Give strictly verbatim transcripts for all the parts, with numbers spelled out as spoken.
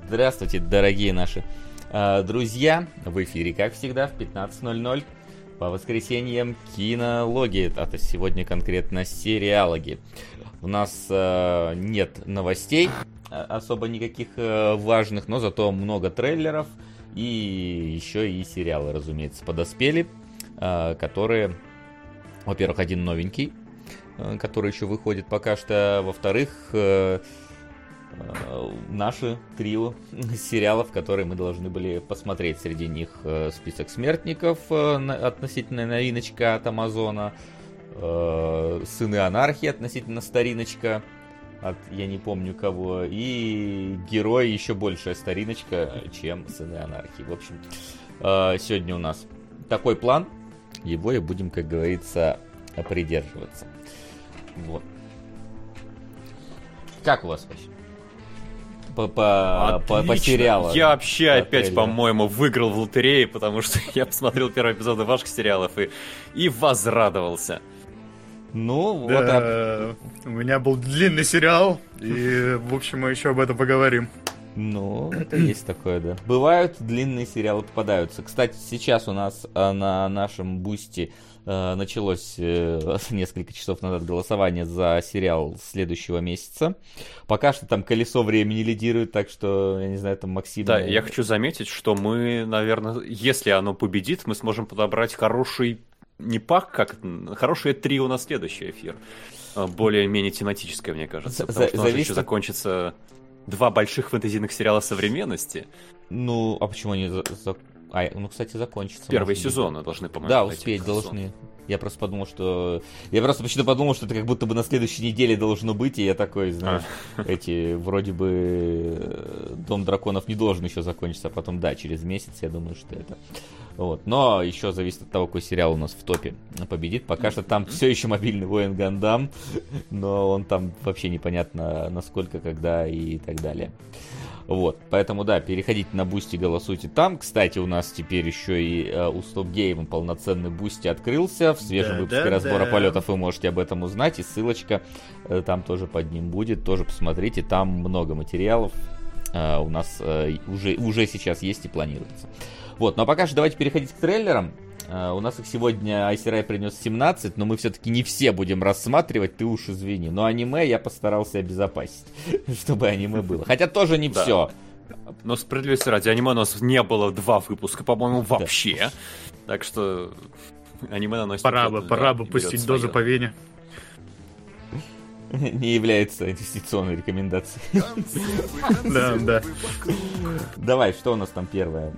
Здравствуйте, дорогие наши э, друзья. В эфире, как всегда, в пятнадцать ноль ноль по воскресеньям кинологи. А то сегодня конкретно сериалоги. У нас э, нет новостей особо никаких э, важных, но зато много трейлеров. И еще и сериалы, разумеется, подоспели, э, которые, во-первых, один новенький, э, который еще выходит пока что. Во-вторых, э, э, наши трио сериалов, которые мы должны были посмотреть. Среди них э, «Список смертников», э, относительно новиночка от Амазона, э, «Сыны анархии», относительно стариночка от я не помню кого, и «Герой», еще большая стариночка, чем «Сыны анархии». В общем, сегодня у нас такой план, его и будем, как говорится, придерживаться. Вот. Как у вас вообще? По, по, по, по сериалам. Я вообще по опять, трейлеру. По-моему, выиграл в лотерее, потому что я посмотрел первый эпизод ваших сериалов и, и возрадовался. Ну, да, вот. А... У меня был длинный сериал, и, в общем, мы еще об этом поговорим. Ну, это есть такое, да. Бывают длинные сериалы, попадаются. Кстати, сейчас у нас на нашем бусте э, началось э, несколько часов назад голосование за сериал следующего месяца. Пока что там «Колесо времени» лидирует, так что, я не знаю, там Максим... Да, я хочу заметить, что мы, наверное, если оно победит, мы сможем подобрать хороший... Не пак, как хорошее трио на следующий эфир. Более-менее тематическое, мне кажется. Потому что у нас еще закончится два больших фэнтезийных сериала современности. Ну, а почему они... За... За... А, ну, кстати, закончатся. Первые сезоны должны, по-моему, да, успеть должны. Я просто подумал, что... Я просто почему-то подумал, что это как будто бы на следующей неделе должно быть, и я такой, знаешь, а. эти, вроде бы, «Дом драконов» не должен еще закончиться, а потом, да, через месяц, я думаю, что это... Вот. Но еще зависит от того, какой сериал у нас в топе победит. Пока что там все еще «Мобильный воин Гандам», но он там вообще непонятно насколько, когда и так далее. Вот, поэтому, да, переходите на Бусти, голосуйте там. Кстати, у нас теперь еще и э, у StopGame полноценный Бусти открылся. В свежем да, выпуске да, разбора да. полетов вы можете об этом узнать. И ссылочка э, там тоже под ним будет. Тоже посмотрите, там много материалов э, у нас э, уже, уже сейчас есть и планируется. Вот, но пока что давайте переходить к трейлерам. Uh, у нас их сегодня Айсерай принес семнадцать, но мы все-таки не все будем рассматривать, ты уж извини. Но аниме я постарался обезопасить, чтобы аниме было. Хотя тоже не да. все. Но справедливости ради, аниме у нас не было два выпуска, по-моему, вообще. Да. Так что аниме наносит... Пора бы, пора бы пустить дозу по вене. Не является инвестиционной рекомендацией. Да, да. Давай, что у нас там первое?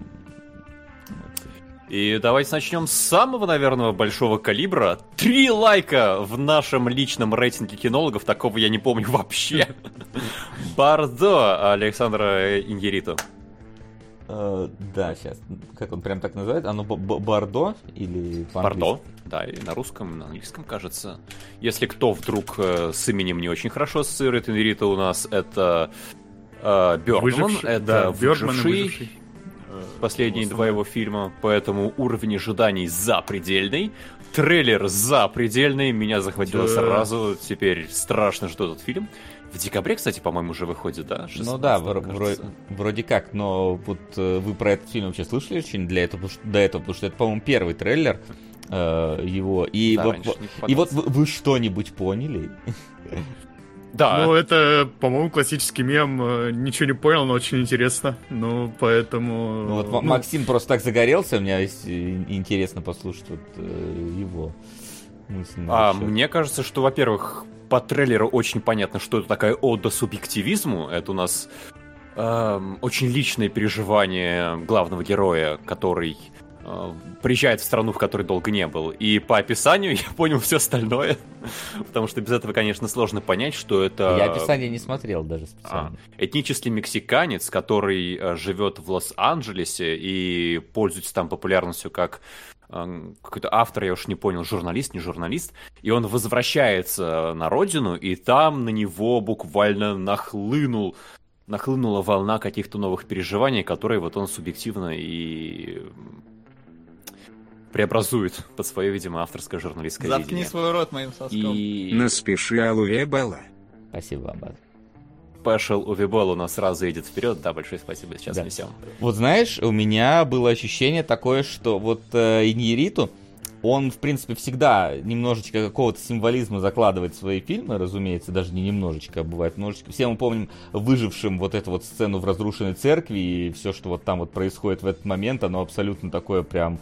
И давайте начнем с самого, наверное, большого калибра. Три лайка в нашем личном рейтинге кинологов. Такого я не помню вообще. Бардо Александра Иньярриту. Uh, да, сейчас. Как он прям так называет? Оно Бардо или по-английски? Бардо, да, и на русском, и на английском, кажется. Если кто вдруг э, с именем не очень хорошо ассоциирует Иньярриту, у нас это э, Бёрдман, это да, «Выживший». выживший. Последние два его фильма, поэтому уровень ожиданий запредельный. Трейлер запредельный, меня захватило да. сразу. Теперь страшно жду этот фильм. В декабре, кстати, по-моему, уже выходит, да? Ну да, вроде, вроде как, но вот вы про этот фильм вообще слышали очень для этого, до этого, потому что это, по-моему, первый трейлер э, его. И, да, вот, и вот вы, вы что-нибудь поняли? Да. Ну, это, по-моему, классический мем. Ничего не понял, но очень интересно. Ну, поэтому... Ну, вот ну... Максим просто так загорелся, мне интересно послушать вот э, его мысли. А, мне кажется, что, во-первых, по трейлеру очень понятно, что это такая ода субъективизму. Это у нас э, очень личные переживания главного героя, который... приезжает в страну, в которой долго не был. И по описанию я понял все остальное. Потому что без этого, конечно, сложно понять, что это... Я описание не смотрел даже специально. А, этнический мексиканец, который а, живет в Лос-Анджелесе и пользуется там популярностью как а, какой-то автор, я уж не понял, журналист, не журналист. И он возвращается на родину, и там на него буквально нахлынул нахлынула волна каких-то новых переживаний, которые вот он субъективно и... преобразует под свое, видимо, авторское журналистское Заткни видение. Заткни свой рот моим соском. И... Наспеши Алуэ Бала. Спасибо, Аббат. спешл Увибол у нас сразу идет вперед. Да, большое спасибо, сейчас да. несем. Вот знаешь, у меня было ощущение такое, что вот э, Иньярриту, он, в принципе, всегда немножечко какого-то символизма закладывает в свои фильмы, разумеется, даже не немножечко, а бывает множечко. Все мы помним выжившим вот эту вот сцену в разрушенной церкви, и все, что вот там вот происходит в этот момент, оно абсолютно такое прям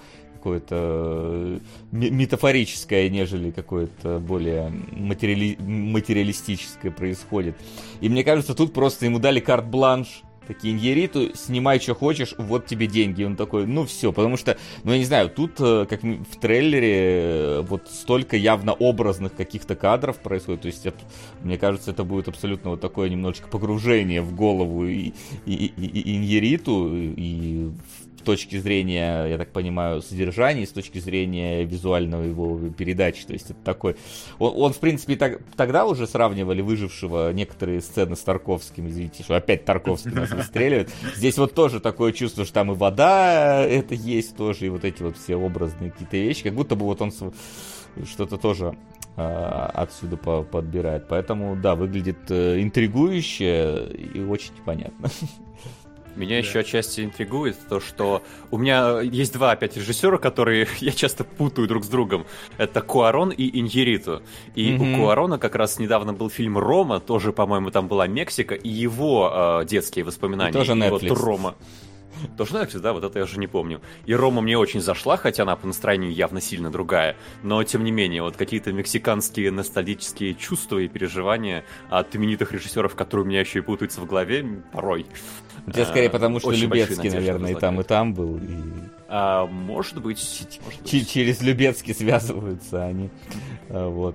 какое-то метафорическое, нежели какое-то более материали... материалистическое происходит. И мне кажется, тут просто ему дали карт-бланш. Такие, Иньярриту, снимай, что хочешь, вот тебе деньги. И он такой, ну все, потому что, ну я не знаю, тут, как в трейлере, вот столько явно образных каких-то кадров происходит. То есть, это, мне кажется, это будет абсолютно вот такое немножечко погружение в голову и, и, и, и Иньярриту, и с точки зрения, я так понимаю, содержания, и с точки зрения визуального его передачи. То есть это такой... Он, он в принципе, так, тогда уже сравнивали выжившего некоторые сцены с Тарковским. Извините, что опять Тарковский нас выстреливает. Здесь вот тоже такое чувство, что там и вода это есть тоже, и вот эти вот все образные какие-то вещи. Как будто бы вот он что-то тоже а, отсюда по- подбирает. Поэтому, да, выглядит э, интригующе и очень непонятно. Меня да. еще отчасти интригует то, что у меня есть два опять режиссера, которые я часто путаю друг с другом. Это Куарон и Иньярриту. И mm-hmm. у Куарона как раз недавно был фильм «Рома», тоже, по-моему, там была Мексика, и его э, детские воспоминания. И тоже Netflix. И вот Рома. Тоже Netflix, да, вот это я уже не помню. И Рома мне очень зашла, хотя она по настроению явно сильно другая. Но, тем не менее, вот какие-то мексиканские ностальгические чувства и переживания от именитых режиссеров, которые у меня еще и путаются в голове, порой. У тебя скорее потому, что Любецкий, наверное, и там, и там был. И... А, может быть. Может быть. Через Любецкий связываются они. Вот.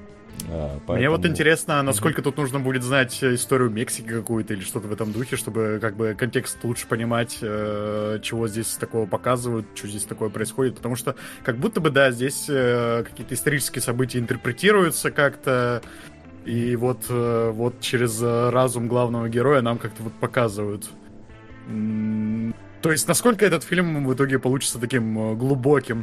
А, поэтому... Мне вот интересно, насколько тут нужно будет знать историю Мексики какую-то или что-то в этом духе, чтобы как бы контекст лучше понимать, э, чего здесь такого показывают, что здесь такое происходит, потому что как будто бы, да, здесь э, какие-то исторические события интерпретируются как-то, и вот, э, вот через разум главного героя нам как-то вот показывают. М-м- то есть насколько этот фильм в итоге получится таким глубоким.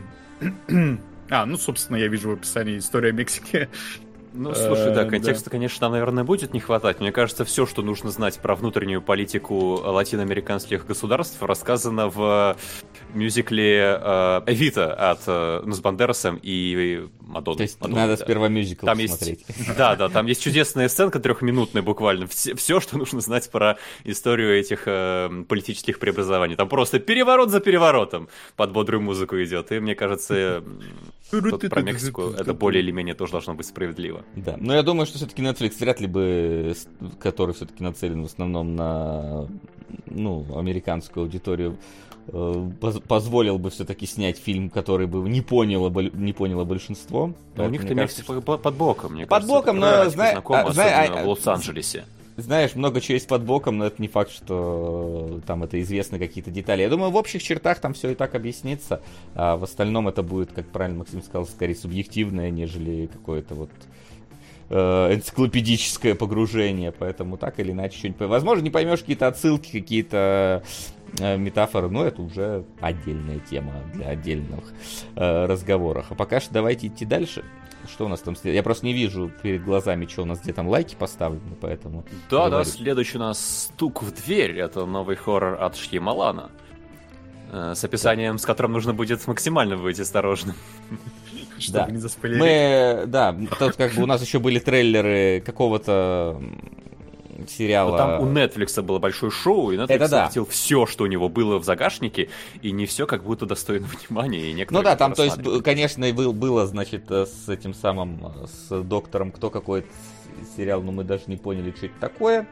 А, ну, собственно, я вижу в описании история Мексики. Ну, слушай, да, контекста, конечно, там, наверное, будет не хватать. Мне кажется, все, что нужно знать про внутреннюю политику латиноамериканских государств, рассказано в мюзикле э, «Эвита» от э, ну, с Бандерасом и Мадонной. То есть Мадонной, надо да. сперва мюзикл там посмотреть. Есть, да, да, там есть чудесная сценка трехминутная буквально. Все, все, что нужно знать про историю этих э, политических преобразований. Там просто переворот за переворотом под бодрую музыку идет. И мне кажется, тут про Мексику это более или менее тоже должно быть справедливо. Да, но я думаю, что все-таки Netflix вряд ли бы, который все-таки нацелен в основном на, ну, американскую аудиторию, позволил бы все-таки снять фильм, который бы не поняло, не поняло большинство. Но у них-то Мексика под боком, мне под кажется. Под боком, но знаешь, а, особенно а, в Лос-Анджелесе. Знаешь, много чего есть под боком, но это не факт, что там это известны какие-то детали. Я думаю, в общих чертах там все и так объяснится, а в остальном это будет, как правильно Максим сказал, скорее субъективное, нежели какое-то вот энциклопедическое погружение, поэтому так или иначе что-нибудь... Возможно, не поймешь какие-то отсылки, какие-то э, метафоры, но это уже отдельная тема для отдельных э, разговоров. А пока что давайте идти дальше. Что у нас там? Я просто не вижу перед глазами, что у нас, где там лайки поставлены, поэтому... Да, да, следующий у нас «Стук в дверь». Это новый хоррор от Шьямалана. Э, с описанием, да. С которым нужно будет максимально быть осторожным. Чтобы да. не заспойлерить. Мы, да, тут как бы у нас еще были трейлеры какого-то сериала. Но там у Netflix было большое шоу, и Netflix захватил да. все, что у него было в загашнике, и не все как будто достойно внимания. И ну да, там, то есть, конечно, был, было, значит, с этим самым, с доктором, кто какой-то сериал, но мы даже не поняли, что это такое.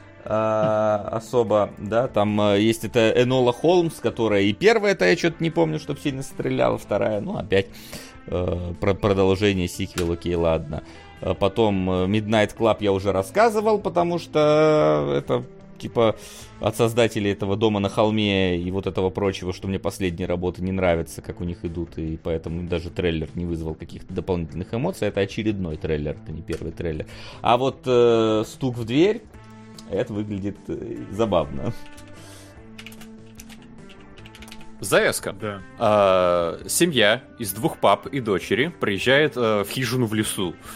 А, особо, да, там есть это Энола Холмс, которая и первая-то я что-то не помню, чтобы сильно стреляла, вторая, ну, опять э, про продолжение, сиквел, окей, ладно. Потом Midnight Club я уже рассказывал, потому что это, типа, от создателей этого «Дома на холме» и вот этого прочего, что мне последние работы не нравятся, как у них идут, и поэтому даже трейлер не вызвал каких-то дополнительных эмоций. Это очередной трейлер, это не первый трейлер. А вот э, «Стук в дверь», это выглядит забавно. Завязка. Да. А, семья из двух пап и дочери приезжает а, в хижину в лесу.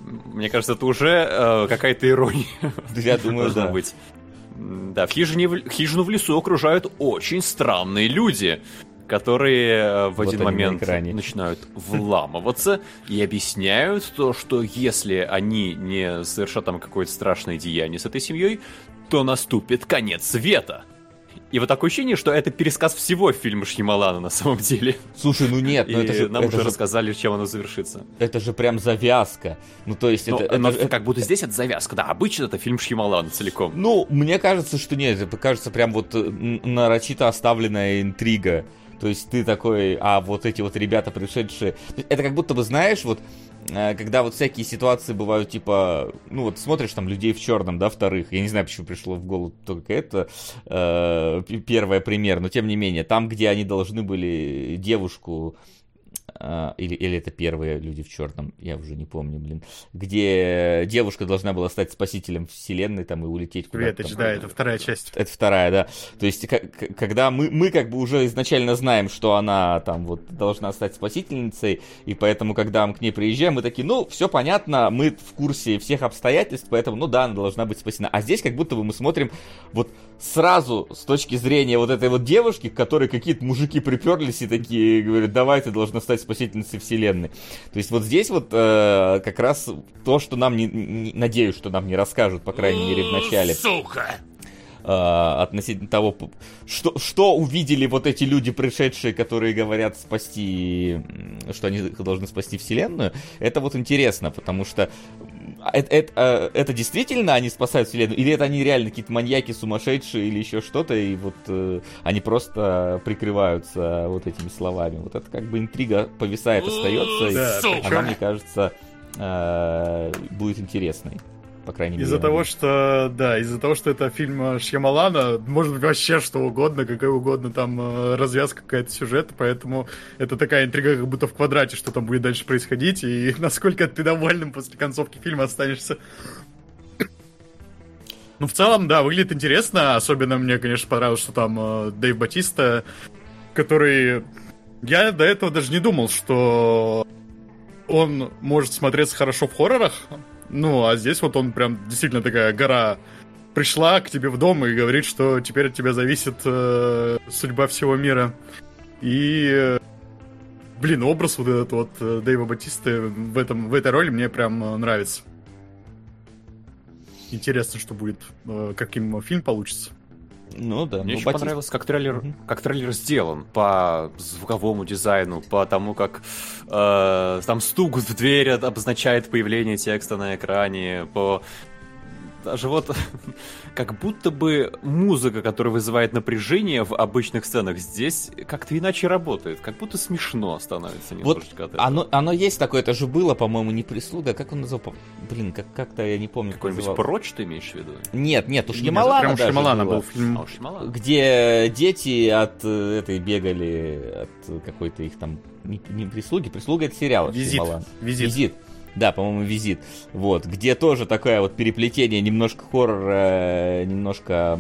Мне кажется, это уже э, какая-то ирония. Я думаю, да. Быть. Да, в хижине, в хижину в лесу окружают очень странные люди, которые в вот один момент на начинают вламываться и объясняют то, что если они не совершат там какое-то страшное деяние с этой семьей, то наступит конец света. И вот такое ощущение, что это пересказ всего фильма Шьямалана на самом деле. Слушай, ну нет, ну и это же... нам это уже же... рассказали, чем оно завершится. Это же прям завязка. Ну то есть... Но, это, но это, как будто здесь это завязка. Да, обычно это фильм Шьямалана целиком. Ну, мне кажется, что нет. Это кажется прям вот нарочито оставленная интрига. То есть ты такой, а вот эти вот ребята пришедшие... Это как будто бы, знаешь, вот... Когда вот всякие ситуации бывают, типа, ну вот смотришь там людей в черном, да, вторых, я не знаю, почему пришло в голову только это, э, первый пример, но тем не менее, там, где они должны были девушку, э, или, или это первые люди в черном, я уже не помню, блин, где девушка должна была стать спасителем вселенной там и улететь куда-то. Светоч, да, это вторая часть. Это вторая, да. То есть, к- когда мы, мы как бы уже изначально знаем, что она там вот должна стать спасительницей, и поэтому, когда мы к ней приезжаем, мы такие, ну, все понятно, мы в курсе всех обстоятельств, поэтому, ну да, она должна быть спасена. А здесь как будто бы мы смотрим вот сразу с точки зрения вот этой вот девушки, к которой какие-то мужики приперлись и такие говорят, давай, ты должна стать спасительницей вселенной. То есть вот здесь вот э, как раз то, что нам, не, не, надеюсь, что нам не расскажут, по крайней мере, в начале. Сука! Относительно того, что, что увидели вот эти люди, пришедшие, которые говорят спасти, что они должны спасти вселенную, это вот интересно, потому что это, это, это действительно они спасают вселенную, или это они реально какие-то маньяки сумасшедшие или еще что-то, и вот э, они просто прикрываются вот этими словами. Вот это как бы интрига повисает, остается, да, и она, мне кажется, э, будет интересной. По крайней мере. Из-за того, что, да, из-за того, что это фильм Шьямалана, может быть вообще что угодно, какая угодно там развязка какая-то сюжета, поэтому это такая интрига, как будто в квадрате, что там будет дальше происходить, и насколько ты довольным после концовки фильма останешься. Ну, в целом, да, выглядит интересно, особенно мне, конечно, понравилось, что там э, Дэйв Батиста, который... Я до этого даже не думал, что он может смотреться хорошо в хоррорах. Ну, а здесь вот он прям действительно такая гора пришла к тебе в дом и говорит, что теперь от тебя зависит э, судьба всего мира. И, э, блин, образ вот этот вот э, Дэйва Батисты в, этом, в этой роли мне прям э, нравится. Интересно, что будет, э, каким фильм получится. Ну да. Мне ну, еще Батист... понравилось, как трейлер, Mm-hmm. как трейлер сделан по звуковому дизайну, по тому, как э, там стук в дверь обозначает появление текста на экране, по даже вот как будто бы музыка, которая вызывает напряжение в обычных сценах, здесь как-то иначе работает, как будто смешно становится немножечко вот от этого. Оно, оно есть такое, это же было, по-моему, не прислуга, как он назвал? Блин, как- как-то я не помню. Какой-нибудь называл. прочь ты имеешь в виду? Нет, нет, уж Нет, Шьямалана прям даже Шьямалана было. был фильм. А, уж Шьямалана. Где дети от э, этой бегали, от какой-то их там, не, не прислуги, прислуга это сериал. Визит. Визит. Визит. Да, по-моему, «Визит». Вот, где тоже такое вот переплетение, немножко хоррора, немножко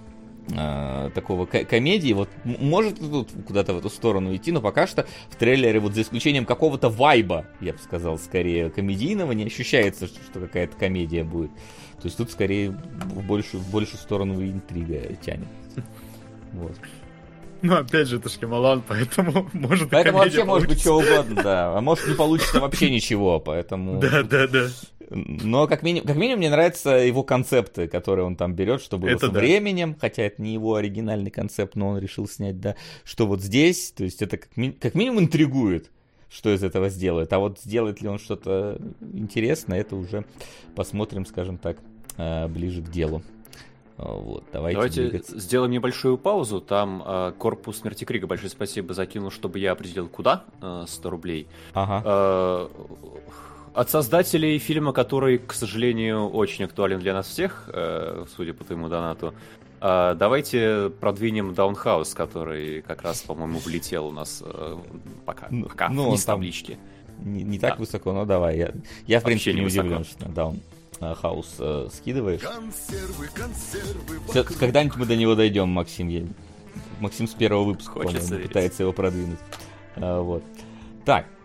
э, такого к- комедии. Вот м- может тут куда-то в эту сторону идти, но пока что в трейлере, вот за исключением какого-то вайба, я бы сказал, скорее комедийного, не ощущается, что, что какая-то комедия будет. То есть тут скорее в большую, в большую сторону интрига тянет. Вот. Ну, опять же, это Шьямалан, поэтому может Поэтому вообще получится. может быть что угодно, да. А может не получится вообще ничего, поэтому... Да, да, да. Но как минимум, как минимум мне нравятся его концепты, которые он там берет, что было Это со да. временем, хотя это не его оригинальный концепт, но он решил снять, да, что вот здесь, то есть это как, ми- как минимум интригует, что из этого сделает. А вот сделает ли он что-то интересное, это уже посмотрим, скажем так, э, ближе к делу. Вот, давайте Давайте двигаться. сделаем небольшую паузу. Там э, корпус Смерти Крига, большое спасибо, закинул, чтобы я определил, куда э, сто рублей. Ага. Э, от создателей фильма, который, к сожалению, очень актуален для нас всех, э, судя по твоему донату, э, давайте продвинем Даунхаус, который как раз, по-моему, влетел у нас э, пока, Ну, пока ну, вниз он там таблички. Не, не так Да. высоко, но давай. Я, я в принципе, не не высоко. удивлен, что на Даун Хаус э, скидываешь. Консервы, консервы, Всё, когда-нибудь мы до него дойдем, Максим. Я- Максим с первого выпуска, Хочется по-моему, верить. пытается его продвинуть. А, вот. Так,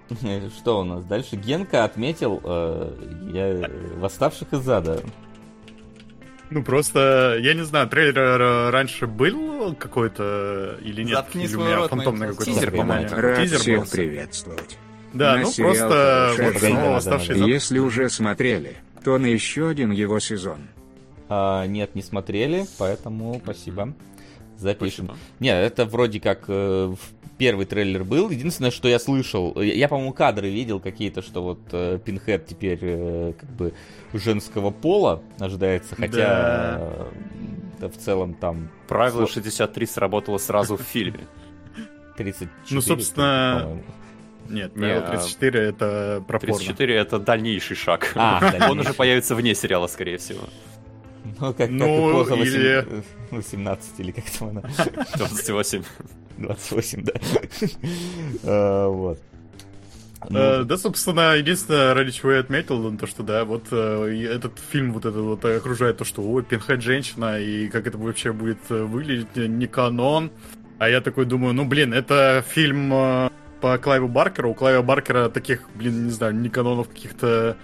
Что у нас дальше? Генка отметил э, я, «Восставших из ада». Ну, просто, я не знаю, трейлер раньше был какой-то или нет? Заткни или у меня фантомный какой-то тизер, по-моему. Рад Тизер всех был. приветствовать. Да, На ну сериал просто «Хорошая вот жизнь». снова «Восставшие из ада». Если уже смотрели, то на еще один его сезон. А, нет, не смотрели, поэтому спасибо. Запишем. Спасибо. Не, это вроде как э, первый трейлер был. Единственное, что я слышал, я, я, по-моему, кадры видел какие-то, что вот э, Пинхед теперь э, как бы женского пола ожидается, хотя Да. э, да, в целом там Правило шестьдесят три сработало сразу в фильме. тридцать четыре. Ну, собственно, по-моему. Нет, Не, правило а тридцать четыре это про порно. тридцать четыре это дальнейший шаг. А, Он дальнейший. уже появится вне сериала, скорее всего. Ну, как, Ну, как эпоха или- восемь- восемнадцать, или как там она? двадцать восемь. двадцать восемь, да. А, Вот. Ну, Э, Да, собственно, единственное, ради чего я отметил, ну, то, что, да, вот э, и этот фильм вот это вот окружает то, что, ой, Пинхед женщина, и как это вообще будет э, выглядеть, э, не канон. А я такой думаю, ну, блин, это фильм э, по Клайву Баркеру. У Клайва Баркера таких, блин, не знаю, не канонов каких-то...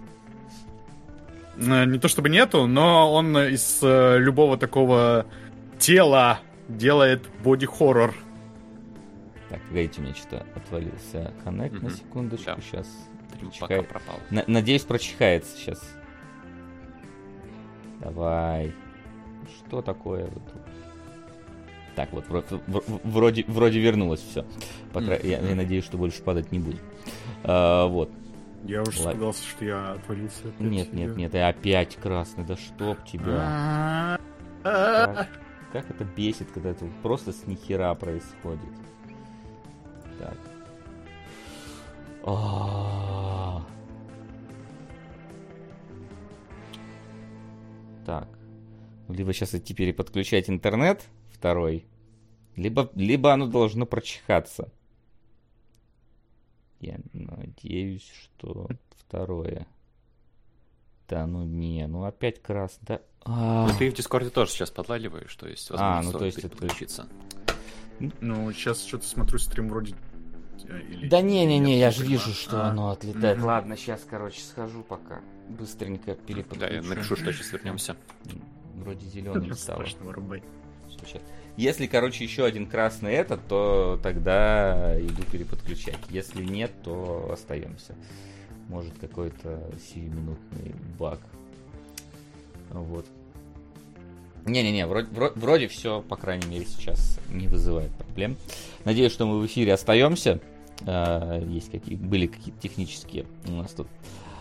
э, Не то чтобы нету, но он из э, любого такого тела делает боди-хоррор. Так, погодите, у меня что-то отвалился коннект на Мгм. секундочку. Да. Сейчас Пока прочихает. пропал. На- Надеюсь, прочихается сейчас. Давай. Что такое вот тут? Так, вот вро- в- вроде, вроде вернулось все. Я, я надеюсь, что больше падать не будет. А, вот. Я уже Ладно. испугался, что я отвалился. опять. Нет, нет, нет, и опять красный. Да чтоб тебя. Как, как это бесит, когда это вот просто с нихера происходит. Так. А. Так. Ну, либо сейчас идти переподключать интернет второй, либо, либо оно должно прочихаться. Я надеюсь, что второе. Да, ну не, ну опять красный. Да. А. Ну, ты в Дискорде тоже сейчас подладиваешь, то есть А, возможно ну, то есть это- подключиться. Ну, сейчас что-то смотрю, стрим вроде... э, или- Да не-не-не, я же понимаю. вижу, что А, оно отлетает. мгм. Ладно, сейчас, короче, схожу пока. Быстренько Да, переподключу. я напишу, что сейчас вернемся. Вроде зеленым стало. Страшно вырубай. Сейчас. Если, короче, еще один красный этот, то тогда иду переподключать. Если нет, то остаемся. Может, какой-то сиюминутный баг. Вот. Не-не-не, вроде, вроде, вроде все, по крайней мере, сейчас не вызывает проблем. Надеюсь, что мы в эфире остаемся. А, есть какие, были какие-то технические у нас тут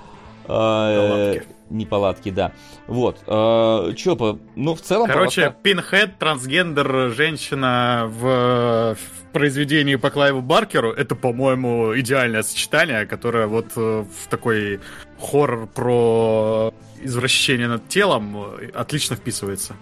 а, Неполадки. неполадки, да. Вот. А, чё по... Ну, в целом... Короче, по- Пинхед, трансгендер, женщина в, в произведении по Клайву Баркеру, это, по-моему, идеальное сочетание, которое вот э, в такой хоррор про извращение над телом э, отлично вписывается.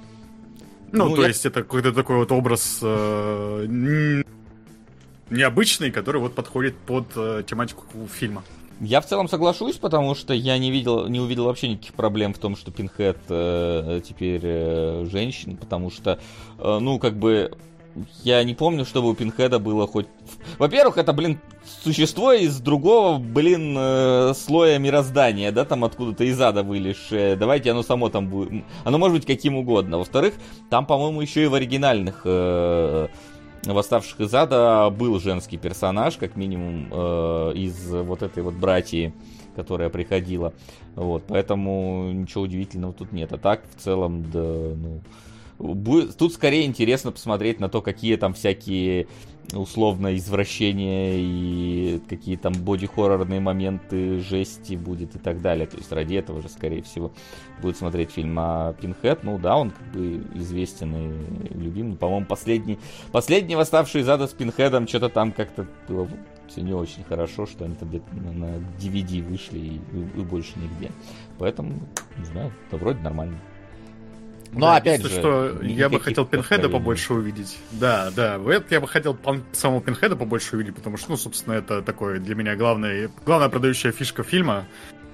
Ну, Ну, то я- есть это какой-то такой вот образ э, н- необычный, который вот подходит под э, тематику фильма. Я в целом соглашусь, потому что я не видел, не увидел вообще никаких проблем в том, что Пинхед э, теперь э, женщина, потому что, э, ну, как бы, я не помню, чтобы у Пинхеда было хоть... Во-первых, это, блин, существо из другого, блин, э, слоя мироздания, да, там откуда-то из ада вылезшее. Давайте оно само там будет... Оно может быть каким угодно. Во-вторых, там, по-моему, еще и в оригинальных... Э, «Восставших из ада» был женский персонаж, как минимум, э, из вот этой вот братьи, которая приходила. Вот, поэтому ничего удивительного тут нет. А так, в целом, да, ну... Будет, тут скорее интересно посмотреть на то, какие там всякие условно извращения и какие там боди-хоррорные моменты, жести будет и так далее. То есть ради этого же, скорее всего, будет смотреть фильм. А Пинхед, ну да, он как бы известен и любим. По-моему, последний, последний «Восставший из ада» с Пинхедом что-то там как-то было все не очень хорошо, что они там где-то на, на ди ви ди вышли и, и, и больше нигде. Поэтому, не знаю, это вроде нормально. Но Да, опять же, что я бы никаких хотел Пинхеда откровений. побольше увидеть. Да, да, в это я бы хотел пан- самого Пинхеда побольше увидеть, потому что, ну, собственно, это такое для меня главное, главная продающая фишка фильма.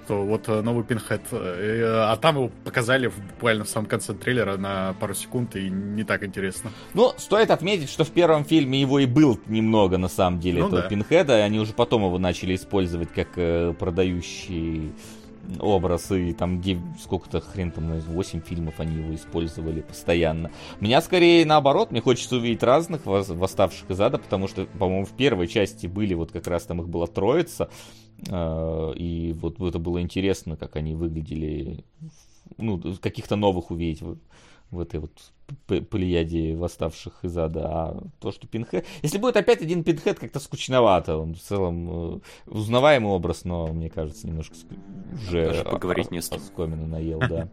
что вот новый Пинхед, а там его показали буквально в самом конце трейлера на пару секунд, и не так интересно. Ну, стоит отметить, что в первом фильме его и был немного, на самом деле, ну, этого да. Пинхеда, и они уже потом его начали использовать как э, продающий образ, и там сколько-то хрен там, восемь фильмов они его использовали постоянно. Меня скорее наоборот, мне хочется увидеть разных восставших из ада, потому что, по-моему, в первой части были вот как раз там их была троица, и вот это было интересно, как они выглядели, ну, каких-то новых увидеть в, в этой вот плеяде восставших из ада. А то, что Пинхед... Если будет опять один Пинхед, как-то скучновато. Он в целом узнаваемый образ, но, мне кажется, немножко уже даже поговорить не с кем. Оскомину наел, да.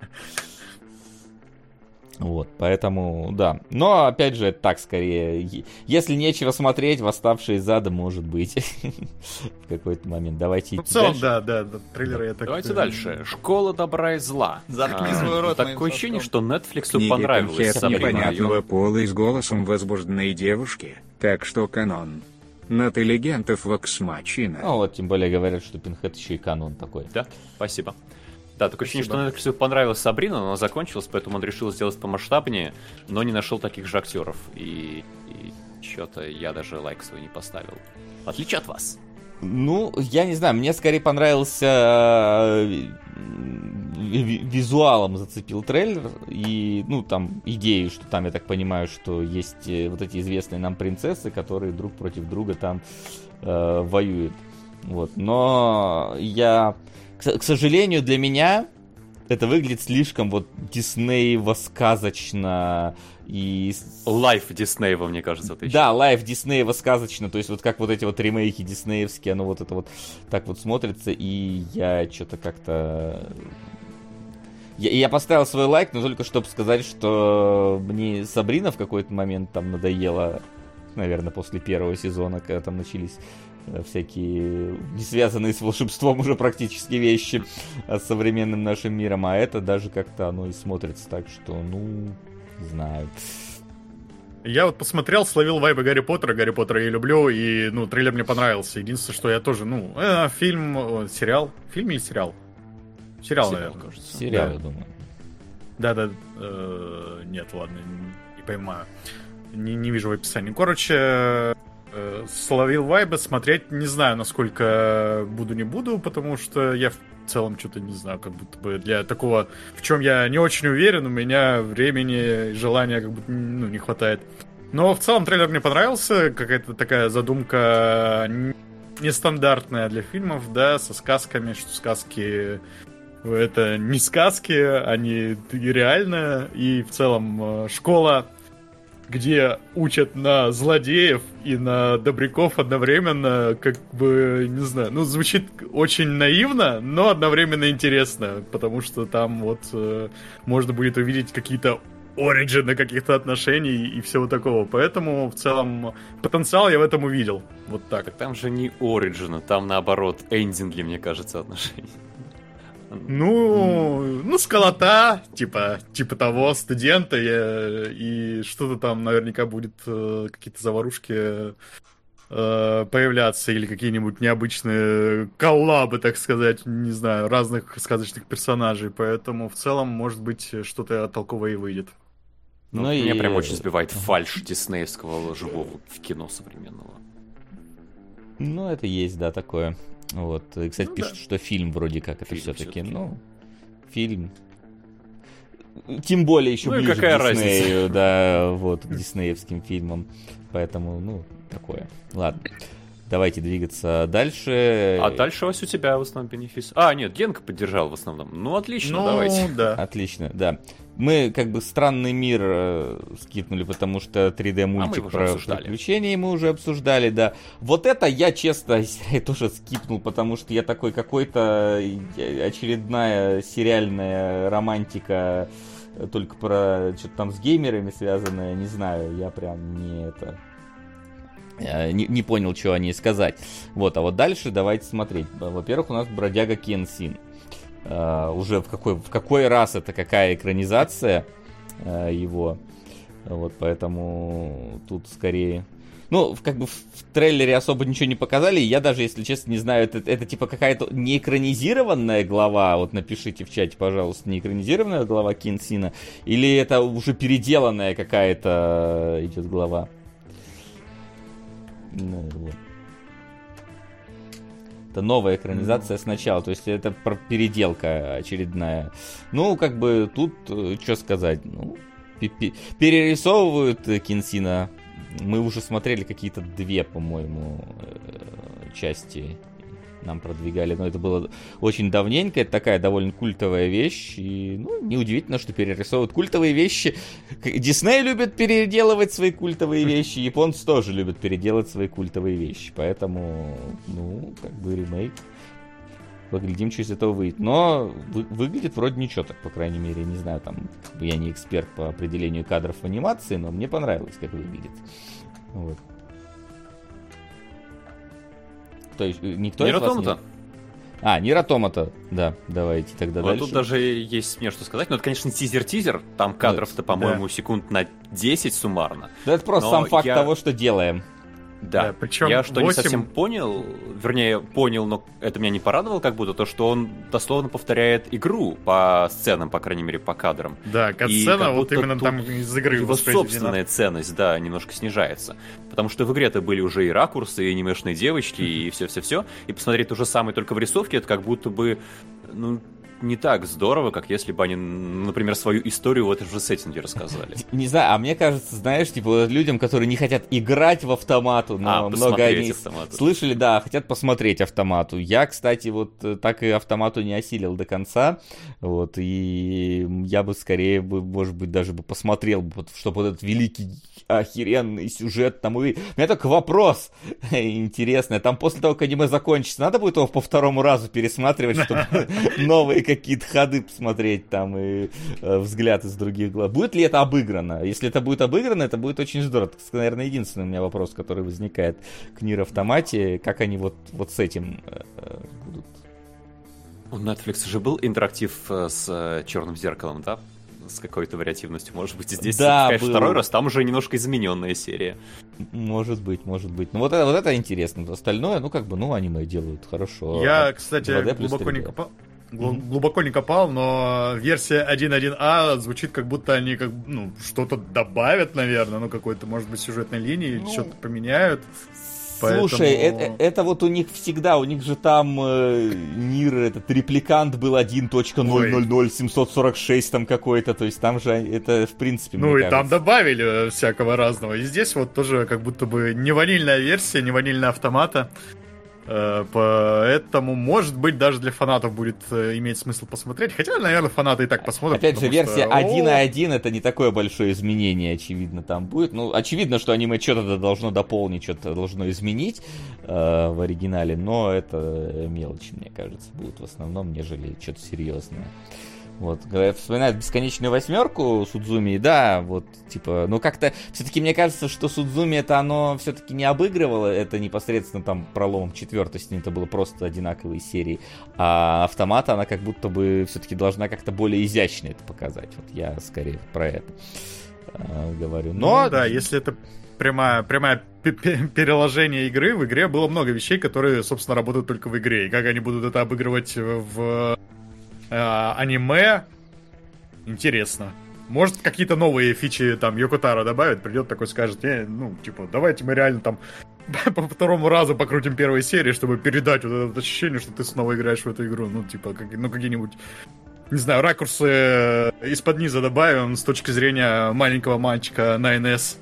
Вот, поэтому, да. Но, опять же, это так скорее. Если нечего смотреть, восставшие из ада, может быть, в какой-то момент. Давайте идти дальше. Да, да, да, трейлеры я так... Давайте дальше. Школа добра и зла. Заткни свой рот. Такое ощущение, что Netflixу понравилось. Книга непонятного пола и с голосом возбужденной девушки, так что канон. Над интеллигентов Вокс Мачина. Ну вот, тем более говорят, что Пинхед еще и канон такой. Да, спасибо. Да, такое ощущение, что Netflixу понравилась Сабрина, но она закончилась, поэтому он решил сделать помасштабнее, но не нашел таких же актеров. И, и что-то я даже лайк свой не поставил. В отличие от вас. Ну, я не знаю, мне скорее понравился визуалом зацепил трейлер и, ну, там, идею, что там, я так понимаю, что есть вот эти известные нам принцессы, которые друг против друга там э, воюют. Вот, но я... К сожалению, для меня это выглядит слишком вот диснеево-сказочно и... Лайф Диснеева, мне кажется, ты Да, лайф Диснеево-сказочно, то есть вот как вот эти вот ремейки диснеевские, оно вот это вот так вот смотрится, и я что-то как-то... Я, я поставил свой лайк, но только чтобы сказать, что мне Сабрина в какой-то момент там надоела, наверное, после первого сезона, когда там начались... всякие не связанные с волшебством уже практически вещи с современным нашим миром, а это даже как-то оно и смотрится так, что, ну, не знаю. Я вот посмотрел, словил вайбы Гарри Поттера, Гарри Поттера я люблю, и, ну, трейлер мне понравился. Единственное, что я тоже, ну, э, фильм, о, сериал, фильм или сериал? Сериал, сериал наверное. Кажется. Сериал, да. Я думаю. Да-да, э, нет, ладно, не, не поймаю. Не, не вижу в описании. Короче... Словил вайбы, смотреть не знаю, насколько буду, не буду, потому что я в целом что-то не знаю, как будто бы для такого, в чем я не очень уверен, у меня времени и желания как будто ну, не хватает. Но в целом трейлер мне понравился, какая-то такая задумка нестандартная для фильмов, да, со сказками, что сказки это не сказки, они реально, и в целом школа, где учат на злодеев и на добряков одновременно, как бы, не знаю, ну, звучит очень наивно, но одновременно интересно, потому что там вот э, можно будет увидеть какие-то оригины каких-то отношений и всего такого, поэтому в целом потенциал я в этом увидел, вот так. Там же не оригины, там наоборот эндинги, мне кажется, отношений. Ну, ну, сколота, типа, типа того, студента, и, и что-то там наверняка будет, э, какие-то заварушки э, появляться, или какие-нибудь необычные коллабы, так сказать, не знаю, разных сказочных персонажей, поэтому в целом, может быть, что-то толковое и выйдет. Ну, ну и... Меня прям очень сбивает фальшь диснеевского живого в кино современного. Ну, это есть, да, такое. Вот. И, кстати, ну, пишут, да. что фильм вроде как это все-таки, все-таки, ну, фильм. Тем более еще ну, ближе какая к Диснею, да, вот, к диснеевским фильмам. Поэтому, ну, такое. Ладно. Давайте двигаться дальше. А дальше, Вась, у тебя в основном бенефис. А, нет, Генка поддержал в основном. Ну, отлично, ну, давайте. Да. Отлично, да. Мы как бы «Странный мир» э, скипнули, потому что три дэ-мультик а про приключения мы уже обсуждали, да. Вот это я, честно, тоже скипнул, потому что я такой какой-то очередная сериальная романтика, только про что-то там с геймерами связанная, не знаю, я прям не это... Не, не понял, что о ней сказать. Вот, а вот дальше давайте смотреть. Во-первых, у нас «Бродяга Кенсин». Uh, уже в какой, в какой раз это какая экранизация uh, его. Вот, поэтому тут скорее... ну, как бы в трейлере особо ничего не показали, я даже, если честно, не знаю, это, это типа какая-то неэкранизированная глава, вот напишите в чате, пожалуйста, неэкранизированная глава Кинсина, или это уже переделанная какая-то идет глава. Ну, вот. Это новая экранизация сначала, то есть это переделка очередная. Ну, как бы тут, что сказать, ну, перерисовывают Кинсина. Мы уже смотрели какие-то две, по-моему, части. Нам продвигали, но это было очень давненько, это такая довольно культовая вещь, и, ну, неудивительно, что перерисовывают культовые вещи. Дисней любит переделывать свои культовые вещи, японцы тоже любят переделать свои культовые вещи, поэтому, ну, как бы ремейк, поглядим, что из этого выйдет. Но вы, выглядит вроде ничего так, по крайней мере, не знаю, там, я не эксперт по определению кадров в анимации, но мне понравилось, как выглядит. Вот. То есть никто Нир из вас Automata? Не... А, Нир Automata, да, давайте тогда вот дальше. Тут даже есть мне что сказать, но это, конечно, тизер-тизер, там кадров-то, по-моему, да. секунд на десять суммарно. Да это просто но сам факт я... того, что делаем. Да, да, причем я что восемь... не совсем понял, вернее, понял, но это меня не порадовало, как будто то, что он дословно повторяет игру по сценам, по крайней мере, по кадрам. Да, кат-сцена вот именно там из игры его собственная ценность, да, немножко снижается. Потому что в игре-то были уже и ракурсы, и анимешные девочки, и все-все-все. И посмотреть то же самое только в рисовке, это как будто бы, ну, не так здорово, как если бы они, например, свою историю в этом же сеттинге рассказали. Не знаю, а мне кажется, знаешь, типа людям, которые не хотят играть в автомату, но а, много они автомату. Слышали, да, хотят посмотреть автомату. Я, кстати, вот так и автомату не осилил до конца, вот, и я бы скорее, бы, может быть, даже бы посмотрел, чтобы вот этот великий охеренный сюжет там увидеть. У меня только вопрос интересный, там после того, как аниме закончится, надо будет его по второму разу пересматривать, чтобы новые какие-то ходы посмотреть там и э, взгляд из других глаз. Будет ли это обыграно? Если это будет обыграно, это будет очень здорово. Это, наверное, единственный у меня вопрос, который возникает к Нир Автомате. Как они вот, вот с этим э, будут? У Netflix же был интерактив с э, черным зеркалом, да? С какой-то вариативностью, может быть, здесь, да, конечно, второй раз, там уже немножко измененная серия. Может быть, может быть. Ну вот это, вот это интересно. Остальное, ну как бы, ну аниме делают хорошо. Я, кстати, глубоко не копал. Mm-hmm. Глубоко не копал, но версия один точка один а звучит, как будто они как, ну, что-то добавят, наверное, ну, какой-то, может быть, сюжетной линии, ну, что-то поменяют. Слушай, поэтому... это, это вот у них всегда, у них же там э, Нир, этот репликант был один точка ноль ноль ноль семьсот сорок шесть там какой-то, то есть там же это, в принципе, ну, и кажется... там добавили всякого разного, и здесь вот тоже как будто бы не ванильная версия, не ванильная автомата. Поэтому, может быть, даже для фанатов будет иметь смысл посмотреть. Хотя, наверное, фанаты и так посмотрят. Опять же, версия что... один точка один это не такое большое изменение, очевидно, там будет. Ну, очевидно, что аниме что-то должно дополнить, что-то должно изменить э, в оригинале, но это мелочи, мне кажется, будут в основном, нежели что-то серьезное. Вот, когда я вспоминаю бесконечную восьмерку Судзуми, да, вот, типа, ну как-то, все-таки мне кажется, что Судзуми это оно все-таки не обыгрывало, это непосредственно там проломом четвертой с ним это было просто одинаковые серии, а Автомата, она как будто бы все-таки должна как-то более изящно это показать, вот я скорее про это э, говорю, но... Ну, да, если это прямое, прямое переложение игры, в игре было много вещей, которые, собственно, работают только в игре, и как они будут это обыгрывать в... А, аниме, интересно. Может, какие-то новые фичи там Йокотаро добавят, придет такой, скажет, э, ну, типа, давайте мы реально там по второму разу покрутим первой серии, чтобы передать вот это ощущение, что ты снова играешь в эту игру. Ну, типа, как, ну, какие-нибудь, не знаю, ракурсы из-под низа добавим с точки зрения маленького мальчика на эн эс.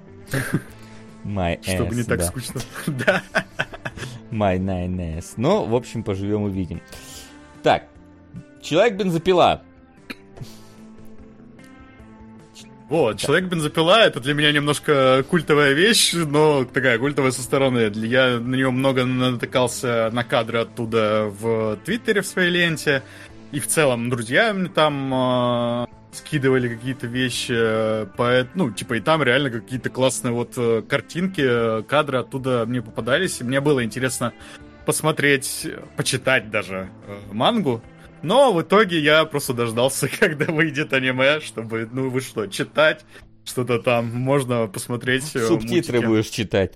My Чтобы ass, не так да. скучно. Да. My nine S. Ну, в общем, поживем увидим. Так. Человек-бензопила. Вот, да. Человек-бензопила — это для меня немножко культовая вещь, но такая культовая со стороны. Я на нее много натыкался на кадры оттуда в Твиттере в своей ленте. И в целом друзья мне там э, скидывали какие-то вещи. По, ну, типа, и там реально какие-то классные вот картинки, кадры оттуда мне попадались. И мне было интересно посмотреть, почитать даже э, мангу. Но в итоге я просто дождался, когда выйдет аниме, чтобы, ну вы что, читать, что-то там. Можно посмотреть субтитры мультики. Будешь читать.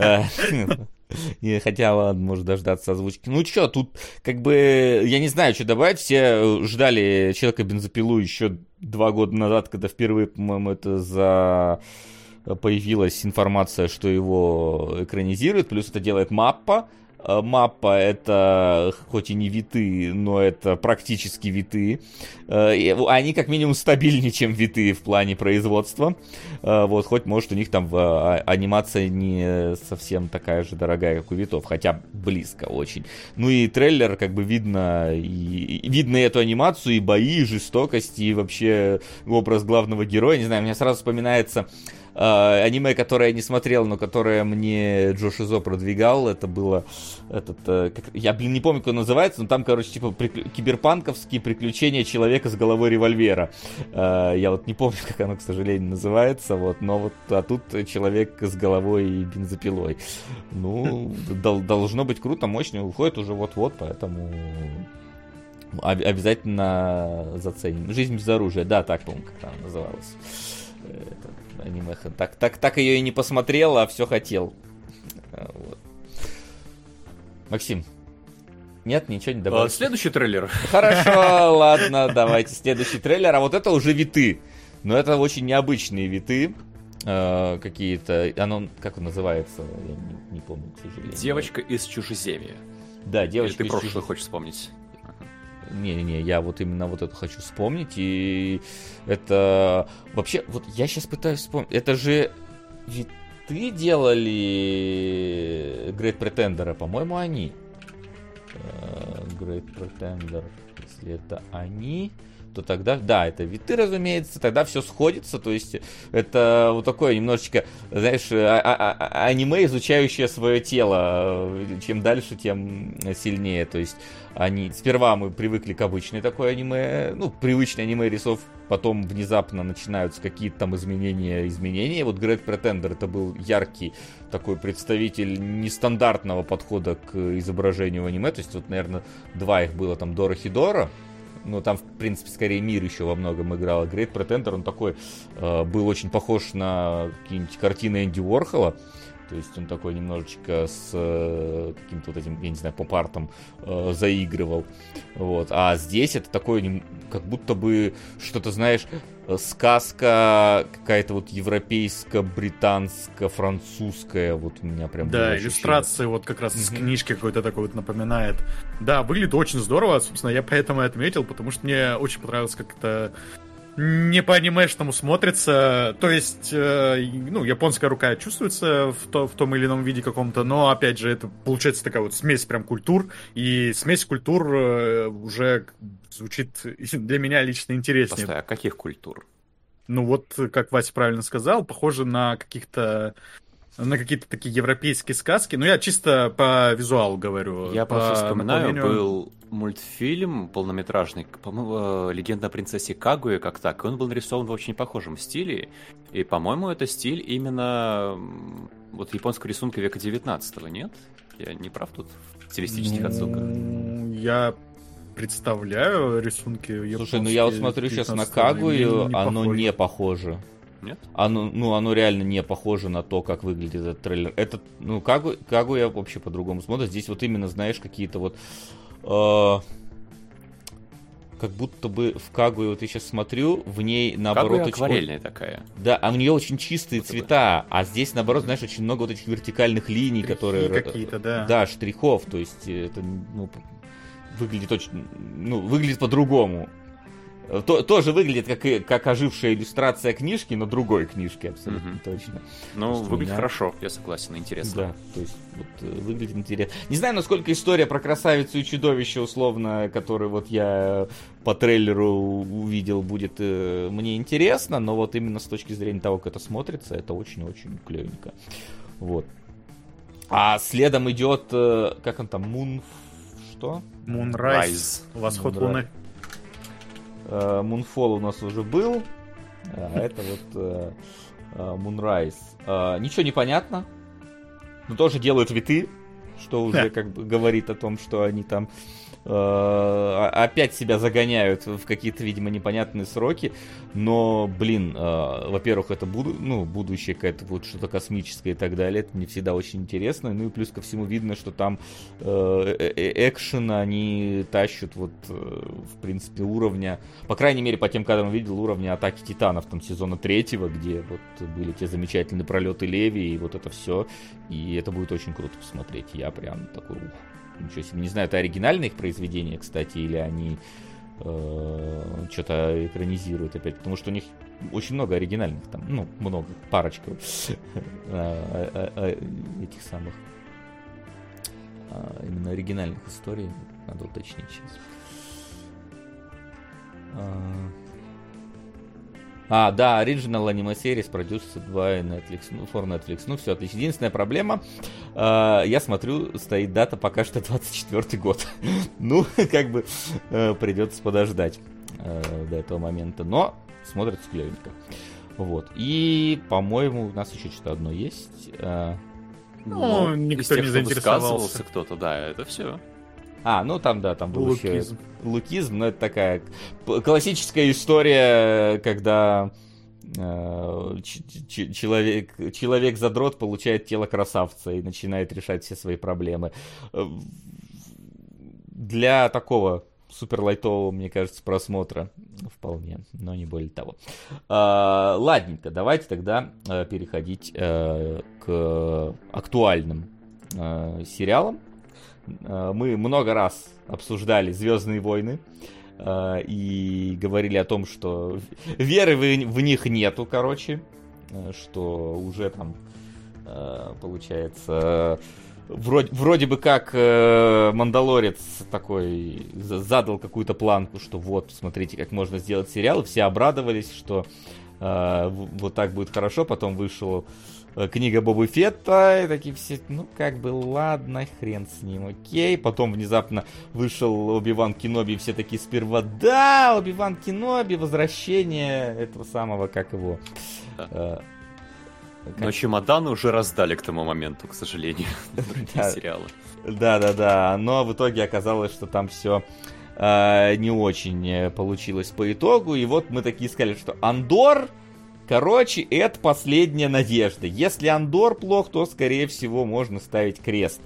Хотя, ладно, может дождаться озвучки. Ну что, тут как бы, я не знаю, что добавить. Все ждали Человека-бензопилу еще два года назад, когда впервые, по-моему, это за... появилась информация, что его экранизируют. Плюс это делает Маппа. Маппа — это хоть и не виты, но это практически виты. Они как минимум стабильнее, чем виты в плане производства. Вот, хоть, может, у них там анимация не совсем такая же дорогая, как у витов, хотя близко очень. Ну и трейлер, как бы видно, и, и видно эту анимацию, и бои, и жестокость, и вообще образ главного героя. Не знаю, мне сразу вспоминается... Uh, аниме, которое я не смотрел, но которое мне Джош Изо продвигал, это было этот, uh, как, я, блин, не помню, как он называется, но там, короче, типа прик... киберпанковские приключения человека с головой револьвера. Uh, я вот не помню, как оно, к сожалению, называется, вот, но вот, а тут человек с головой и бензопилой. Ну, дол- должно быть круто, мощно, уходит уже вот-вот, поэтому об- обязательно заценим. Жизнь без оружия, да, так, по-моему, как там называлось. Это... анимеха. Так, так, так ее и не посмотрел, а все хотел. Вот. Максим, нет, ничего не добавил. Следующий трейлер. Хорошо, ладно, давайте следующий трейлер. А вот это уже виты. Но это очень необычные виты. Э, какие-то. Оно, как он называется? Я не, не помню, к сожалению. Девочка из Чужеземья. Да, девочка Или ты из прошлое хочешь вспомнить? Не-не-не, я вот именно вот это хочу вспомнить, и это... Вообще, вот я сейчас пытаюсь вспомнить, это же ведь ты делали Great Pretender, по-моему, они. Great Pretender, если это они... то тогда, да, это виты, разумеется, тогда все сходится, то есть это вот такое немножечко, знаешь, а- а- а- аниме, изучающее свое тело, чем дальше, тем сильнее, то есть они, сперва мы привыкли к обычной такой аниме, ну, привычной аниме рисов, потом внезапно начинаются какие-то там изменения, изменения, вот Great Pretender это был яркий такой представитель нестандартного подхода к изображению аниме, то есть вот, наверное, два их было, там, Дорохидора. Ну, там, в принципе, скорее мир еще во многом играл. Great Pretender, он такой, э, был очень похож на какие-нибудь картины Энди Уорхола. То есть он такой немножечко с э, каким-то вот этим, я не знаю, поп-артом э, заигрывал. Вот. А здесь это такое, как будто бы что-то, знаешь, сказка какая-то вот европейско-британско-французская. Вот у меня прям... Да, иллюстрация вот как раз из книжки какой-то такой вот напоминает. Да, выглядит очень здорово, собственно, я поэтому и отметил, потому что мне очень понравилось, как это... не по-анимешному смотрится, то есть, э, ну, японская рука чувствуется в, то, в том или ином виде каком-то, но, опять же, это получается такая вот смесь прям культур, и смесь культур э, уже звучит для меня лично интереснее. Постой, а каких культур? Ну, вот, как Вася правильно сказал, похоже на каких-то на какие-то такие европейские сказки. Ну, я чисто по визуалу говорю. Я по просто вспоминаю, наполнению... был мультфильм полнометражный, по-моему, «Легенда о принцессе Кагуе», как так, и он был нарисован в очень похожем стиле, и, по-моему, это стиль именно вот японского рисунка века девятнадцатого, нет? Я не прав тут в стилистических ну, отсылках? Я представляю рисунки японские. Слушай, ну я вот смотрю сейчас на Кагую, не оно похоже. не похоже. Нет? Оно, ну, оно реально не похоже на то, как выглядит этот трейлер. Это, ну, Кагу, Кагу я вообще по-другому смотрю. Здесь вот именно, знаешь, какие-то вот... Э, как будто бы в Кагуе, вот я сейчас смотрю, в ней, наоборот... Кагуя акварельная очень... такая. Да, а у нее очень чистые будто цвета, бы. А здесь, наоборот, знаешь, очень много вот этих вертикальных линий, штрихи которые... какие-то, да. Да, штрихов, то есть это, ну, выглядит очень... Ну, выглядит по-другому. То, тоже выглядит как, как ожившая иллюстрация книжки, но другой книжки, абсолютно mm-hmm. точно. Ну, выглядит меня... хорошо, я согласен, интересно. Да, то есть вот, выглядит интересно. Не знаю, насколько история про красавицу и чудовище, условно, которую вот я по трейлеру увидел, будет э, мне интересно, но вот именно с точки зрения того, как это смотрится, это очень-очень клевенько. Вот. А следом идет, э, как он там, Moon... Что? Moonrise. Восход Moonrise. Луны. Moonfall у нас уже был, а это вот uh, uh, Moonrise. Uh, ничего не понятно, но тоже делают виты, что уже как бы говорит о том, что они там э, опять себя загоняют в какие-то, видимо, непонятные сроки. Но, блин, э, во-первых, это буду, ну, будущее какое-то вот что-то космическое и так далее. Это мне всегда очень интересно. Ну и плюс ко всему видно, что там э, э, экшен они тащат вот, э, в принципе, уровня, по крайней мере, по тем кадрам видел, уровня Атаки Титанов там сезона третьего, где вот были те замечательные пролеты Леви и вот это все. И это будет очень круто посмотреть. Я прям такой, ух, ничего себе. Не знаю, это оригинальное их произведение, кстати, или они э, что-то экранизируют опять, потому что у них очень много оригинальных там, ну, много, парочка этих самых именно оригинальных историй. Надо уточнить сейчас. А, да, Original Anime Series Produced by Netflix, ну, for Netflix, ну, все отлично. Единственная проблема, э, я смотрю, стоит дата пока что двадцать четвёртый год. Ну, как бы э, придется подождать э, до этого момента, но смотрится клевенько. Вот, и, по-моему, у нас еще что-то одно есть. Э, ну, никто не заинтересовался. Кто-то, да, это все. А, ну там, да, там был лукизм. еще лукизм, но это такая классическая история, когда э, ч- человек, человек-задрот получает тело красавца и начинает решать все свои проблемы. Для такого суперлайтового, мне кажется, просмотра вполне, но не более того. Э, ладненько, давайте тогда э, переходить э, к актуальным э, сериалам. Мы много раз обсуждали «Звездные войны» э, и говорили о том, что веры в, в них нету, короче, что уже там, э, получается, вроде, вроде бы как э, Мандалорец такой задал какую-то планку, что вот, смотрите, как можно сделать сериал, и все обрадовались, что э, вот так будет хорошо, потом вышел книга Боба Фетта, и такие все, ну, как бы, ладно, хрен с ним, окей. Потом внезапно вышел Оби-Ван Кеноби, и все такие сперва, да, Оби-Ван Кеноби, возвращение этого самого, как его... Да. Э, как... Но чемоданы уже раздали к тому моменту, к сожалению, другие сериалы. Да-да-да, но в итоге оказалось, что там все э, не очень получилось по итогу, и вот мы такие сказали, что Андор... Короче, это последняя надежда. Если Андор плох, то, скорее всего, можно ставить крест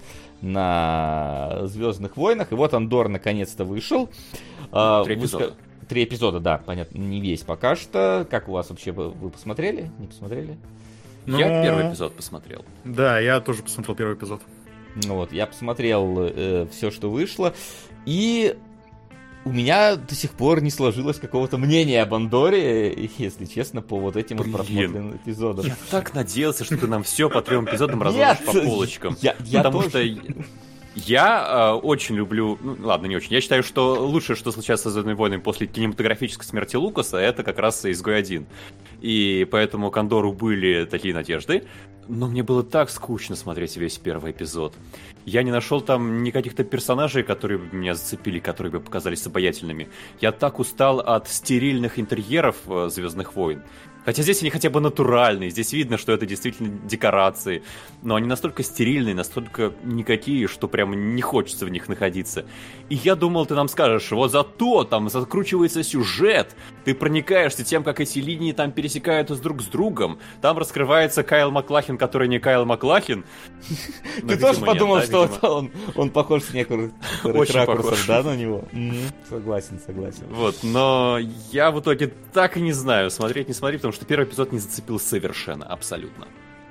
на «Звездных войнах». И вот Андор наконец-то вышел. Три эпизода. Три эпизода, да, понятно, не весь пока что. Как у вас вообще, вы, вы посмотрели? Не посмотрели? Ну... Я первый эпизод посмотрел. Да, я тоже посмотрел первый эпизод. Ну вот, я посмотрел э, все, что вышло. И... У меня до сих пор не сложилось какого-то мнения об Андоре, если честно, по вот этим Блин, вот просмотренным эпизодам. Я так надеялся, что ты нам все по трем эпизодам разложишь по полочкам. Я, я потому тоже... что я э, очень люблю... Ну, ладно, не очень. Я считаю, что лучшее, что случается со «Звездными войнами» после кинематографической смерти Лукаса, это как раз «Изгой один». И поэтому к Андору были такие надежды. Но мне было так скучно смотреть весь первый эпизод. Я не нашел там никаких-то персонажей, которые бы меня зацепили, которые бы показались обаятельными. Я так устал от стерильных интерьеров э, «Звездных войн». Хотя здесь они хотя бы натуральные, здесь видно, что это действительно декорации. Но они настолько стерильные, настолько никакие, что прям не хочется в них находиться. И я думал, ты нам скажешь, вот зато там закручивается сюжет. Ты проникаешься тем, как эти линии там пересекаются друг с другом. Там раскрывается Кайл Маклахен, который не Кайл Маклахен. Ты тоже подумал, что он похож с некоторых ракурсов, да, на него? Согласен, согласен. Вот, но я в итоге так и не знаю, смотреть, не смотреть, потому что первый эпизод не зацепил совершенно, абсолютно.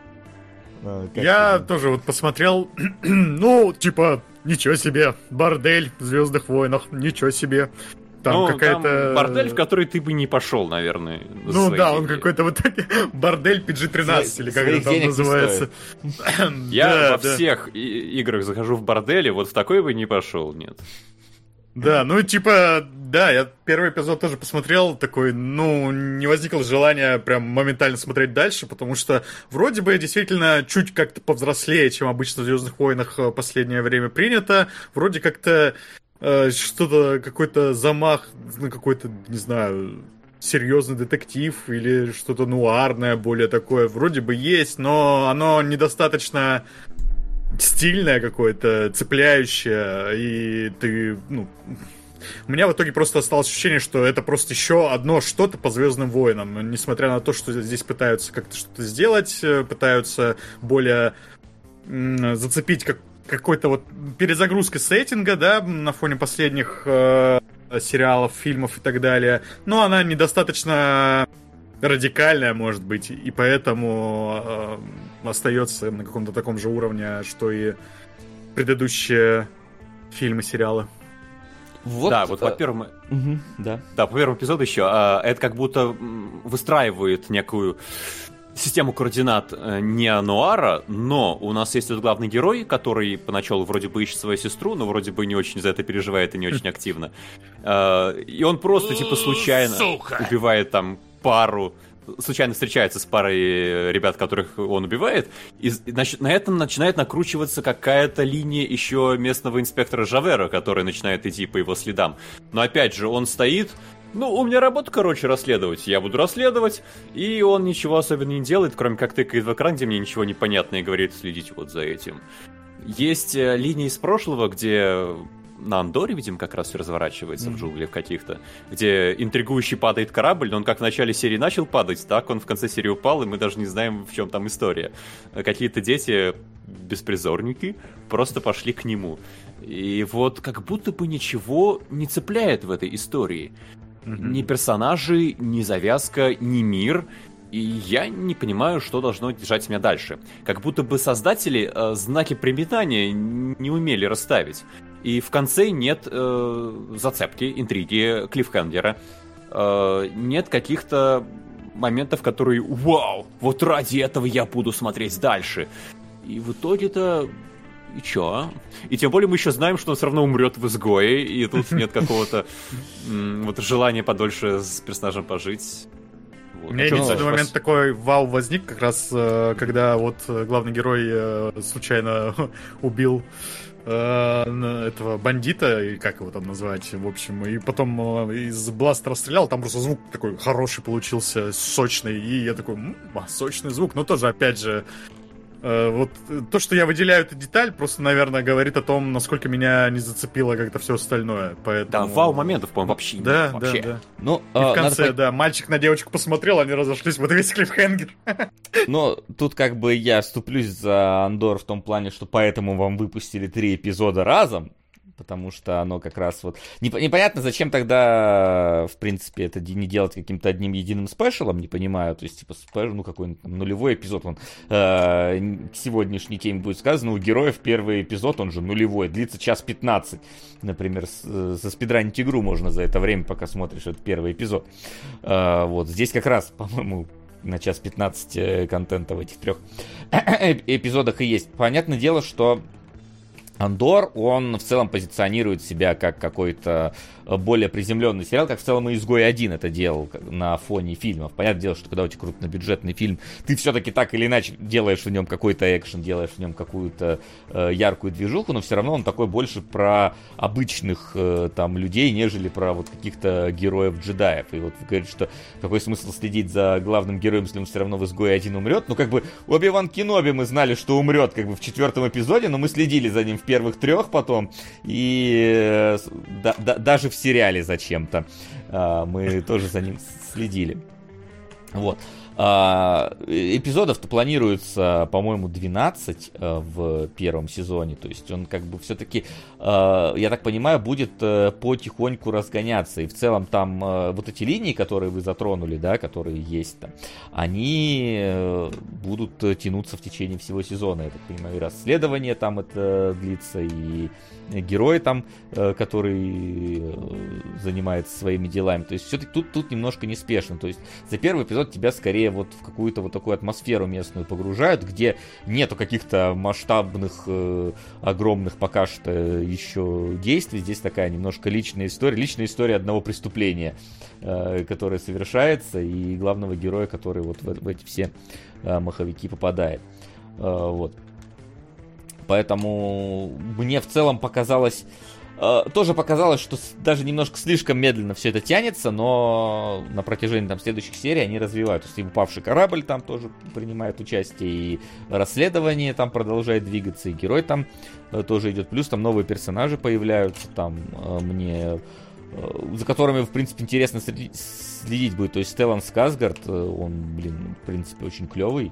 А, я ты... тоже вот посмотрел, ну, типа, ничего себе, бордель в «Звездных войнах», ничего себе. Там ну, какая-то... Там бордель, в который ты бы не пошел, наверное. Ну да, деньги. Он какой-то вот такой бордель пи джи тринадцать, или как это там называется. Я во всех играх захожу в бордели, вот в такой бы не пошел, нет. Да, ну типа, да, я первый эпизод тоже посмотрел, такой, ну, не возникло желания прям моментально смотреть дальше, потому что вроде бы действительно чуть как-то повзрослее, чем обычно в «Звездных войнах» в последнее время принято, вроде как-то э, что-то, какой-то замах на какой-то, не знаю, серьезный детектив или что-то нуарное более такое, вроде бы есть, но оно недостаточно... стильное какое-то, цепляющее, и ты, ну... У меня в итоге просто осталось ощущение, что это просто еще одно что-то по «Звездным войнам». Несмотря на то, что здесь пытаются как-то что-то сделать, пытаются более м- зацепить как- какой-то вот перезагрузкой сеттинга, да, на фоне последних э- сериалов, фильмов и так далее. Но она недостаточно радикальная, может быть, и поэтому э- остается на каком-то таком же уровне, что и предыдущие фильмы, сериалы. Вот, да, вот, во-первых, угу, да. да, по первому эпизоду еще, а, это как будто выстраивает некую систему координат неонуара, но у нас есть вот главный герой, который поначалу вроде бы ищет свою сестру, но вроде бы не очень за это переживает и не очень активно. И он просто, типа, случайно убивает там пару... случайно встречается с парой ребят, которых он убивает, и, значит, на этом начинает накручиваться какая-то линия еще местного инспектора Жавера, который начинает идти по его следам. Но опять же, он стоит, ну, у меня работа, короче, расследовать, я буду расследовать, и он ничего особенно не делает, кроме как тыкает в экран, где мне ничего не понятно, и говорит, следите вот за этим. Есть линия из прошлого, где... на Андоре, видимо, как раз все разворачивается mm-hmm. в джунглях каких-то, где интригующий падает корабль, но он как в начале серии начал падать, так он в конце серии упал, и мы даже не знаем, в чем там история. Какие-то дети, беспризорники, просто пошли к нему. И вот как будто бы ничего не цепляет в этой истории. Mm-hmm. Ни персонажи, ни завязка, ни мир. И я не понимаю, что должно держать меня дальше. Как будто бы создатели э, знаки препинания не умели расставить. И в конце нет э, зацепки, интриги, клиффхенгера. Э, нет каких-то моментов, которые «Вау! Вот ради этого я буду смотреть дальше!» И в итоге-то... И чё? И тем более мы еще знаем, что он все равно умрет в изгое, и тут нет какого-то вот желания подольше с персонажем пожить. Вот. У меня единственный момент такой вау возник, как раз когда вот главный герой случайно убил этого бандита, и как его там назвать, в общем, и потом из бластера стрелял, там просто звук такой хороший получился, сочный, и я такой, м-м, сочный звук, но тоже, опять же, вот то, что я выделяю эту деталь, просто, наверное, говорит о том, насколько меня не зацепило как-то все остальное. Поэтому... Да, вау-моментов, по-моему, вообще нет. Да, вообще. да, да. Ну, и а, в конце, надо... да, мальчик на девочку посмотрел, они разошлись, вот весь клиффхенгер. Ну, тут как бы я вступлюсь за Андор в том плане, что поэтому вам выпустили три эпизода разом, потому что оно как раз вот... Непонятно, зачем тогда, в принципе, это не делать каким-то одним единым спешалом, не понимаю. То есть, типа, спешл, ну, какой-нибудь там нулевой эпизод, он э, к сегодняшней теме будет сказано, у героев первый эпизод, он же нулевой, длится час пятнадцать. Например, с, со спидранить игру можно за это время, пока смотришь этот первый эпизод. Э, вот, здесь как раз, по-моему, на час пятнадцать контента в этих трех эпизодах и есть. Понятное дело, что Андор, он в целом позиционирует себя как какой-то более приземленный сериал, как в целом и «Изгой один» это делал на фоне фильмов. Понятное дело, что когда у тебя крупнобюджетный фильм, ты все-таки так или иначе делаешь в нем какой-то экшен, делаешь в нем какую-то э, яркую движуху, но все равно он такой больше про обычных э, там людей, нежели про вот каких-то героев-джедаев. И вот вы говорите, что какой смысл следить за главным героем, если он все равно в «Изгое один» умрет? Ну, как бы Оби-Ван Кеноби мы знали, что умрет как бы в четвертом эпизоде, но мы следили за ним в первых трех потом, и э, да, да, даже в сериале зачем-то э, мы тоже за ним следили. Вот. А, эпизодов-то планируется, по-моему, двенадцать а, в первом сезоне. То есть он как бы все-таки, а, я так понимаю, будет а, потихоньку разгоняться. И в целом там а, вот эти линии, которые вы затронули, да, которые есть там, они а, будут тянуться в течение всего сезона. Я так понимаю, и расследование там это длится, и герой там, а, который а, занимается своими делами. То есть все-таки тут, тут немножко неспешно. То есть за первый эпизод тебя скорее вот в какую-то вот такую атмосферу местную погружают, где нету каких-то масштабных, э, огромных пока что еще действий. Здесь такая немножко личная история, личная история одного преступления, э, которое совершается, и главного героя, который вот в, в эти все э, маховики попадает. Э, вот. Поэтому мне в целом показалось э, тоже показалось, что с, даже немножко слишком медленно все это тянется, но на протяжении там следующих серий они развивают. То есть и упавший корабль там тоже принимает участие, и расследование там продолжает двигаться, и герой там э, тоже идет. Плюс там новые персонажи появляются, там э, мне... за которыми, в принципе, интересно следить будет. То есть Стеллан Скарсгард, он, блин, в принципе, очень клевый.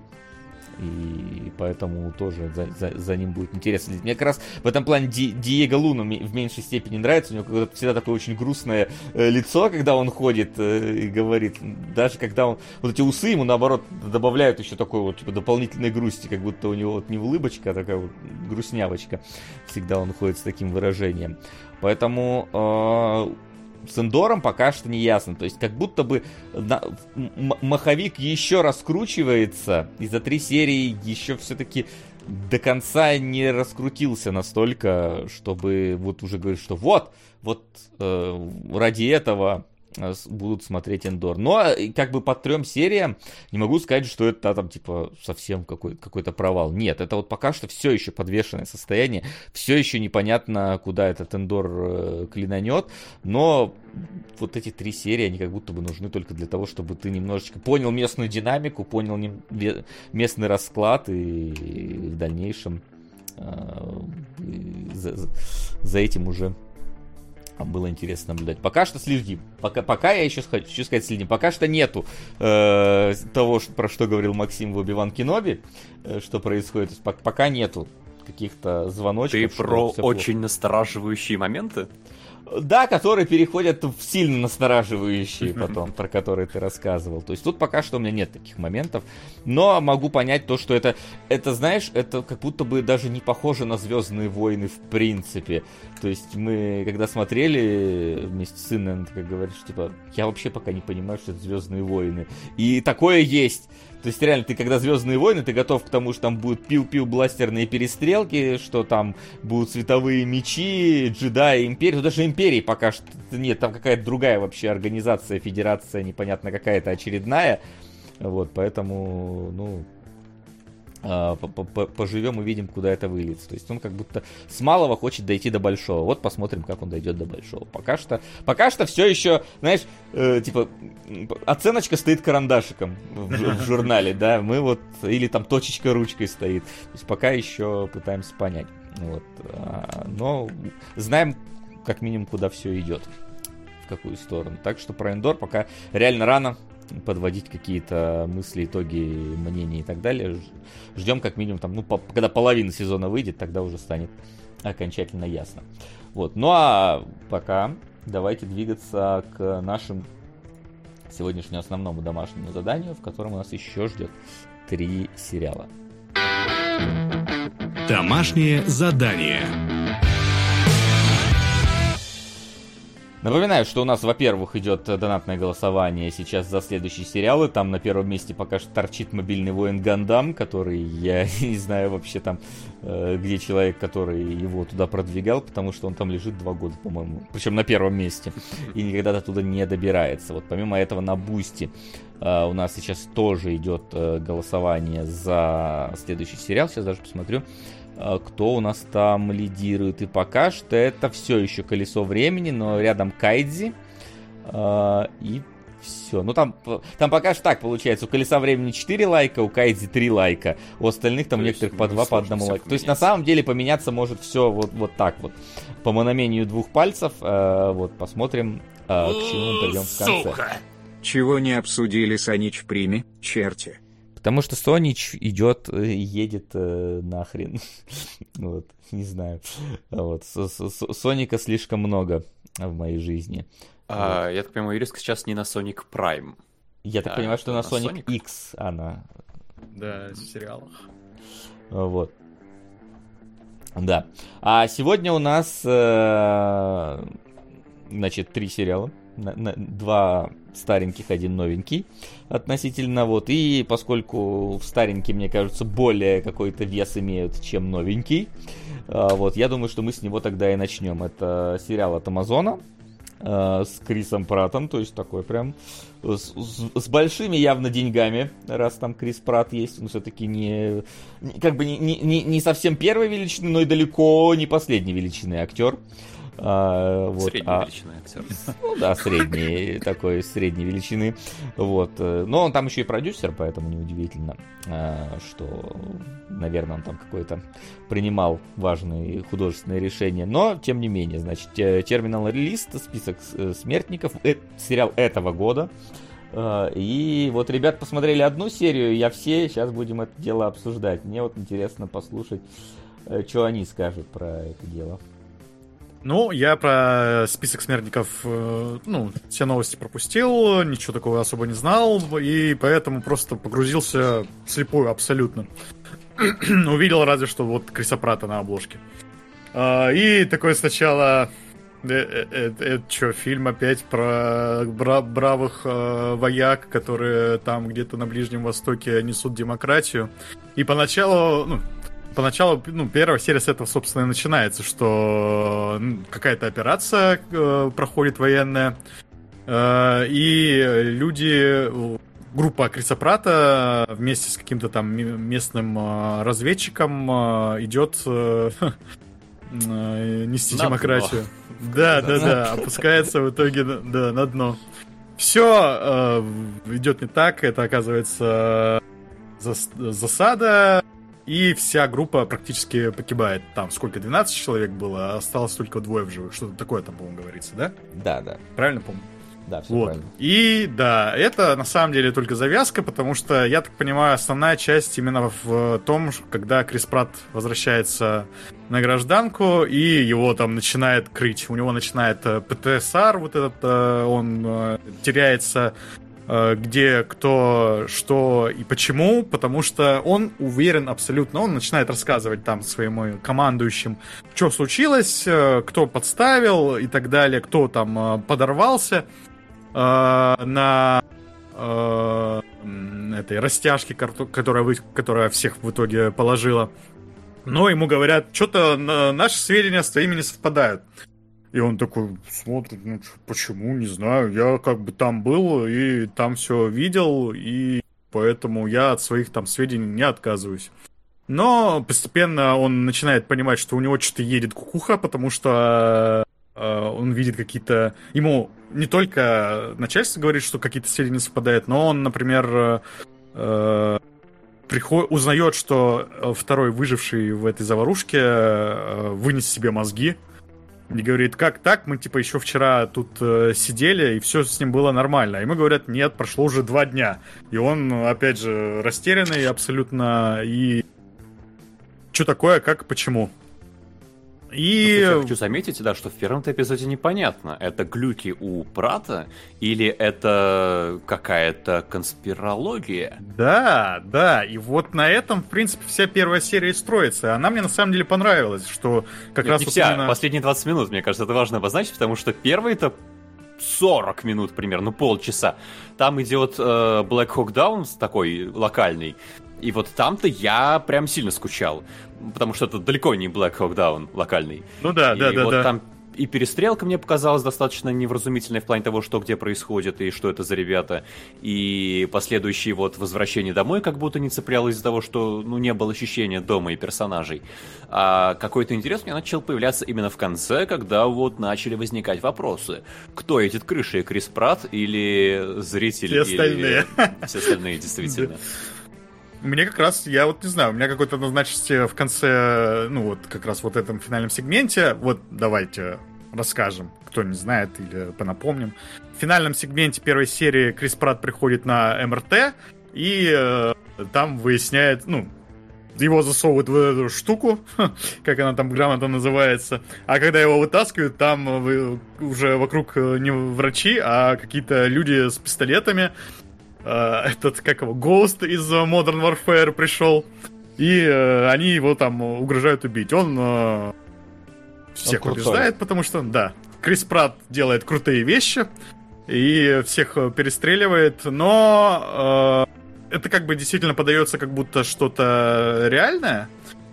И поэтому тоже за, за, за ним будет интересно следить. Мне как раз в этом плане Ди, Диего Луна в меньшей степени нравится. У него всегда такое очень грустное э, лицо, когда он ходит э, и говорит. Даже когда он... Вот эти усы ему, наоборот, добавляют еще такой вот типа дополнительной грусти. Как будто у него вот не улыбочка, а такая вот грустнявочка. Всегда он ходит с таким выражением. Поэтому... Э, с Эндором пока что не ясно. То есть как будто бы на, м- маховик еще раскручивается, и за три серии еще все-таки до конца не раскрутился настолько, чтобы вот уже говорить, что вот, вот э, ради этого будут смотреть Эндор. Но как бы по трем сериям не могу сказать, что это там типа совсем какой- какой-то провал. Нет, это вот пока что все еще подвешенное состояние, все еще непонятно, куда этот Эндор э, клинанет, но вот эти три серии, они как будто бы нужны только для того, чтобы ты немножечко понял местную динамику, понял не- местный расклад, и, и в дальнейшем э, за, за этим уже было интересно наблюдать. Пока что следим. Пока, пока я еще хочу сказать следим. Пока что нету э, того, что, про что говорил Максим в Оби-Ван Кеноби, э, что происходит. То есть, по- пока нету каких-то звоночков. Ты про очень настораживающие моменты? Да, которые переходят в сильно настораживающие потом, про которые ты рассказывал. То есть тут пока что у меня нет таких моментов. Но могу понять то, что это, это, знаешь, это как будто бы даже не похоже на «Звездные войны» в принципе. То есть мы, когда смотрели вместе с сыном, ты как говоришь, типа, я вообще пока не понимаю, что это «Звездные войны». И такое есть. То есть, реально, ты когда «Звездные войны», ты готов к тому, что там будут пиу-пиу бластерные перестрелки, что там будут световые мечи, джедаи, империи. Ну, даже империи пока что нет, там какая-то другая вообще организация, федерация, непонятно какая-то очередная. Вот, поэтому, ну... поживем и видим, куда это выльется. То есть он как будто с малого хочет дойти до большого. Вот посмотрим, как он дойдет до большого. Пока что, пока что все еще, знаешь, э, типа оценочка стоит карандашиком в, в журнале, да, мы вот, или там точечка ручкой стоит. То есть пока еще пытаемся понять. Вот. Но знаем как минимум, куда все идет, в какую сторону. Так что про Эндор пока реально рано подводить какие-то мысли, итоги, мнения и так далее. Ждем как минимум там, ну, по, когда половина сезона выйдет, тогда уже станет окончательно ясно. Вот. Ну а пока давайте двигаться к нашему сегодняшнему основному домашнему заданию, в котором у нас еще ждет три сериала. Домашнее задание. Напоминаю, что у нас, во-первых, идет донатное голосование сейчас за следующие сериалы. Там на первом месте пока что торчит «Мобильный воин Гандам», который, я не знаю вообще там, э, где человек, который его туда продвигал, потому что он там лежит два года, по-моему. Причем на первом месте. И никогда до туда не добирается. Вот помимо этого на Бусти э, у нас сейчас тоже идет э, голосование за следующий сериал. Сейчас даже посмотрю, кто у нас там лидирует. И пока что это все еще «Колесо времени», но рядом Кайдзи. Э, и все. Ну там, там пока что так получается. У «Колеса времени» четыре лайка, у Кайдзи три лайка. У остальных там у некоторых по два, по одному лайку. То есть на самом деле поменяться может все вот, вот так вот. По мономению двух пальцев. Э, вот посмотрим, э, к чему мы придем в конце. Сука! Чего не обсудили Санич в приме, черти? Потому что Сонич идет, едет э, нахрен. Вот, не знаю. Вот, Соника слишком много в моей жизни. А, вот. Я так понимаю, Ириска сейчас не на Sonic Prime. Я так а, понимаю, что на, на Sonic, Sonic X она. Да, в сериалах. Вот. Да. А сегодня у нас, э, значит, три сериала. На, на, два стареньких, один новенький относительно, вот, и поскольку старенькие, мне кажется, более какой-то вес имеют, чем новенький, а, вот, я думаю, что мы с него тогда и начнем. Это сериал от Амазона а, с Крисом Праттом, то есть такой прям с, с, с большими явно деньгами, раз там Крис Пратт есть, он все-таки не, как бы не, не, не совсем первой величины, но и далеко не последней величины актер. А, вот, средней а... величины актер. Ну да, средней, такой средней величины. Вот. Но он там еще и продюсер, поэтому неудивительно, что, наверное, он там какой-то принимал важные художественные решения. Но, тем не менее, значит, Terminal Release, список смертников, это сериал этого года. И вот ребят посмотрели одну серию, я все, сейчас будем это дело обсуждать. Мне вот интересно послушать, что они скажут про это дело. Ну, я про список смертников, ну, все новости пропустил, ничего такого особо не знал, и поэтому просто погрузился вслепую абсолютно. Увидел разве что вот Криса Пратта на обложке. И такой сначала... Это что, фильм опять про бра- бравых э, вояк, которые там где-то на Ближнем Востоке несут демократию. И поначалу, ну, поначалу, ну, первая серия с этого, собственно, и начинается, что ну, какая-то операция э, проходит военная, э, и люди, группа Криса Пратта вместе с каким-то там местным э, разведчиком э, идет... Э, нести на демократию. Дно. Да, да, да. Опускается в итоге да, на дно. Все э, идет не так. Это оказывается зас, засада. И вся группа практически погибает. Там сколько? двенадцать человек было, а осталось только двое в живых. Что-то такое там, по-моему, говорится, да? Да, да. Правильно помню? Да, все вот. правильно. И да, это на самом деле только завязка, потому что, я так понимаю, основная часть именно в том, когда Крис Пратт возвращается на гражданку, и его там начинает крыть. У него начинает пэ тэ эс ар, вот этот, он теряется, где, кто, что и почему, потому что он уверен абсолютно, он начинает рассказывать там своим командующим, что случилось, кто подставил и так далее, кто там подорвался на э, этой растяжке, которая, вы, которая всех в итоге положила. Но ему говорят, что-то наши сведения с твоими не совпадают. И он такой смотрит, ну почему, не знаю, я как бы там был и там все видел, и поэтому я от своих там сведений не отказываюсь. Но постепенно он начинает понимать, что у него что-то едет кукуха, потому что он видит какие-то... Ему не только начальство говорит, что какие-то сведения совпадают, но он, например, э, приход... узнает, что второй выживший в этой заварушке э, вынес себе мозги. И говорит, как так? Мы типа еще вчера тут э, сидели, и все с ним было нормально. А ему говорят, нет, прошло уже два дня. И он, опять же, растерянный абсолютно. И что такое, как, почему? И... Я хочу заметить, да, что в первом-то эпизоде непонятно, это глюки у Пратта или это какая-то конспирология. Да, да, и вот на этом, в принципе, вся первая серия строится. Она мне на самом деле понравилась, что как Нет, раз... Не вот вся, именно... последние двадцать минут, мне кажется, это важно обозначить, потому что первые-то сорок минут примерно, ну полчаса. Там идет э, Black Hawk Down такой локальный. И вот там-то я прям сильно скучал, потому что это далеко не Black Hawk Down локальный. Ну да, и да, да, вот да. Там и перестрелка мне показалась достаточно невразумительной в плане того, что где происходит и что это за ребята. И последующие вот возвращения домой как будто не цеплялось из-за того, что ну, не было ощущения дома и персонажей. А какой-то интерес у меня начал появляться именно в конце, когда вот начали возникать вопросы. Кто едет крышей, Крис Пратт или зрители? Все остальные. Или... Все остальные, действительно. Мне как раз, я вот не знаю, у меня какой-то однозначности в конце, ну вот как раз вот этом финальном сегменте, вот давайте расскажем, кто не знает или понапомним. В финальном сегменте первой серии Крис Пратт приходит на эм эр тэ и э, там выясняет, ну, его засовывают в эту штуку, как она там грамотно называется, а когда его вытаскивают, там уже вокруг не врачи, а какие-то люди с пистолетами. Uh, этот, как его, Ghost из Modern Warfare пришел, и uh, они его там угрожают убить. Он uh, всех он побеждает, потому что, да, Крис Пратт делает крутые вещи и всех перестреливает, но uh, это как бы действительно подается как будто что-то реальное.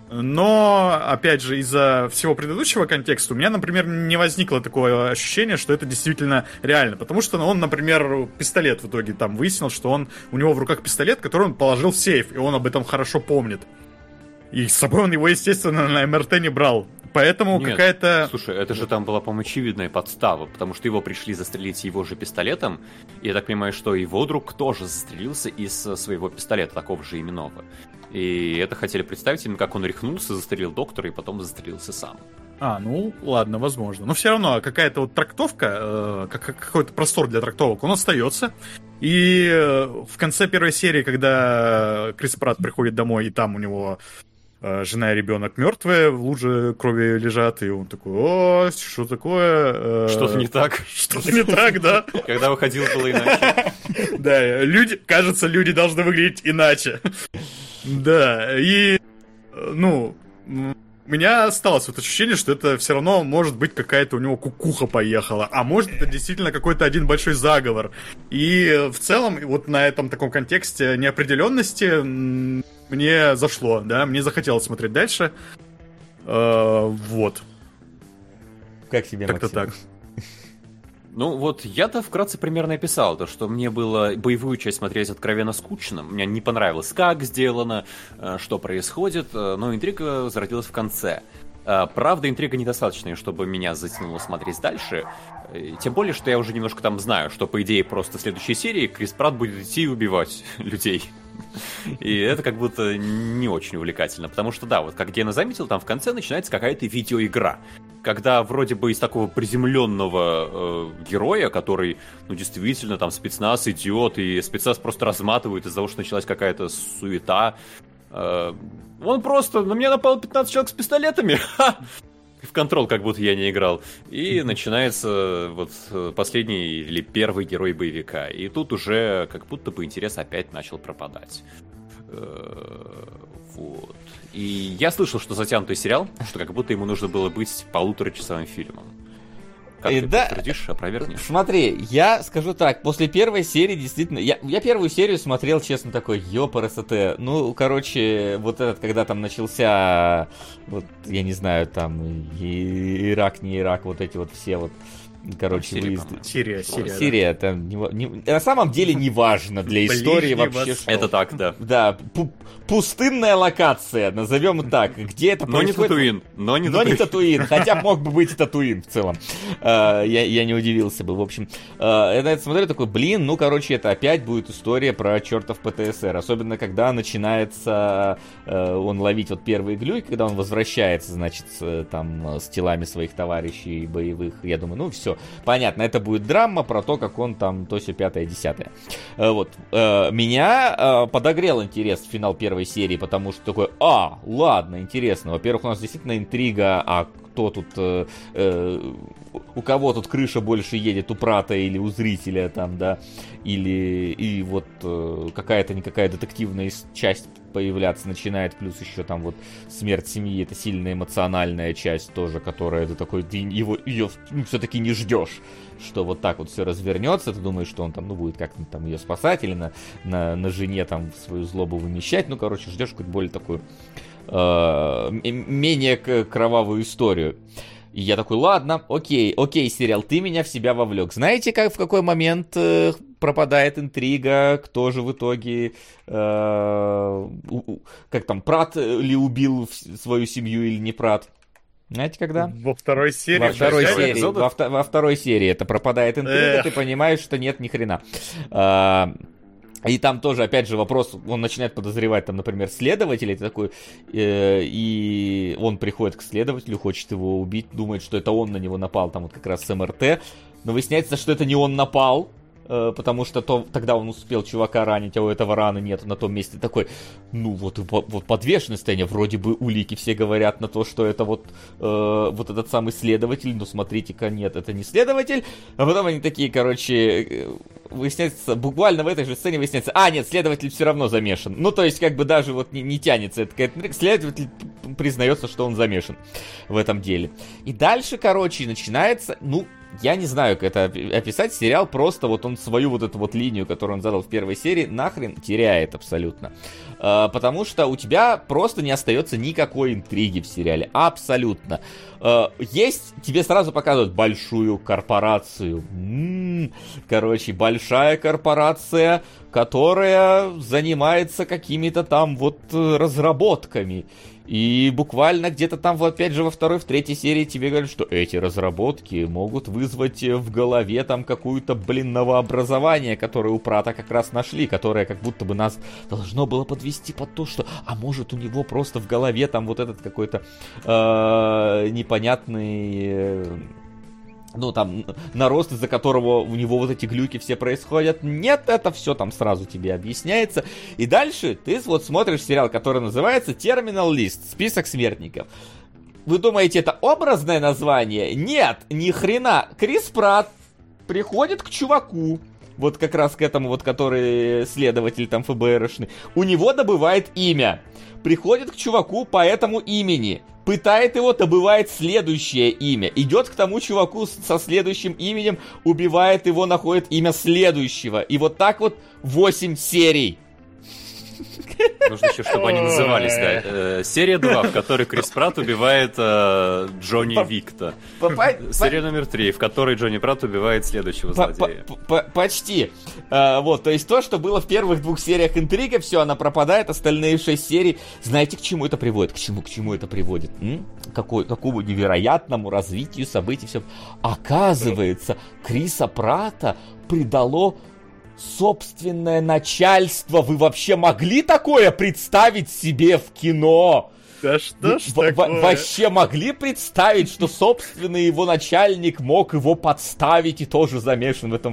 Но, опять же, из-за всего предыдущего контекста у меня, например, не возникло такое ощущение, что это действительно реально. Потому что он, например, пистолет в итоге там выяснил, что он, у него в руках пистолет, который он положил в сейф, и он об этом хорошо помнит. И с собой он его, естественно, на эм эр тэ не брал. Поэтому Нет, какая-то... Слушай, это же там была, по-моему, очевидная подстава, потому что его пришли застрелить его же пистолетом, и я так понимаю, что его друг тоже застрелился из своего пистолета, такого же именного. И это хотели представить именно, как он рехнулся, застрелил доктора и потом застрелился сам. А, ну, ладно, возможно. Но все равно какая-то вот трактовка, э, какой-то простор для трактовок, он остается. И э, в конце первой серии, когда Крис Пратт приходит домой, и там у него э, жена и ребенок мертвые, в луже крови лежат, и он такой: о, что такое? Э, Что-то не так. Что-то не так, да. Когда выходил, было иначе. Да, люди, кажется, люди должны выглядеть иначе. Да, и, ну, у меня осталось вот ощущение, что это все равно может быть какая-то у него кукуха поехала, а может это действительно какой-то один большой заговор. И в целом вот на этом таком контексте неопределенности мне зашло, да, мне захотелось смотреть дальше. Вот. Как тебе, как-то Максим? так. Ну вот я-то вкратце примерно описал, то, что мне было боевую часть смотреть откровенно скучно. Мне не понравилось, как сделано, что происходит, но интрига зародилась в конце. Правда, интрига недостаточная, чтобы меня затянуло смотреть дальше. Тем более, что я уже немножко там знаю, что, по идее, просто в следующей серии Крис Пратт будет идти и убивать людей. И это как будто не очень увлекательно. Потому что, да, вот как Гена заметил, там в конце начинается какая-то видеоигра. Когда вроде бы из такого приземленного э, героя, который, ну, действительно, там спецназ идет, и спецназ просто разматывает из-за того, что началась какая-то суета. Э, он просто... На меня напало пятнадцать человек с пистолетами. Ха! В Control как будто я не играл. И начинается вот последний или первый герой боевика. И тут уже как будто бы интерес опять начал пропадать. Вот. И я слышал, что затянутый сериал, что как будто ему нужно было быть полуторачасовым фильмом. Как И ты да, подтвердишь, опровергнешь? Смотри, я скажу так, после первой серии действительно... Я, я первую серию смотрел, честно, такой, ёпарасоте. Ну, короче, вот этот, когда там начался, вот, я не знаю, там, и, Ирак, не Ирак, вот эти вот все вот... Короче, Сирия, выезды. Сирия, Сирия. Сирия, да. Это не, не, на самом деле не важно для истории вообще. Что. Это так, да. Да, пу- пустынная локация, назовем так. Где это но происходит? Не Татуин, но не но Татуин. не Татуин. Хотя мог бы быть и Татуин в целом. Uh, я, я не удивился бы. В общем, uh, я на это смотрю, такой, блин, ну, короче, это опять будет история про чертов ПТСР. Особенно, когда начинается uh, он ловить вот первые глюки, когда он возвращается, значит, с, там, с телами своих товарищей боевых. Я думаю, ну, все. Понятно, это будет драма про то, как он там то все пятое, десятое. Вот. Меня подогрел интерес в финал первой серии, потому что такой, а, ладно, интересно. Во-первых, у нас действительно интрига, а кто тут, э, э, у кого тут крыша больше едет, у Пратта или у зрителя там, да, или и вот э, какая-то никакая детективная часть появляться начинает, плюс еще там вот смерть семьи, это сильная эмоциональная часть тоже, которая ты такой, ты его, ее ну, все-таки не ждешь, что вот так вот все развернется, ты думаешь, что он там, ну, будет как-то там ее спасать или на, на, на жене там свою злобу вымещать, ну, короче, ждешь какую-то более такую э, менее кровавую историю. И я такой, ладно, окей, окей, сериал, ты меня в себя вовлек. Знаете, как в какой момент э, пропадает интрига, кто же в итоге, э, у, как там, Пратт ли убил свою семью или не Пратт? Знаете, когда? Во второй серии. Во второй серии, во, вто, во второй серии это пропадает интрига, Эх. Ты понимаешь, что нет ни хрена. А, и там тоже, опять же, вопрос, он начинает подозревать, там, например, следователя, ты такой, э, и он приходит к следователю, хочет его убить, думает, что это он на него напал, там вот как раз с эм эр тэ, но выясняется, что это не он напал, э, потому что то, тогда он успел чувака ранить, а у этого раны нет на том месте, такой, ну вот, вот подвешенное состояние, вроде бы улики все говорят на то, что это вот, э, вот этот самый следователь, но смотрите-ка, нет, это не следователь, а потом они такие, короче... выясняется, буквально в этой же сцене выясняется, а, нет, следователь все равно замешан. Ну, то есть, как бы даже вот не, не тянется это, следователь признается, что он замешан в этом деле. И дальше, короче, начинается, ну, я не знаю, как это описать, сериал просто вот он свою вот эту вот линию, которую он задал в первой серии, нахрен теряет абсолютно. А, потому что у тебя просто не остается никакой интриги в сериале, абсолютно. А, есть, тебе сразу показывают большую корпорацию, м-м, короче, большая корпорация, которая занимается какими-то там вот разработками. И буквально где-то там, опять же, во второй, в третьей серии тебе говорят, что эти разработки могут вызвать в голове там какую-то, блин, новообразование, которое у Пратта как раз нашли, которое как будто бы нас должно было подвести под то, что, а может, у него просто в голове там вот этот какой-то э, непонятный... Э, ну, там, нарост, из-за которого у него вот эти глюки все происходят. Нет, это все там сразу тебе объясняется. И дальше ты вот смотришь сериал, который называется Terminal List, список смертников. Вы думаете, это образное название? Нет, ни хрена. Крис Пратт приходит к чуваку, вот как раз к этому вот, который следователь там эф бэ эрэшный. У него добывает имя. Приходит к чуваку по этому имени. Пытает его, добывает следующее имя. Идет к тому чуваку со следующим именем, убивает его, находит имя следующего. И вот так вот восемь серий. Нужно еще, чтобы они назывались, да. Э, серия два, в которой Крис Пратт убивает э, Джонни по, Викта. По, по, серия по... номер три, в которой Джонни Пратт убивает следующего по, злодея. По, по, почти. А, вот, то есть то, что было в первых двух сериях интрига, все, она пропадает, остальные шесть серий. Знаете, к чему это приводит? К чему, к чему это приводит? М? Какой, какому невероятному развитию событий все. Оказывается, Криса Пратта предало собственное начальство. Вы вообще могли такое представить себе в кино? Да что ж в- такое? Вообще могли представить, что собственный его начальник мог его подставить и тоже замешан в этом?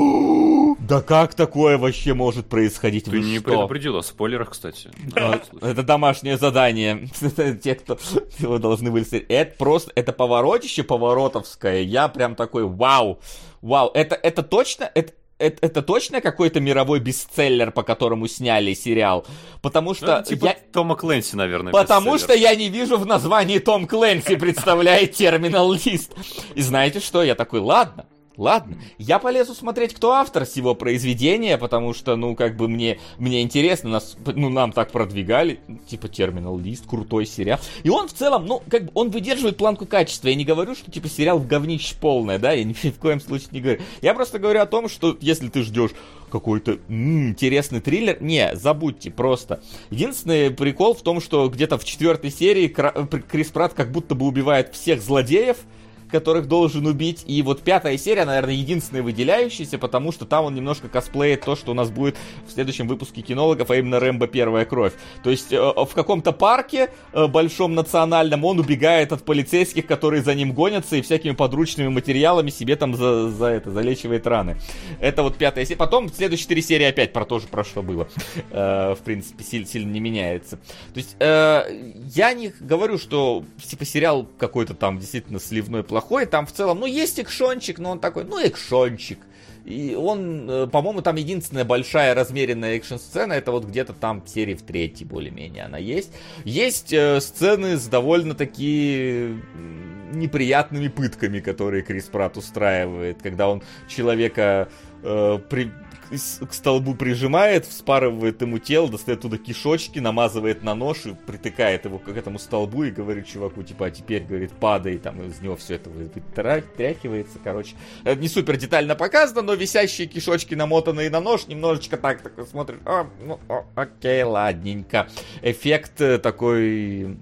Да как такое вообще может происходить? Ты Вы не что? предупредил о спойлерах, кстати. А, это домашнее задание. Те, кто его должны были смотреть. Это просто, это поворотище поворотовское. Я прям такой, вау, вау. Это, это точно, это, Это, это точно какой-то мировой бестселлер, по которому сняли сериал? Потому что... Ну, типа я... Тома Клэнси, наверное, Потому бестселлер. что я не вижу в названии Том Клэнси представляет Terminal List. И знаете что? Я такой, ладно. Ладно, я полезу смотреть, кто автор всего произведения, потому что, ну, как бы мне, мне интересно, нас, ну, нам так продвигали, типа, Terminal List, крутой сериал. И он в целом, ну, как бы, он выдерживает планку качества. Я не говорю, что, типа, сериал в говнище полное, да, я ни, ни в коем случае не говорю. Я просто говорю о том, что если ты ждешь какой-то м-м, интересный триллер, не, забудьте, просто. Единственный прикол в том, что где-то в четвертой серии Крис Пратт как будто бы убивает всех злодеев, которых должен убить. И вот пятая серия, наверное, единственная выделяющаяся, потому что там он немножко косплеит то, что у нас будет в следующем выпуске кинологов, а именно Рэмбо Первая кровь. То есть э, в каком-то парке э, большом национальном он убегает от полицейских, которые за ним гонятся, и всякими подручными материалами себе там за, за это залечивает раны. Это вот пятая серия. Потом следующие четыре серии опять про то же, про что было. Э, в принципе, сильно, сильно не меняется. То есть э, я не говорю, что типа сериал какой-то там действительно сливной плохой. Там в целом, ну, есть экшончик, но он такой, ну, экшончик. И он, по-моему, там единственная большая размеренная экшн-сцена, это вот где-то там серии в третьей, более-менее, она есть. Есть э, сцены с довольно-таки неприятными пытками, которые Крис Пратт устраивает, когда он человека э, при... к столбу прижимает, вспарывает ему тело, достает туда кишочки, намазывает на нож и притыкает его к этому столбу и говорит чуваку, типа, а теперь, говорит, падай, там из него все это вытряхивается, короче. Это не супер детально показано, но висящие кишочки, намотанные на нож, немножечко так, такой смотришь, а, ну, о, окей, ладненько. Эффект такой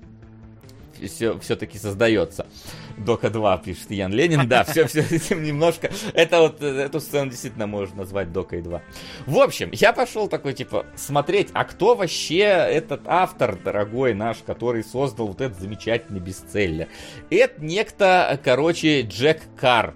все, все-таки создается. Дока два, пишет Ян Ленин. Да, все, все этим немножко. Это вот, эту сцену действительно можно назвать Докой два. В общем, я пошел такой, типа, смотреть, а кто вообще этот автор, дорогой наш, который создал вот этот замечательный бестселлер. Это некто, короче, Джек Карр.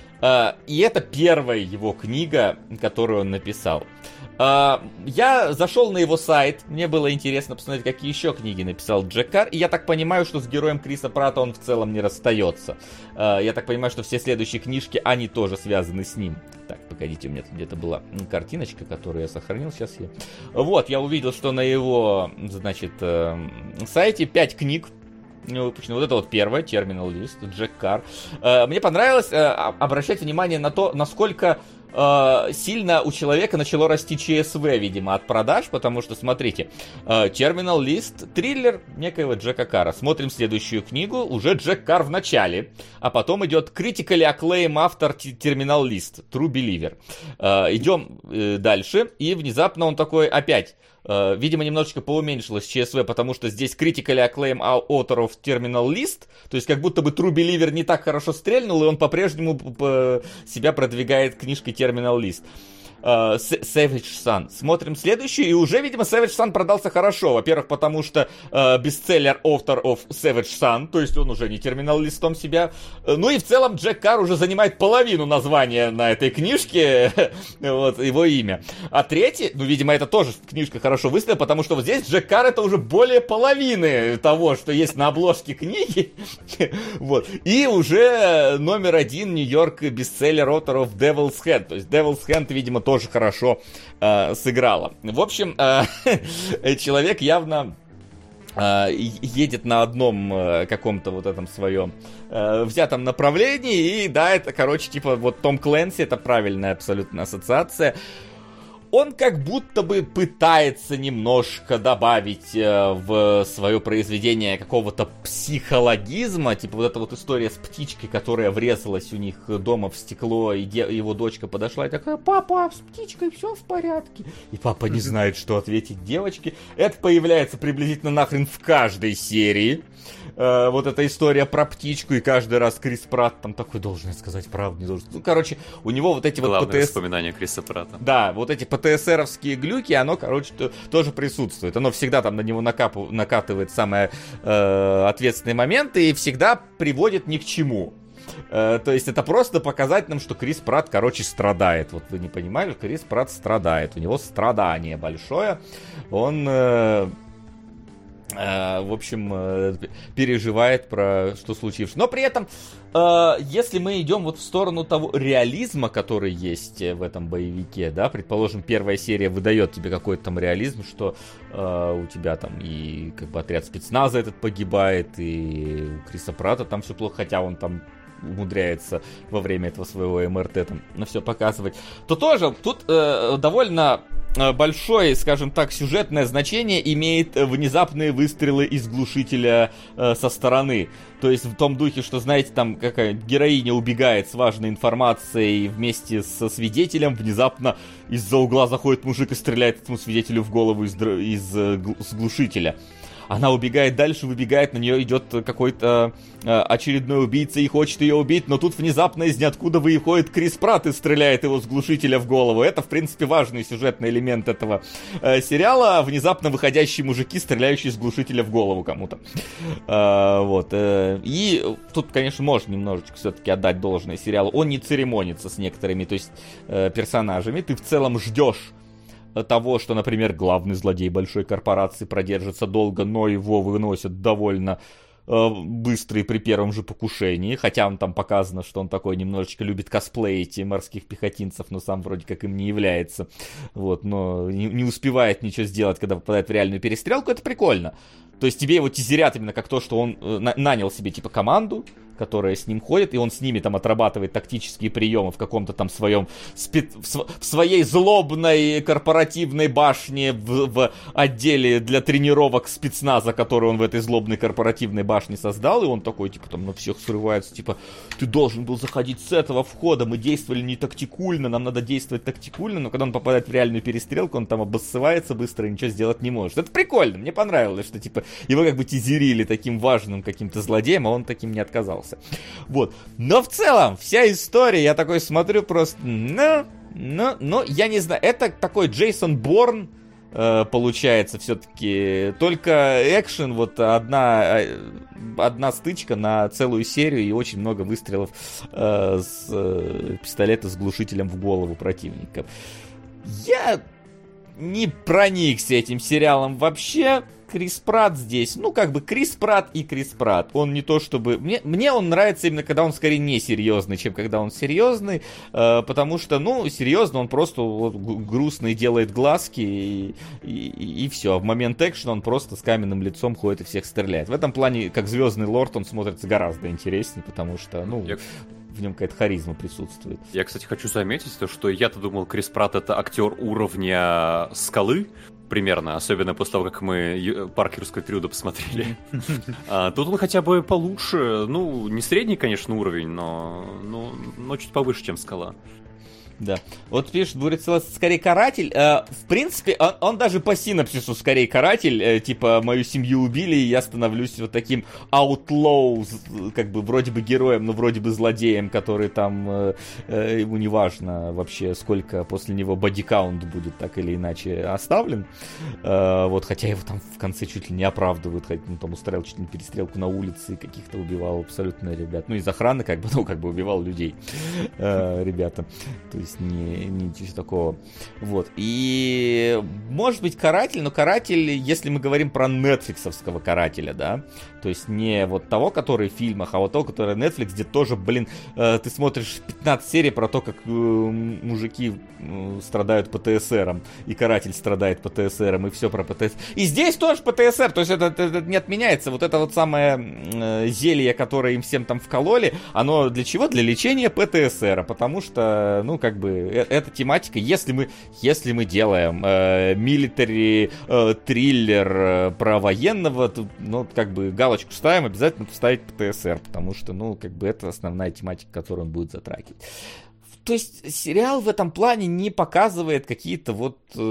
И это первая его книга, которую он написал. Uh, я зашел на его сайт, мне было интересно посмотреть, какие еще книги написал Джек Карр, и я так понимаю, что с героем Криса Пратта он в целом не расстается. Uh, я так понимаю, что все следующие книжки, они тоже связаны с ним. Так, погодите, у меня тут где-то была картиночка, которую я сохранил, сейчас я... Вот, я увидел, что на его, значит, uh, сайте пять книг выпущено. Вот это вот первое, Terminal List, Джек Карр. Uh, мне понравилось uh, обращать внимание на то, насколько Uh, сильно у человека начало расти ЧСВ, видимо, от продаж, потому что, смотрите, uh, Terminal List, триллер некоего Джека Карра. Смотрим следующую книгу, уже Джек Карр в начале, а потом идет Critically Acclaimed автор Terminal List, True Believer. Uh, идем uh, дальше, и внезапно он такой опять... Uh, видимо, немножечко поуменьшилось ЧСВ, потому что здесь Critically Acclaim Author of Terminal List, то есть как будто бы True Believer не так хорошо стрельнул, и он по-прежнему по- себя продвигает книжкой Terminal List. Uh, Savage Sun. Смотрим следующую, и уже, видимо, Savage Sun продался хорошо. Во-первых, потому что uh, бестселлер Author of Savage Sun, то есть он уже не терминал листом себя. Uh, ну и в целом Джек Карр уже занимает половину названия на этой книжке, вот, его имя. А третий, ну, видимо, это тоже книжка хорошо выстрелила, потому что вот здесь Джек Карр это уже более половины того, что есть на обложке книги. Вот. И уже номер один Нью-Йорк бестселлер Author of Devil's Hand. То есть Devil's Hand, видимо, тоже хорошо э, сыграла. В общем, э, человек явно э, едет на одном э, каком-то вот этом своем э, взятом направлении, и да, это, короче, типа вот Том Клэнси, это правильная абсолютно ассоциация. Он как будто бы пытается немножко добавить э, в свое произведение какого-то психологизма, типа вот эта вот история с птичкой, которая врезалась у них дома в стекло, и де- его дочка подошла и такая: папа, с птичкой все в порядке. И папа не знает, что ответить девочке. Это появляется приблизительно нахрен в каждой серии. Э, вот эта история про птичку, и каждый раз Крис Пратт там такой: должен сказать правду, не должен. Ну, короче, у него вот эти Главное вот ПТС... воспоминания Криса Пратта. Да, вот эти ПТСРовские глюки, оно, короче, то, тоже присутствует. Оно всегда там на него накапу, накатывает самые э, ответственные моменты и всегда приводит ни к чему. Э, то есть это просто показать нам, что Крис Пратт, короче, страдает. Вот вы не понимали, Крис Пратт страдает. У него страдание большое. Он... Э, в общем, переживает про что случившееся. Но при этом, если мы идем вот в сторону того реализма, который есть в этом боевике, да, предположим, первая серия выдает тебе какой-то там реализм, что у тебя там и как бы отряд спецназа этот погибает, и у Криса Пратта там все плохо, хотя он там умудряется во время этого своего эм эр тэ там на все показывать, то тоже тут э, довольно большое, скажем так, сюжетное значение имеет внезапные выстрелы из глушителя э, со стороны. То есть в том духе, что, знаете, там какая героиня убегает с важной информацией вместе со свидетелем, внезапно из-за угла заходит мужик и стреляет этому свидетелю в голову из, из, из глушителя. Она убегает дальше, выбегает, на нее идет какой-то э, очередной убийца и хочет ее убить, но тут внезапно из ниоткуда выходит Крис Пратт и стреляет его с глушителя в голову. Это, в принципе, важный сюжетный элемент этого э, сериала. Внезапно выходящие мужики, стреляющие с глушителя в голову кому-то. Э, вот. Э, и тут, конечно, можно немножечко все-таки отдать должное сериалу. Он не церемонится с некоторыми, то есть, э, персонажами. Ты в целом ждешь того, что, например, главный злодей большой корпорации продержится долго, но его выносят довольно э, быстро и при первом же покушении, хотя он там показано, что он такой немножечко любит косплеить морских пехотинцев, но сам вроде как им не является, вот, но не, не успевает ничего сделать, когда попадает в реальную перестрелку. Это прикольно. То есть тебе его тизерят именно как то, что он э, на- нанял себе типа команду, которая с ним ходит, и он с ними там отрабатывает тактические приемы в каком-то там своем, спе- в, св- в своей злобной корпоративной башне в, в отделе для тренировок спецназа, который он в этой злобной корпоративной башне создал, и он такой, типа, там на всех срывается, типа, ты должен был заходить с этого входа, мы действовали не тактикульно, нам надо действовать тактикульно, но когда он попадает в реальную перестрелку, он там обоссывается быстро и ничего сделать не может. Это прикольно, мне понравилось, что, типа, его как бы тизерили таким важным каким-то злодеем, а он таким не отказался. Вот. Но в целом, вся история, я такой смотрю просто, ну, ну, ну, я не знаю, это такой Джейсон Борн, э, получается, все-таки, только экшен, вот одна, одна стычка на целую серию и очень много выстрелов э, с э, пистолета с глушителем в голову противников. Я не проникся этим сериалом вообще. Крис Пратт здесь, ну, как бы Крис Пратт и Крис Пратт. Он не то чтобы... Мне, мне он нравится именно, когда он скорее не серьезный, чем когда он серьезный, э, потому что, ну, серьезно, он просто вот, грустный делает глазки и, и, и все. А в момент экшена он просто с каменным лицом ходит и всех стреляет. В этом плане, как Звездный Лорд, он смотрится гораздо интереснее, потому что, ну... Я... в нем какая-то харизма присутствует. Я, кстати, хочу заметить то, что я-то думал, Крис Пратт — это актер уровня Скалы, примерно, особенно после того, как мы Паркерское трюдо посмотрели. а, тут он хотя бы получше, ну, не средний, конечно, уровень, но, но, но чуть повыше, чем Скала. Да. Вот пишет, Бурицелос скорее каратель. Э, в принципе, он, он даже по синапсису скорее каратель. Э, типа, мою семью убили, и я становлюсь вот таким outlaw, как бы вроде бы героем, но вроде бы злодеем, который там, э, э, ему не важно вообще, сколько после него бодикаунт будет так или иначе оставлен. Э, вот, хотя его там в конце чуть ли не оправдывают, хотя он там устроил чуть ли не перестрелку на улице, каких-то убивал абсолютно ребят. Ну, из охраны, как бы, ну, как бы убивал людей, э, ребята. То есть не, не ничего такого. Вот. И может быть каратель, но каратель, если мы говорим про нетфликсовского карателя, да, то есть не вот того, который в фильмах, а вот того, который Netflix, где тоже, блин, э, ты смотришь пятнадцать серий про то, как э, мужики э, страдают ПТСРом, и каратель страдает ПТСРом, и все про ПТСР. И здесь тоже ПТСР, то есть это, это, это не отменяется. Вот это вот самое э, зелье, которое им всем там вкололи, оно для чего? Для лечения ПТСР, потому что, ну, как бы, э, эта тематика, если мы, если мы делаем э, милитари э, триллер э, про военного, то, ну, как бы, галочку ставим, обязательно поставить ПТСР, потому что, ну, как бы, это основная тематика, которую он будет затрагивать. То есть сериал в этом плане не показывает какие-то вот э,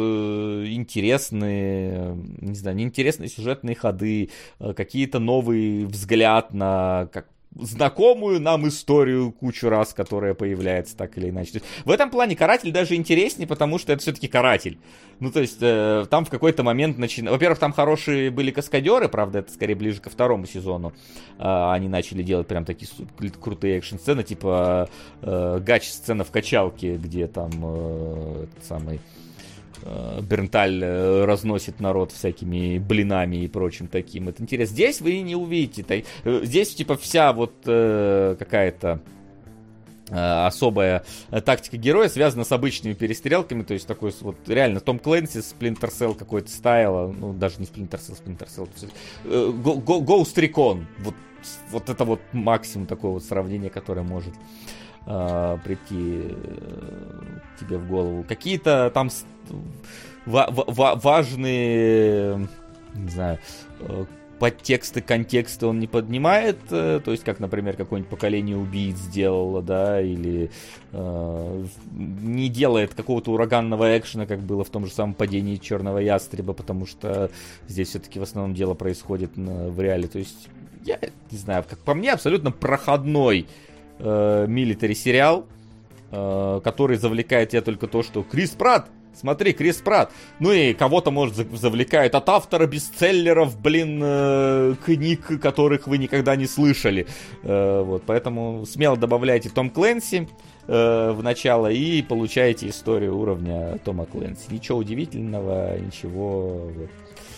интересные, не знаю, неинтересные сюжетные ходы, э, какие-то новый взгляд на как знакомую нам историю кучу раз, которая появляется так или иначе. То есть, в этом плане каратель даже интереснее, потому что это все-таки каратель. Ну, то есть, э, там в какой-то момент начинают... Во-первых, там хорошие были каскадеры, правда, это скорее ближе ко второму сезону. Э, они начали делать прям такие крутые экшн-сцены, типа э, гач-сцена в качалке, где там э, этот самый... Бернталь разносит народ всякими блинами и прочим таким. Это интересно. Здесь вы не увидите. Здесь, типа, вся вот э, какая-то э, особая тактика героя связана с обычными перестрелками. То есть, такой вот реально Том Клэнси, Splinter Cell какой-то стайла. Ну, даже не Splinter Cell, Splinter Cell. Э, Go, Go, Ghost Recon. Вот, вот это вот максимум такого вот сравнения, которое может э, прийти э, тебе в голову. Какие-то там ва- ва- важные, не знаю, подтексты, контексты он не поднимает, то есть, как, например, какое-нибудь поколение убийц сделало, да, или э, не делает какого-то ураганного экшена, как было в том же самом падении Черного Ястреба, потому что здесь все-таки в основном дело происходит на, в реале, то есть, я не знаю, как по мне, абсолютно проходной э, милитари сериал, э, который завлекает тебя только то, что Крис Пратт, смотри, Крис Пратт. Ну и кого-то, может, завлекает от автора бестселлеров, блин, э, книг, которых вы никогда не слышали. Э, вот, поэтому смело добавляйте Том Клэнси э, в начало и получаете историю уровня Тома Клэнси. Ничего удивительного, ничего... Вот.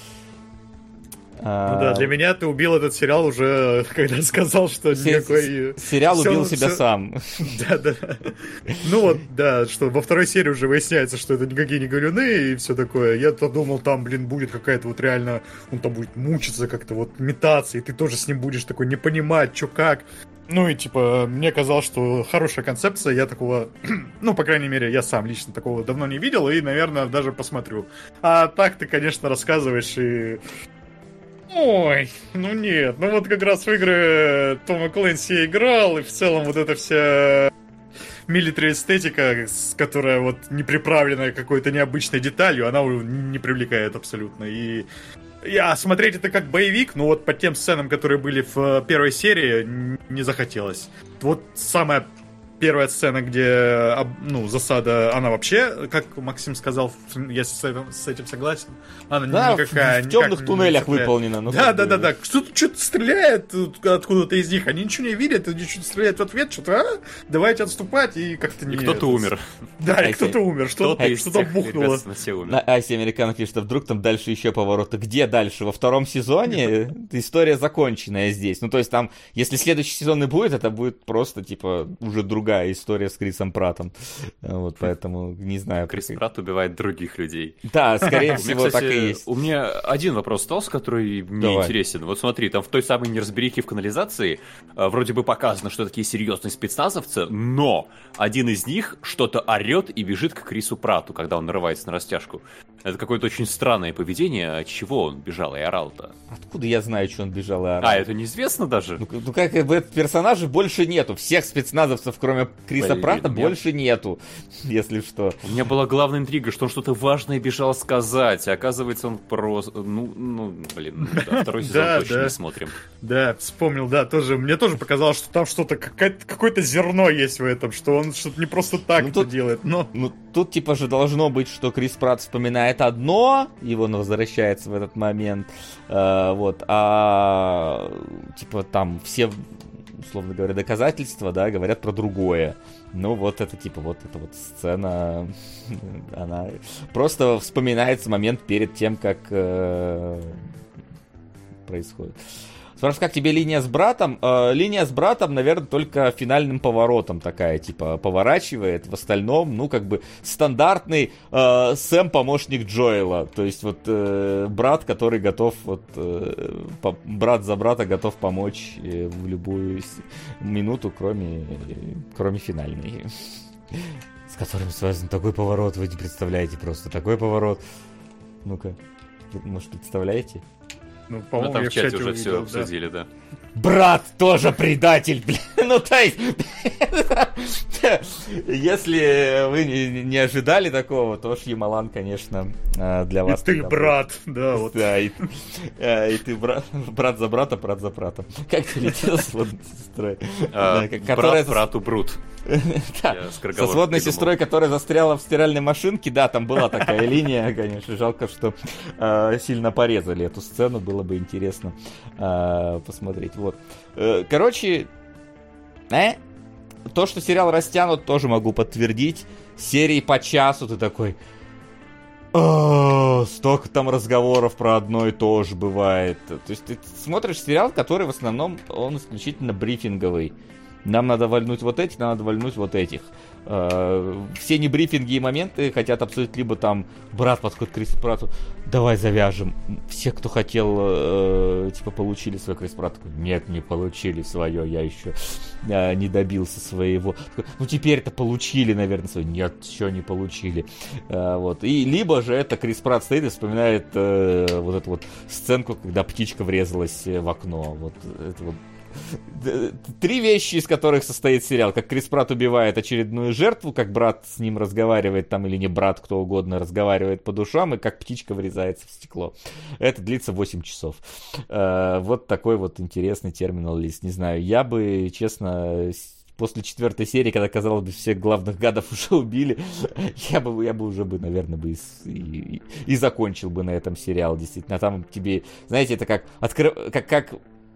Ну да, для меня ты убил этот сериал уже, когда сказал, что Се- никакой... Сериал все, убил себя все... сам. Да-да. Ну вот, да, что во второй серии уже выясняется, что это никакие не галюны и все такое. Я-то думал, там, блин, будет какая-то вот реально... Он там будет мучиться как-то, вот метаться, и ты тоже с ним будешь такой не понимать, что как. Ну и типа, мне казалось, что хорошая концепция, я такого... Ну, по крайней мере, я сам лично такого давно не видел и, наверное, даже посмотрю. А так ты, конечно, рассказываешь и... Ой, ну нет, ну вот как раз в игры Тома Клэнси я играл, и в целом вот эта вся милитари эстетика, которая вот не приправлена какой-то необычной деталью, она не привлекает абсолютно. И я смотреть это как боевик, но вот по тем сценам, которые были в первой серии, не захотелось. Вот самая первая сцена, где, ну, засада, она вообще, как Максим сказал, я с этим, с этим согласен, она да, никакая... в, в темных туннелях выполнена. Ну, да, да, да, да, кто-то что-то стреляет откуда-то из них, они ничего не видят, они что-то стреляют в ответ, что-то, а, давайте отступать, и как-то не... И кто-то умер. Да, и кто-то умер, что-то, что-то бухнуло. На Айси Американо пишет, что вдруг там дальше еще повороты. Где дальше? Во втором сезоне история законченная здесь. Ну, то есть там, если следующий сезон и будет, это будет просто, типа, уже другая история с Крисом Праттом. Вот, поэтому не знаю. Крис как... Пратт убивает других людей. Да, скорее всего, так и есть. У меня один вопрос остался, который мне интересен. Вот смотри, там в той самой неразберихе в канализации вроде бы показано, что такие серьезные спецназовцы, но один из них что-то орет и бежит к Крису Пратту, когда он нарывается на растяжку. Это какое-то очень странное поведение. От чего он бежал и орал-то? Откуда я знаю, что он бежал и орал? А, это неизвестно даже? Ну, ну как бы персонажей больше нету. Всех спецназовцев, кроме Криса Блин, Пратта, нет. больше нету, если что. У меня была главная интрига, что он что-то важное бежал сказать. А оказывается, он просто... Ну, ну блин, да, второй сезон Да, точно да. не смотрим. Да, вспомнил, да, тоже. Мне тоже показалось, что там что-то, какая-то- какое-то зерно есть в этом, что он что-то не просто так Ну, это тут- делает, но... Ну, тут типа же должно быть, что Крис Пратт вспоминает одно, и он возвращается в этот момент, э, вот, а типа там все, условно говоря, доказательства, да, говорят про другое. Ну, вот это типа, вот эта вот сцена, она просто вспоминается момент перед тем, как э, происходит. Спрашиваю, как тебе линия с братом? Э, линия с братом, наверное, только финальным поворотом такая, типа, поворачивает. В остальном, ну, как бы, стандартный э, Сэм, помощник Джоэла. То есть, вот, э, брат, который готов, вот, э, по, брат за брата готов помочь э, в любую с- минуту, кроме, э, кроме финальной. С которым связан такой поворот, вы не представляете просто. Такой поворот. Ну-ка, вы, может, представляете? Ну, Ну, по-моему, там я в чате уже увидел, все да. обсудили, да. Брат тоже предатель, блин. Ну, то есть, если вы не, не ожидали такого, то Шьямалан, конечно, э, для И вас... ты, тогда брат, да, был. вот. Да, и, э, и ты брат, брат за брата, брат за брата. Как ты летел с сводной сестрой? А, Да, к- которая Брат за- брату Брут. Да, Я со скороговоркой сводной придумал. сестрой, которая застряла в стиральной машинке, да, там была такая линия, конечно, жалко, что э, сильно порезали эту сцену, было бы интересно э, посмотреть, вот. Э, короче, э, то, что сериал растянут, тоже могу подтвердить, серии по часу ты такой... «О, столько там разговоров про одно и то же бывает. То есть ты смотришь сериал, который в основном, он исключительно брифинговый. Нам надо вальнуть вот этих, нам надо вальнуть вот этих. Э, Все небрифинги и моменты хотят обсудить, либо там брат подходит к Крису Пратту, давай завяжем. Все, кто хотел, э, типа, получили свое. Крис Пратт такой, нет, не получили свое, я еще э, не добился своего. Такой, ну теперь-то получили, наверное, свое. Нет, еще не получили. Э, вот. И либо же это Крис Пратт стоит и вспоминает э, вот эту вот сценку, когда птичка врезалась в окно. Вот это вот. Три вещи, из которых состоит сериал. Как Крис Пратт убивает очередную жертву, как брат с ним разговаривает, там, или не брат, кто угодно, разговаривает по душам, и как птичка врезается в стекло. Это длится восемь часов. Э, Вот такой вот интересный терминал-лист. Не знаю, я бы, честно, с- после четвертой серии, когда, казалось бы, всех главных гадов уже убили, я бы, я бы уже бы, наверное, бы и, с- и- и- и закончил бы на этом сериал, действительно. Там тебе, знаете, это как, откры- как, как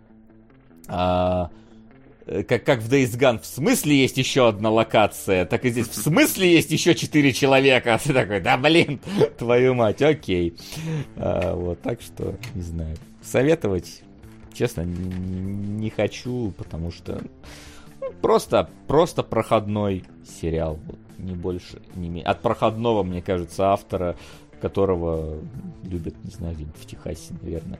А, э, как, как в Days Gone, в смысле есть еще одна локация, так и здесь в смысле есть еще четыре человека. А ты такой, да блин, твою мать, окей. А, вот, так что, не знаю, советовать, честно, н- не хочу, потому что ну, просто, просто проходной сериал, вот, не больше, не меньше. От проходного, мне кажется, автора, которого любят, не знаю, где-нибудь в Техасе, наверное.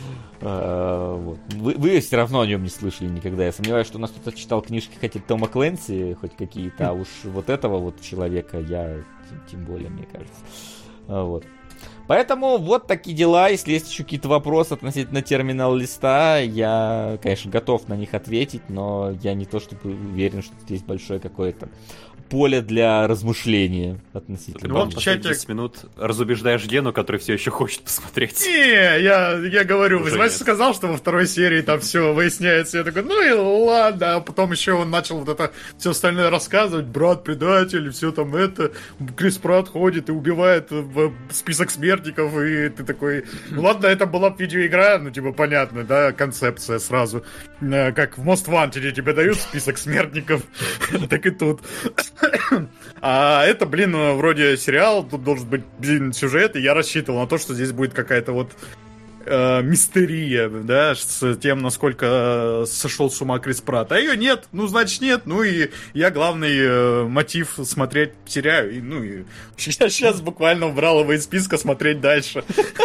А, вот. Вы, вы все равно о нем не слышали никогда. Я сомневаюсь, что у нас кто-то читал книжки хотя бы Тома Клэнси, хоть какие-то, а уж вот этого вот человека я тем, тем более, мне кажется. А, вот. Поэтому вот такие дела. Если есть еще какие-то вопросы относительно терминал-листа, я, конечно, готов на них ответить, но я не то чтобы уверен, что здесь большое какое-то поле для размышления относительно. Ты Ну, ну, вот в последние чате- десять минут разубеждаешь Гену, который все еще хочет посмотреть. Не, я, я говорю, Уже Вась нет. сказал, что во второй серии там все выясняется. Я такой, ну и ладно. А потом еще он начал вот это все остальное рассказывать. Брат предатель, все там это. Крис Пратт ходит и убивает в список смертников. И ты такой, ну ладно, это была бы видеоигра, ну типа понятно, да, концепция сразу. Э, Как в Most Wanted тебе дают список смертников, так и тут. А это, блин, вроде сериал, тут должен быть, блин, сюжет, и я рассчитывал на то, что здесь будет какая-то вот э, мистерия, да, с тем, насколько сошел с ума Крис Пратт. А ее нет, ну, значит, нет. Ну, и я главный э, мотив смотреть теряю. И, ну, и я сейчас буквально убрал его из списка смотреть дальше.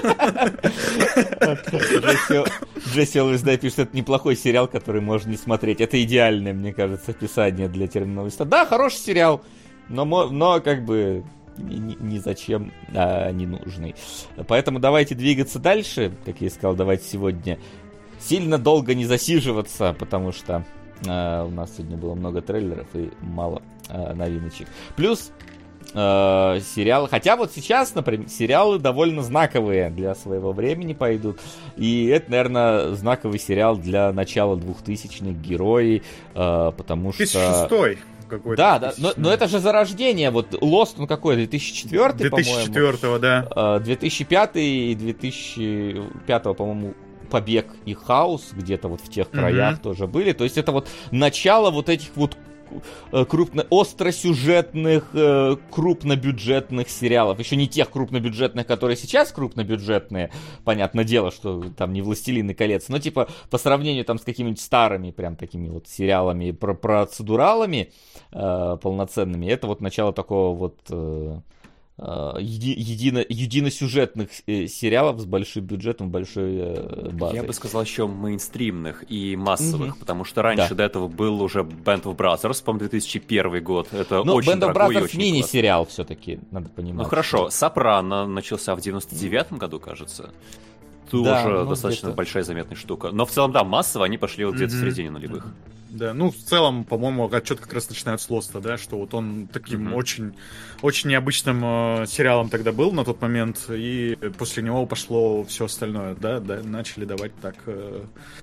Джесси, Джесси Олвис Дай пишет, это неплохой сериал, который можно не смотреть. Это идеальное, мне кажется, описание для терминал-листа. Да, хороший сериал, но, мо- но как бы ни, ни зачем а, не нужный. Поэтому давайте двигаться дальше, как я и сказал, давайте сегодня сильно долго не засиживаться, потому что а, у нас сегодня было много трейлеров и мало а, новиночек. Плюс э, сериалы, хотя вот сейчас, например, сериалы довольно знаковые для своего времени пойдут, и это, наверное, знаковый сериал для начала двухтысячных, Герои, э, потому что... две тысячи шестой какой-то. Да, да, но, но это же зарождение, вот Lost, он какой, две тысячи четвёртый, по-моему? две тысячи четвёртого, да. две тысячи пятый и две тысячи пятого, по-моему, Побег и Хаус где-то вот в тех краях mm-hmm. тоже были, то есть это вот начало вот этих вот крупно, остросюжетных, крупнобюджетных сериалов. Еще не тех крупнобюджетных, которые сейчас крупнобюджетные. Понятное дело, что там не «Властелин колец», но типа по сравнению там с какими-нибудь старыми прям такими вот сериалами, про процедуралами э, полноценными, это вот начало такого вот э, еди, едино, единосюжетных сериалов с большим бюджетом, большой э, базой. Я бы сказал еще мейнстримных и массовых, mm-hmm. потому что раньше да. до этого был уже Band of Brothers, по-моему, две тысячи первый год. Это ну, очень Band of дорогой Brothers и очень мини-сериал классный. Все-таки, надо понимать. Ну хорошо, «Сопрано» начался в девяносто девятом году, кажется. Тоже да, ну, достаточно где-то. большая заметная штука. Но в целом, да, массово они пошли вот где-то mm-hmm. в середине нулевых. Да, ну, в целом, по-моему, отчет как раз начинают с Лоста, да, что вот он таким mm-hmm. очень, очень необычным э, сериалом тогда был на тот момент, и после него пошло все остальное, да, да, начали давать так... Э,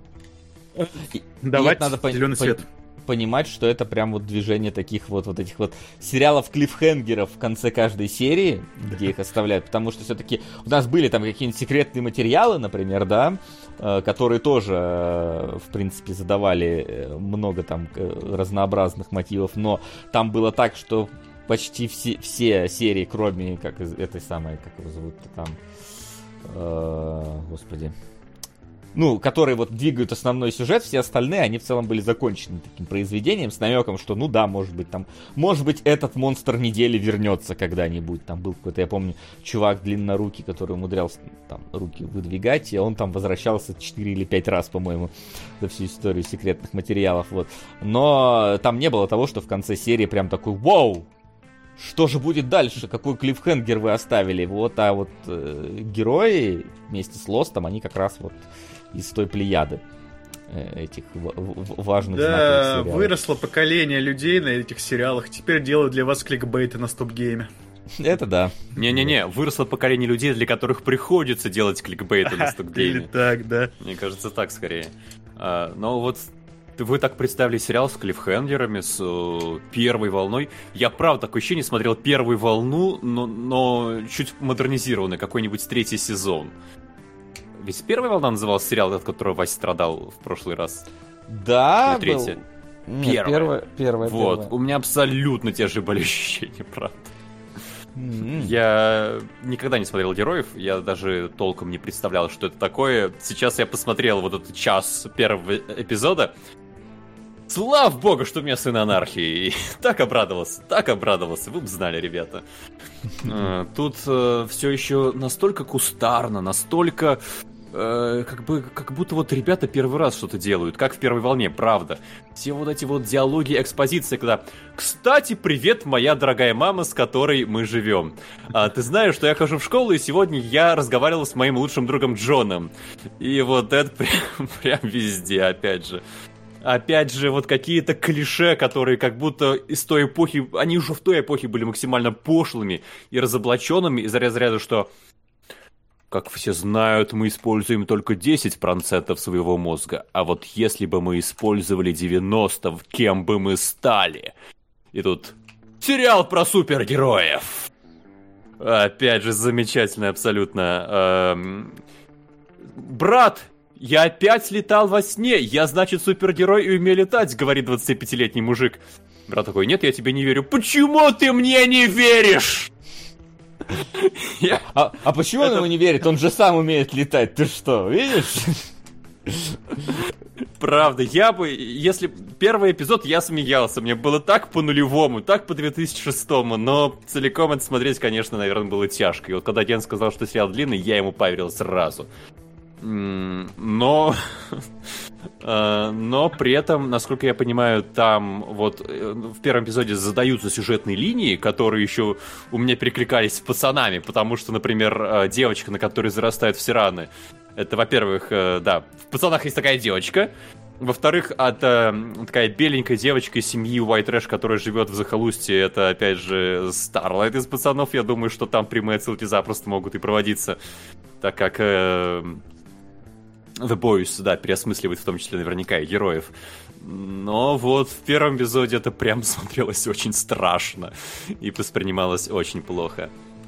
и, давать и надо зеленый пон- свет. Понимать, что это прям вот движение таких вот, вот этих вот сериалов-клиффхенгеров в конце каждой серии, где их оставляют, потому что все-таки у нас были там какие-нибудь секретные материалы, например, да, которые тоже, в принципе, задавали много там разнообразных мотивов, но там было так, что почти все, все серии, кроме как этой самой, как его зовут-то там, э, господи, ну, которые вот двигают основной сюжет, все остальные, они в целом были закончены таким произведением с намеком, что, ну да, может быть, там, может быть, этот монстр недели вернется когда-нибудь. Там был какой-то, я помню, чувак длиннорукий, который умудрялся там руки выдвигать, и он там возвращался четыре или пять раз, по-моему, за всю историю секретных материалов, вот. Но там не было того, что в конце серии прям такой, вау! Что же будет дальше? Какой клиффхенгер вы оставили? Вот, а вот э, герои вместе с Лостом, они как раз вот из той плеяды э, этих в- в- важных да, знаковых сериалов. Да, выросло поколение людей на этих сериалах. Теперь делают для вас кликбейты на стоп-гейме. Это да. Не-не-не, выросло поколение людей, для которых приходится делать кликбейты на стоп-гейме. Или так, да. Мне кажется, так скорее. А, но вот вы так представили сериал с клиффхенгерами, с э, первой волной. Я, правда, такое ощущение, смотрел первую волну, но, но чуть модернизированный, какой-нибудь третий сезон. Ведь первая волна назывался сериал, от которого Вася страдал в прошлый раз. Да, или третья? Был... Нет, первая. Первая, первая, вот, первая. У меня абсолютно те же были ощущения, правда. Mm-hmm. Я никогда не смотрел «Героев», я даже толком не представлял, что это такое. Сейчас я посмотрел вот этот час первого эпизода. Слава богу, что у меня сын анархии. И так обрадовался, так обрадовался. Вы бы знали, ребята. Тут все еще настолько кустарно, настолько... Как бы, как будто вот ребята первый раз что-то делают, как в первой волне, правда. Все вот эти вот диалоги, экспозиции, когда «Кстати, привет, моя дорогая мама, с которой мы живем. А, ты знаешь, что я хожу в школу, и сегодня я разговаривал с моим лучшим другом Джоном». И вот это прям, прям везде, опять же. Опять же, вот какие-то клише, которые как будто из той эпохи... Они уже в той эпохе были максимально пошлыми и разоблаченными из разряда, что... Как все знают, мы используем только десять процентов своего мозга, а вот если бы мы использовали девяносто процентов, кем бы мы стали? И тут сериал про супергероев. Опять же, замечательно абсолютно. Эм... Брат, я опять летал во сне, я, значит, супергерой и умею летать, говорит двадцатипятилетний мужик. Брат такой, нет, я тебе не верю. Почему ты мне не веришь? Я... А, а почему это... он ему не верит? Он же сам умеет летать. Ты что, видишь? Правда, я бы... Если первый эпизод я смеялся, мне было так по нулевому, так по две тысячи шестому, но целиком это смотреть, конечно, наверное, было тяжко. И вот когда Ген сказал, что сериал длинный, я ему поверил сразу. Но, но при этом, насколько я понимаю, там вот в первом эпизоде задаются сюжетные линии, которые еще у меня перекликались с пацанами, потому что, например, девочка, на которой зарастают все раны, это, во-первых, да, в пацанах есть такая девочка. Во-вторых, это такая беленькая девочка из семьи White Trash, которая живет в захолустье. Это, опять же, Starlight из пацанов. Я думаю, что там прямые отсылки запросто могут и проводиться, так как э, The Boys, да, переосмысливает в том числе наверняка и героев. Но вот в первом эпизоде это прям смотрелось очень страшно и воспринималось очень плохо.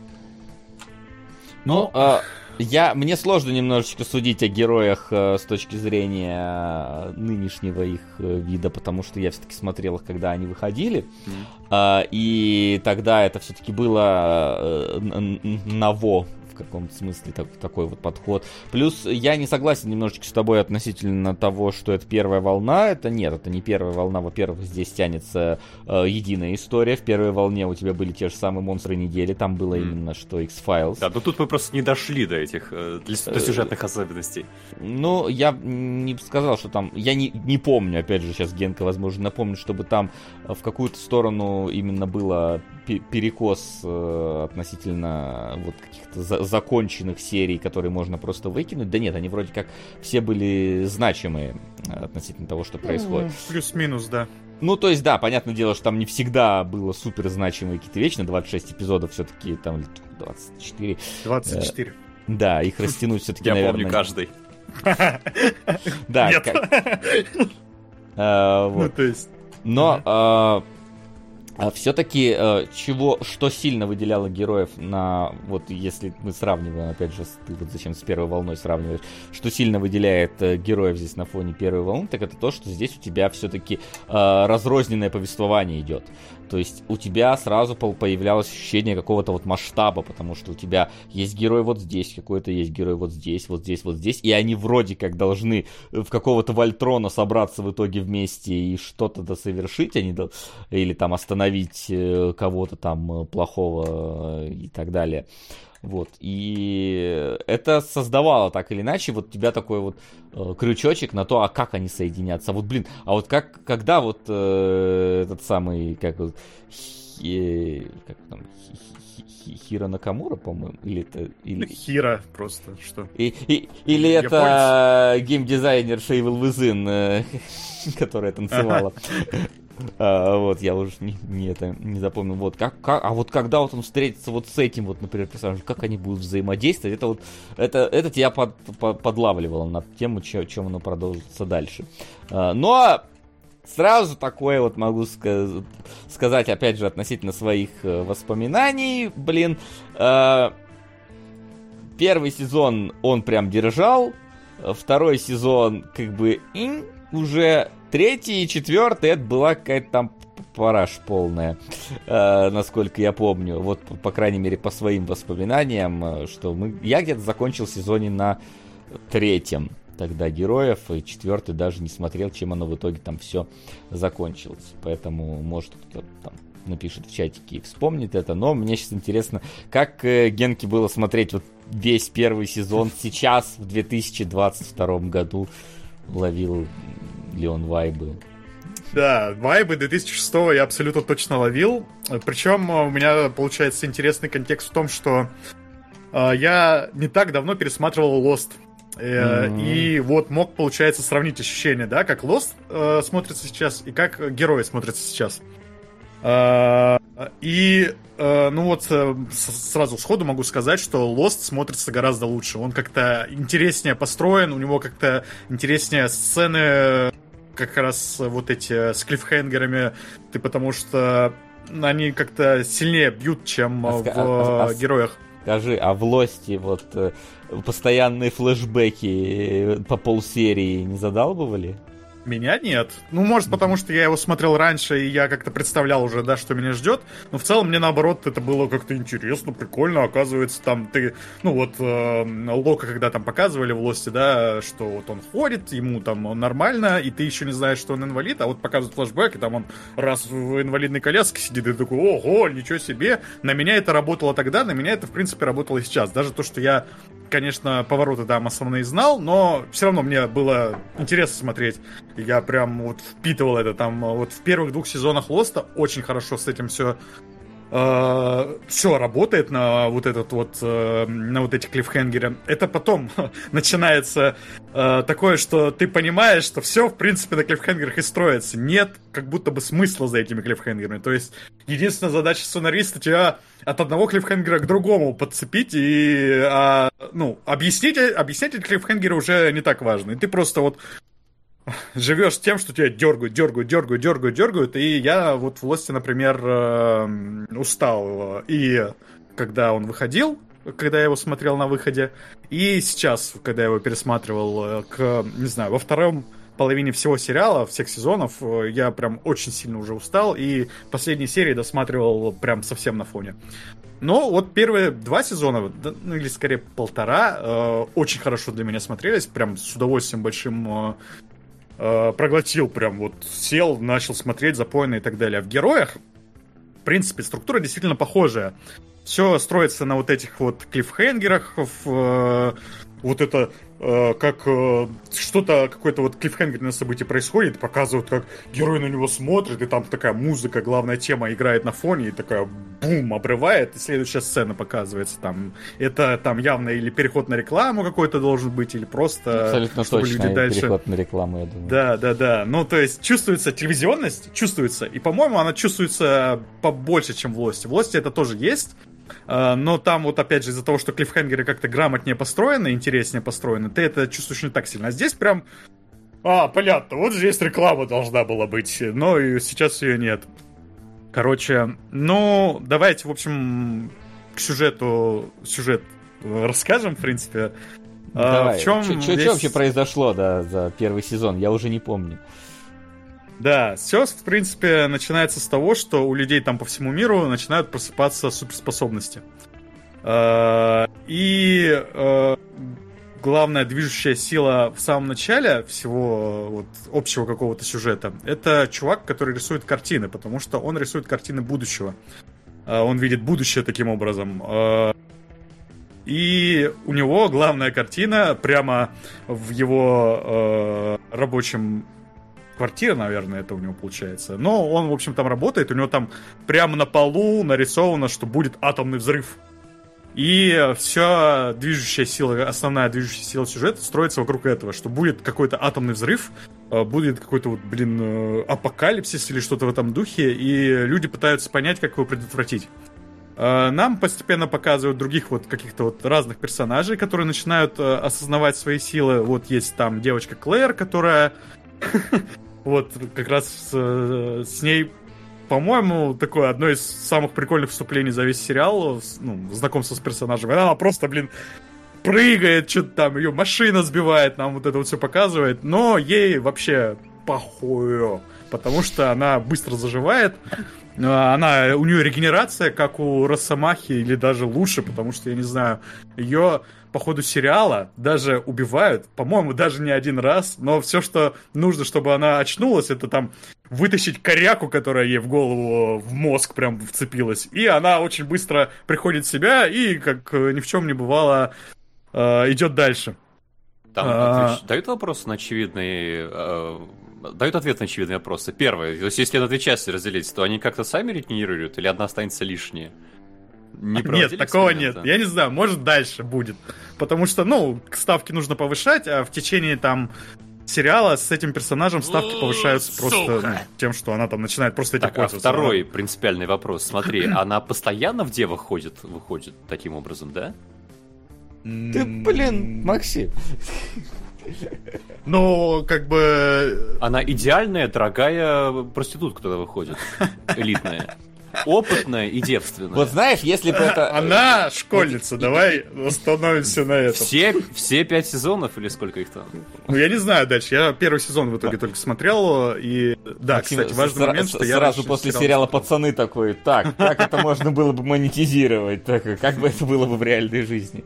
Ну, а... Я, мне сложно немножечко судить о героях э, с точки зрения нынешнего их э, вида, потому что я все-таки смотрел их, когда они выходили, mm. э, и тогда это все-таки было э, ново в каком-то смысле, так, такой вот подход. Плюс я не согласен немножечко с тобой относительно того, что это первая волна. Это нет, это не первая волна. Во-первых, здесь тянется э, единая история. В первой волне у тебя были те же самые монстры недели. Там было mm. именно что X-Files. Да, но тут мы просто не дошли до этих э, до сюжетных особенностей. Ну, я не сказал, что там... Я не, не помню, опять же, сейчас Генка, возможно, напомнит, чтобы там в какую-то сторону именно было перекос э, относительно вот каких-то за- законченных серий, которые можно просто выкинуть. Да нет, они вроде как все были значимые относительно того, что происходит. Mm, плюс-минус, да. Ну, то есть, да, понятное дело, что там не всегда было супер значимые какие-то вещи. На двадцать шесть эпизодов все-таки там двадцать четыре. двадцать четыре. Э, да, их растянуть все-таки, Я наверное... помню каждый. Да. Ну, то есть... Но... Все-таки чего, что сильно выделяло героев на, вот если мы сравниваем, опять же, ты вот зачем с первой волной сравниваешь, что сильно выделяет героев здесь на фоне первой волны, так это то, что здесь у тебя все-таки э, разрозненное повествование идет. То есть у тебя сразу появлялось ощущение какого-то вот масштаба, потому что у тебя есть герой вот здесь, какой-то есть герой вот здесь, вот здесь, вот здесь, и они вроде как должны в какого-то Вольтрона собраться в итоге вместе и что-то досовершить, они до... или там остановить кого-то там плохого и так далее. Вот, и это создавало так или иначе вот тебя такой вот э, крючочек на то, а как они соединятся. Вот, блин, а вот как, когда вот э, этот самый, как вот, хи, как там, хи, хи, Хиро Накамура, по-моему, или это... Или... Хиро просто, что? И, и, или это геймдизайнер Fable Within, э, которая танцевала. А, вот, я уже не, не, это, не запомнил. Вот, как, как, а вот когда вот он встретится вот с этим, вот, например, персонажем, как они будут взаимодействовать, это вот, это, это тебя под, под, подлавливало на тему, чем, чем оно продолжится дальше. А, но сразу такое вот могу ска- сказать, опять же, относительно своих э, воспоминаний, блин, э, первый сезон он прям держал, второй сезон как бы ин, уже... Третий и четвертый, это была какая-то там параш полная, э, насколько я помню. Вот, по крайней мере, по своим воспоминаниям, что мы... я где-то закончил сезоне на третьем тогда героев, и четвертый даже не смотрел, чем оно в итоге там все закончилось. Поэтому, может, кто-то там напишет в чатике и вспомнит это. Но мне сейчас интересно, как э, Генке было смотреть вот весь первый сезон сейчас, в две тысячи двадцать втором году. Ловил ли он вайбы? Да, вайбы две тысячи шестого я абсолютно точно ловил. Причем у меня получается интересный контекст в том, что э, я не так давно пересматривал Lost. Э, mm-hmm. И вот мог, получается, сравнить ощущения, да, как Lost э, смотрится сейчас и как герои смотрятся сейчас. Э, и, э, ну вот, э, сразу сходу могу сказать, что Lost смотрится гораздо лучше. Он как-то интереснее построен, у него как-то интереснее сцены, как раз вот эти с клиффхенгерами, ты, потому что они как-то сильнее бьют, чем а в а, а, героях. Скажи, а в Лосте вот постоянные флешбеки по полсерии не задалбывали? Меня нет. Ну, может, потому что я его смотрел раньше, и я как-то представлял уже, да, что меня ждет. Но в целом мне, наоборот, это было как-то интересно, прикольно. Оказывается, там ты... Ну, вот э, Лока, когда там показывали в Лосте, да, что вот он ходит, ему там нормально, и ты еще не знаешь, что он инвалид, а вот показывают флешбэк, и там он раз в инвалидной коляске сидит, и ты такой, ого, ничего себе. На меня это работало тогда, на меня это, в принципе, работало и сейчас. Даже то, что я, конечно, повороты там основные знал, но все равно мне было интересно смотреть. Я прям вот впитывал это там. Вот в первых двух сезонах Лоста очень хорошо с этим все э, все работает на вот этот вот э, на вот эти клиффхенгеры. Это потом начинается э, такое, что ты понимаешь, что все в принципе на клиффхенгерах и строится. Нет как будто бы смысла за этими клиффхенгерами. То есть единственная задача сценариста тебя от одного клиффхенгера к другому подцепить и а, ну, объяснить, объяснять эти клиффхенгеры уже не так важно. И ты просто вот живешь тем, что тебя дергают, дергают, дергают, дергают, дергают. И я вот в Лосте, например, устал. И когда он выходил, когда я его смотрел на выходе, и сейчас, когда я его пересматривал, к, не знаю, во втором половине всего сериала, всех сезонов, я прям очень сильно уже устал, и последние серии досматривал прям совсем на фоне. Но вот первые два сезона, ну или скорее полтора, э, очень хорошо для меня смотрелись, прям с удовольствием большим э, э, проглотил, прям вот сел, начал смотреть, запойно и так далее. А в героях, в принципе, структура действительно похожая. Все строится на вот этих вот клиффхенгерах, в, э, вот это э, как э, что-то, какой-то вот клиффхенгерное событие происходит, показывают, как герой на него смотрит, и там такая музыка, главная тема играет на фоне, и такая бум, обрывает, и следующая сцена показывается там. Это там явно или переход на рекламу какой-то должен быть, или просто... Абсолютно чтобы точно, люди дальше... переход на рекламу, я думаю. Да, да, да. Ну, то есть, чувствуется телевизионность, чувствуется, и, по-моему, она чувствуется побольше, чем в Лосте. В Лосте это тоже есть, но там вот опять же из-за того, что клиффхенгеры как-то грамотнее построены, интереснее построены, ты это чувствуешь не так сильно. А здесь прям, а, понятно, вот здесь реклама должна была быть, но и сейчас ее нет. Короче, ну, давайте, в общем, к сюжету, сюжет расскажем, в принципе. Ну, давай. В чем Что весь... вообще произошло, да, за первый сезон? Я уже не помню. Да, все, в принципе, начинается с того, что у людей там по всему миру начинают просыпаться суперспособности. И главная движущая сила в самом начале всего вот, общего какого-то сюжета — это чувак, который рисует картины, потому что он рисует картины будущего. Он видит будущее таким образом. И у него главная картина прямо в его рабочем... Квартира, наверное, это у него получается. Но он, в общем, там работает. У него там прямо на полу нарисовано, что будет атомный взрыв. И вся движущая сила, основная движущая сила сюжета строится вокруг этого, что будет какой-то атомный взрыв, будет какой-то вот, блин, апокалипсис или что-то в этом духе, и люди пытаются понять, как его предотвратить. Нам постепенно показывают других вот каких-то вот разных персонажей, которые начинают осознавать свои силы. Вот есть там девочка Клэр, которая... Вот, как раз с, с ней, по-моему, такое одно из самых прикольных вступлений за весь сериал, ну, знакомство с персонажем. Она просто, блин, прыгает, что-то там, ее машина сбивает, нам вот это вот все показывает, но ей вообще похую, потому что она быстро заживает. Она, у нее регенерация, как у Росомахи, или даже лучше, потому что, я не знаю, ее по ходу сериала даже убивают, по-моему, даже не один раз, но все, что нужно, чтобы она очнулась, это там вытащить коряку, которая ей в голову, в мозг прям вцепилась, и она очень быстро приходит в себя и, как ни в чем не бывало, идет дальше. Там а... отвеч... дают вопрос на очевидный... Э... Дают ответ на очевидные вопросы. Первое, то есть если на две части разделить, то они как-то сами регенерируют или одна останется лишняя? Не нет, такого нет. Я не знаю, может дальше будет. Потому что, ну, ставки нужно повышать, а в течение там сериала с этим персонажем ставки повышаются просто ну, тем, что она там начинает просто этим так, пользоваться. А второй принципиальный вопрос. Смотри, она постоянно в девах ходит, выходит таким образом, да? Ты, блин, Максим... Ну, как бы... Она идеальная, дорогая проститутка туда выходит. Элитная. опытная и девственная. Вот знаешь, если бы это... Она школьница, давай остановимся на этом. Все, все пять сезонов или сколько их там? Ну, я не знаю дальше. Я первый сезон в итоге только смотрел. И да, Максим, кстати, важный сра- момент, что я... Сразу после сериала «Пацаны» такой, так, как это можно было бы монетизировать? Так, как бы это было бы в реальной жизни?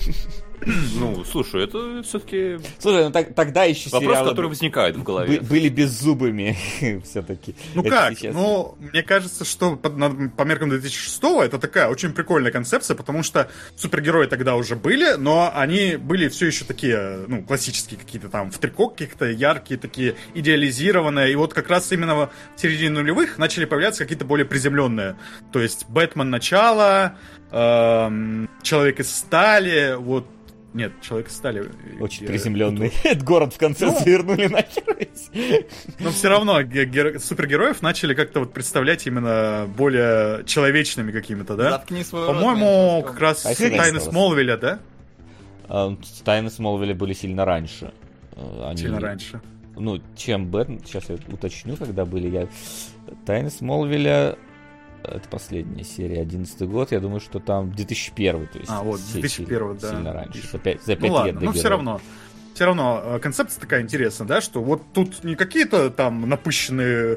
Ну, слушай, это все-таки... Слушай, ну так, тогда еще вопрос, сериалы... который возникает в голове. Были беззубыми все-таки. Ну это как? Сейчас... Ну, мне кажется, что по, на, по меркам две тысячи шестого это такая очень прикольная концепция, потому что супергерои тогда уже были, но они были все еще такие, ну, классические какие-то там в трико, какие-то яркие, такие идеализированные. И вот как раз именно в середине нулевых начали появляться какие-то более приземленные. То есть Бэтмен начало, эм, Человек из стали, вот. Нет, Человек из стали. Очень приземленный. Это город в конце ну, свернули нахер. Но все равно геро- супергероев начали как-то вот представлять именно более человечными какими-то, да? Заткни свой По-моему, рот, как раз а Тайны Смолвиля, да? А, Тайны Смолвиля были сильно раньше. Они... Сильно раньше. Ну, чем Бэтмен, сейчас я уточню, когда были. Я... Тайны Смолвиля... Это последняя серия, одиннадцатый год. Я думаю, что там две тысячи первый, то есть а, вот, две тысячи первый, да. Сильно раньше, за пять, за пять ну, лет ладно, до но героя. все равно. Все равно концепция такая интересная, да, что вот тут не какие-то там напыщенные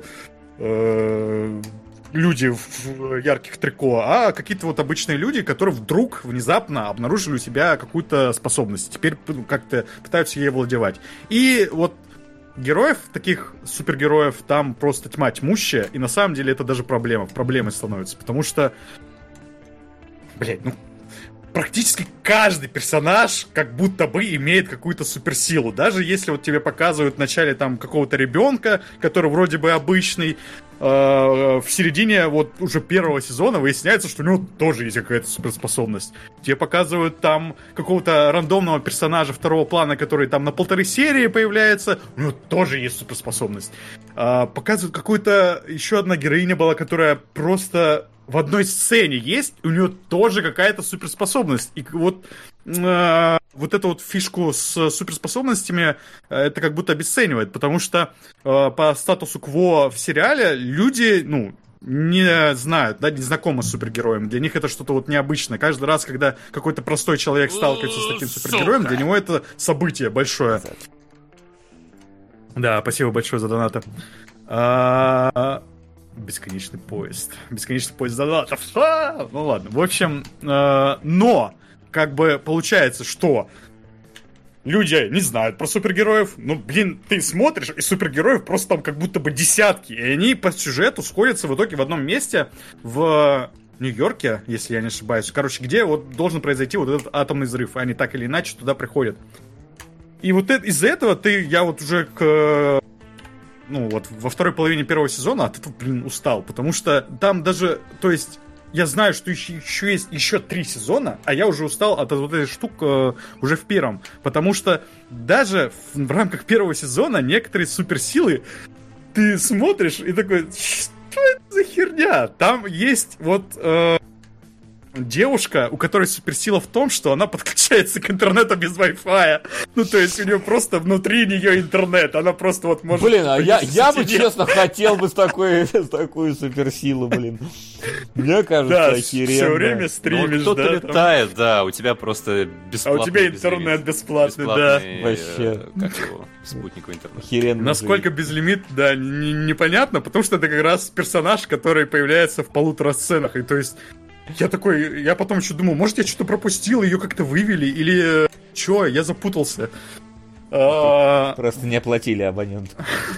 э, люди в ярких трико, а какие-то вот обычные люди, которые вдруг внезапно обнаружили у себя какую-то способность. Теперь как-то пытаются ей овладевать. И вот героев, таких супергероев, там просто тьма тьмущая, и на самом деле это даже проблема, проблемой становится, потому что, блядь, ну, практически каждый персонаж как будто бы имеет какую-то суперсилу, даже если вот тебе показывают в начале там какого-то ребенка, который вроде бы обычный, в середине вот уже первого сезона выясняется, что у него тоже есть какая-то суперспособность. Тебе показывают там какого-то рандомного персонажа второго плана, который там на полторы серии появляется, у него тоже есть суперспособность. Показывают какую-то еще одна героиня была, которая просто в одной сцене есть, и у нее тоже какая-то суперспособность. И вот э, вот эту вот фишку с суперспособностями э, это как будто обесценивает, потому что э, по статусу кво в сериале люди, ну, не знают, да, не знакомы с супергероем. Для них это что-то вот необычное. Каждый раз, когда какой-то простой человек сталкивается с таким супергероем, для него это событие большое. Да, спасибо большое за донаты. А... Бесконечный поезд. Бесконечный поезд донатов. А! Ну ладно. В общем, э, но как бы получается, что люди не знают про супергероев. Ну, блин, ты смотришь, и супергероев просто там как будто бы десятки. И они по сюжету сходятся в итоге в одном месте в Нью-Йорке, если я не ошибаюсь. Короче, где вот должен произойти вот этот атомный взрыв. И они так или иначе туда приходят. И вот это, из-за этого ты, я вот уже к... Ну, вот во второй половине первого сезона от этого, блин, устал. Потому что там даже, то есть, я знаю, что еще, еще есть еще три сезона, а я уже устал от вот этой штуки э, уже в первом. Потому что даже в, в рамках первого сезона некоторые суперсилы ты смотришь и такой, что это за херня? Там есть вот... Э, девушка, у которой суперсила в том, что она подключается к интернету без Wi-Fi. Ну, то есть у нее просто внутри нее интернет. Она просто вот может... Блин, а я, я бы, честно, хотел бы с такой, с такой суперсилу, блин. Мне кажется, да, охеренно. Все время стримишь, ну, кто-то да? летает, там... да, у тебя просто бесплатный. А у тебя интернет бесплатный, да. Вообще. Как его? Спутниковый интернет. Охеренно. Насколько безлимит, да, не, непонятно, потому что это как раз персонаж, который появляется в полутора сценах. И то есть... Я такой, я потом еще думал, может, я что-то пропустил, ее как-то вывели, или что, я запутался. Просто не оплатили абонент.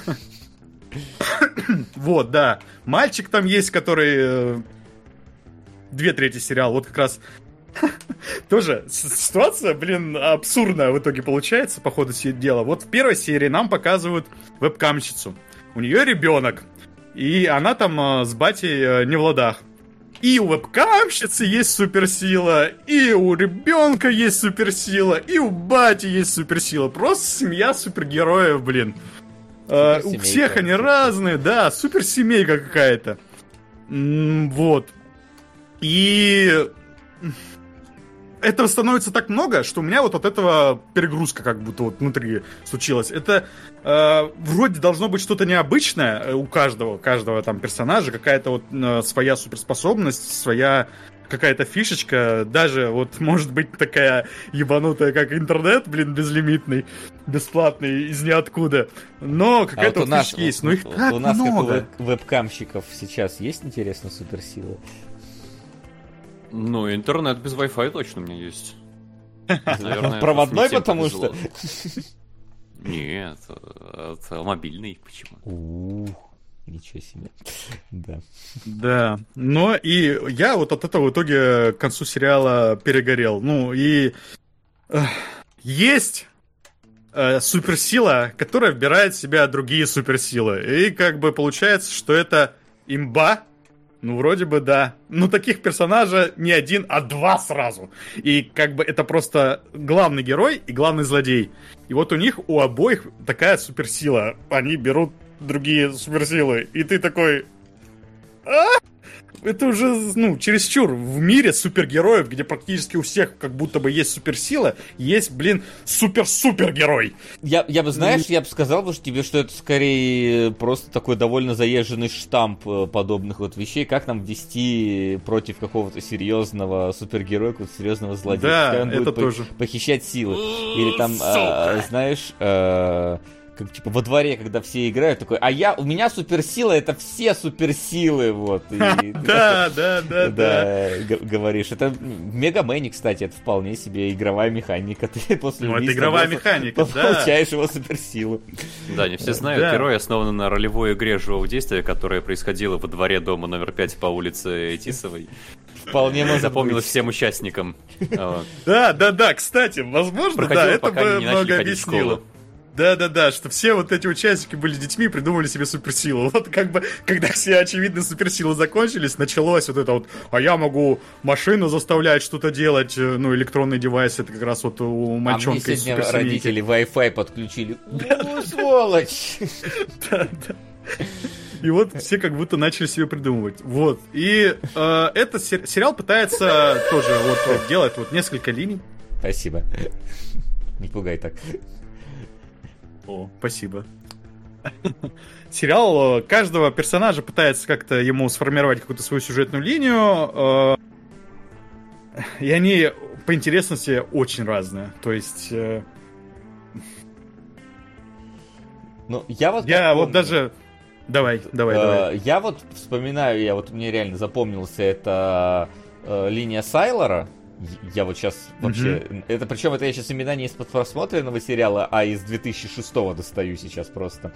Вот, да. Мальчик там есть, который... Две трети сериала, вот как раз... Тоже ситуация, блин, абсурдная в итоге получается по ходу дела. Вот в первой серии нам показывают вебкамщицу. У нее ребенок, и она там с батей не в ладах. И у вебкамщицы есть суперсила, и у ребенка есть суперсила, и у бати есть суперсила. Просто семья супергероев, блин. А, у всех они разные, да, суперсемейка какая-то. М-м, вот. И... этого становится так много, что у меня вот от этого перегрузка как будто вот внутри случилась. Это э, вроде должно быть что-то необычное у каждого, у каждого там персонажа, какая-то вот э, своя суперспособность, своя какая-то фишечка, даже вот может быть такая ебанутая, как интернет, блин, безлимитный, бесплатный, из ниоткуда. Но какая-то а вот вот фишечка есть, но их у, так у нас, много. Как у веб-камщиков сейчас есть, интересно, суперсила? Ну, интернет без Wi-Fi точно у меня есть. Наверное, проводной, потому что... Нет, это мобильный, почему? Ничего себе. Да. Да. Но и я вот от этого в итоге к концу сериала перегорел. Ну и э, есть э, суперсила, которая вбирает в себя другие суперсилы. И как бы получается, что это имба. Ну, вроде бы да. Но таких персонажей не один, а два сразу. И как бы это просто главный герой и главный злодей. И вот у них у обоих такая суперсила. Они берут другие суперсилы. И ты такой... А? Это уже, ну, чересчур. В мире супергероев, где практически у всех как будто бы есть суперсила, есть, блин, супер-супергерой. Я, я бы, знаешь, я бы сказал бы тебе, что это скорее просто такой довольно заезженный штамп подобных вот вещей. Как нам ввести против какого-то серьезного супергероя, какого-то серьезного злодея? Да, он это будет тоже. Похищать силы. Или там, а, знаешь... А, как типа во дворе, когда все играют, такой, а я, у меня суперсила, это все суперсилы, вот. Да, да, да, да. Говоришь. Это в Мегамене, кстати, это вполне себе игровая механика. Ты после Ну, это игровая механика, да. Получаешь его суперсилу. Да, не все знают, герой основан на ролевой игре живого действия, которая происходила во дворе дома номер пять по улице Тисовой. Вполне может запомнилось всем участникам. Да, да, да, кстати, возможно, да, это бы много объяснило. Да-да-да, что все вот эти участники были детьми и придумали себе суперсилу. Вот как бы, когда все, очевидно, суперсилы закончились, началось вот это вот, а я могу машину заставлять что-то делать, ну, электронный девайс, это как раз вот у мальчонка из суперсемейки. А мне сегодня родители Wi-Fi подключили. Ну, сволочь! Да-да. И вот все как будто начали себе придумывать. Вот. И э, этот сер- сериал пытается тоже вот делать вот несколько линий. Спасибо. Не пугай так. О, спасибо. Сериал каждого персонажа пытается как-то ему сформировать какую-то свою сюжетную линию. И они по интересности очень разные. То есть... Ну, я вот... Я вот даже... Давай, давай, э, давай. Я вот вспоминаю, я вот мне реально запомнился, это э, линия Сайлора. Я вот сейчас вообще... Mm-hmm. Это причем это я сейчас имена не из-под просмотренного сериала, а из две тысячи шестого достаю сейчас просто.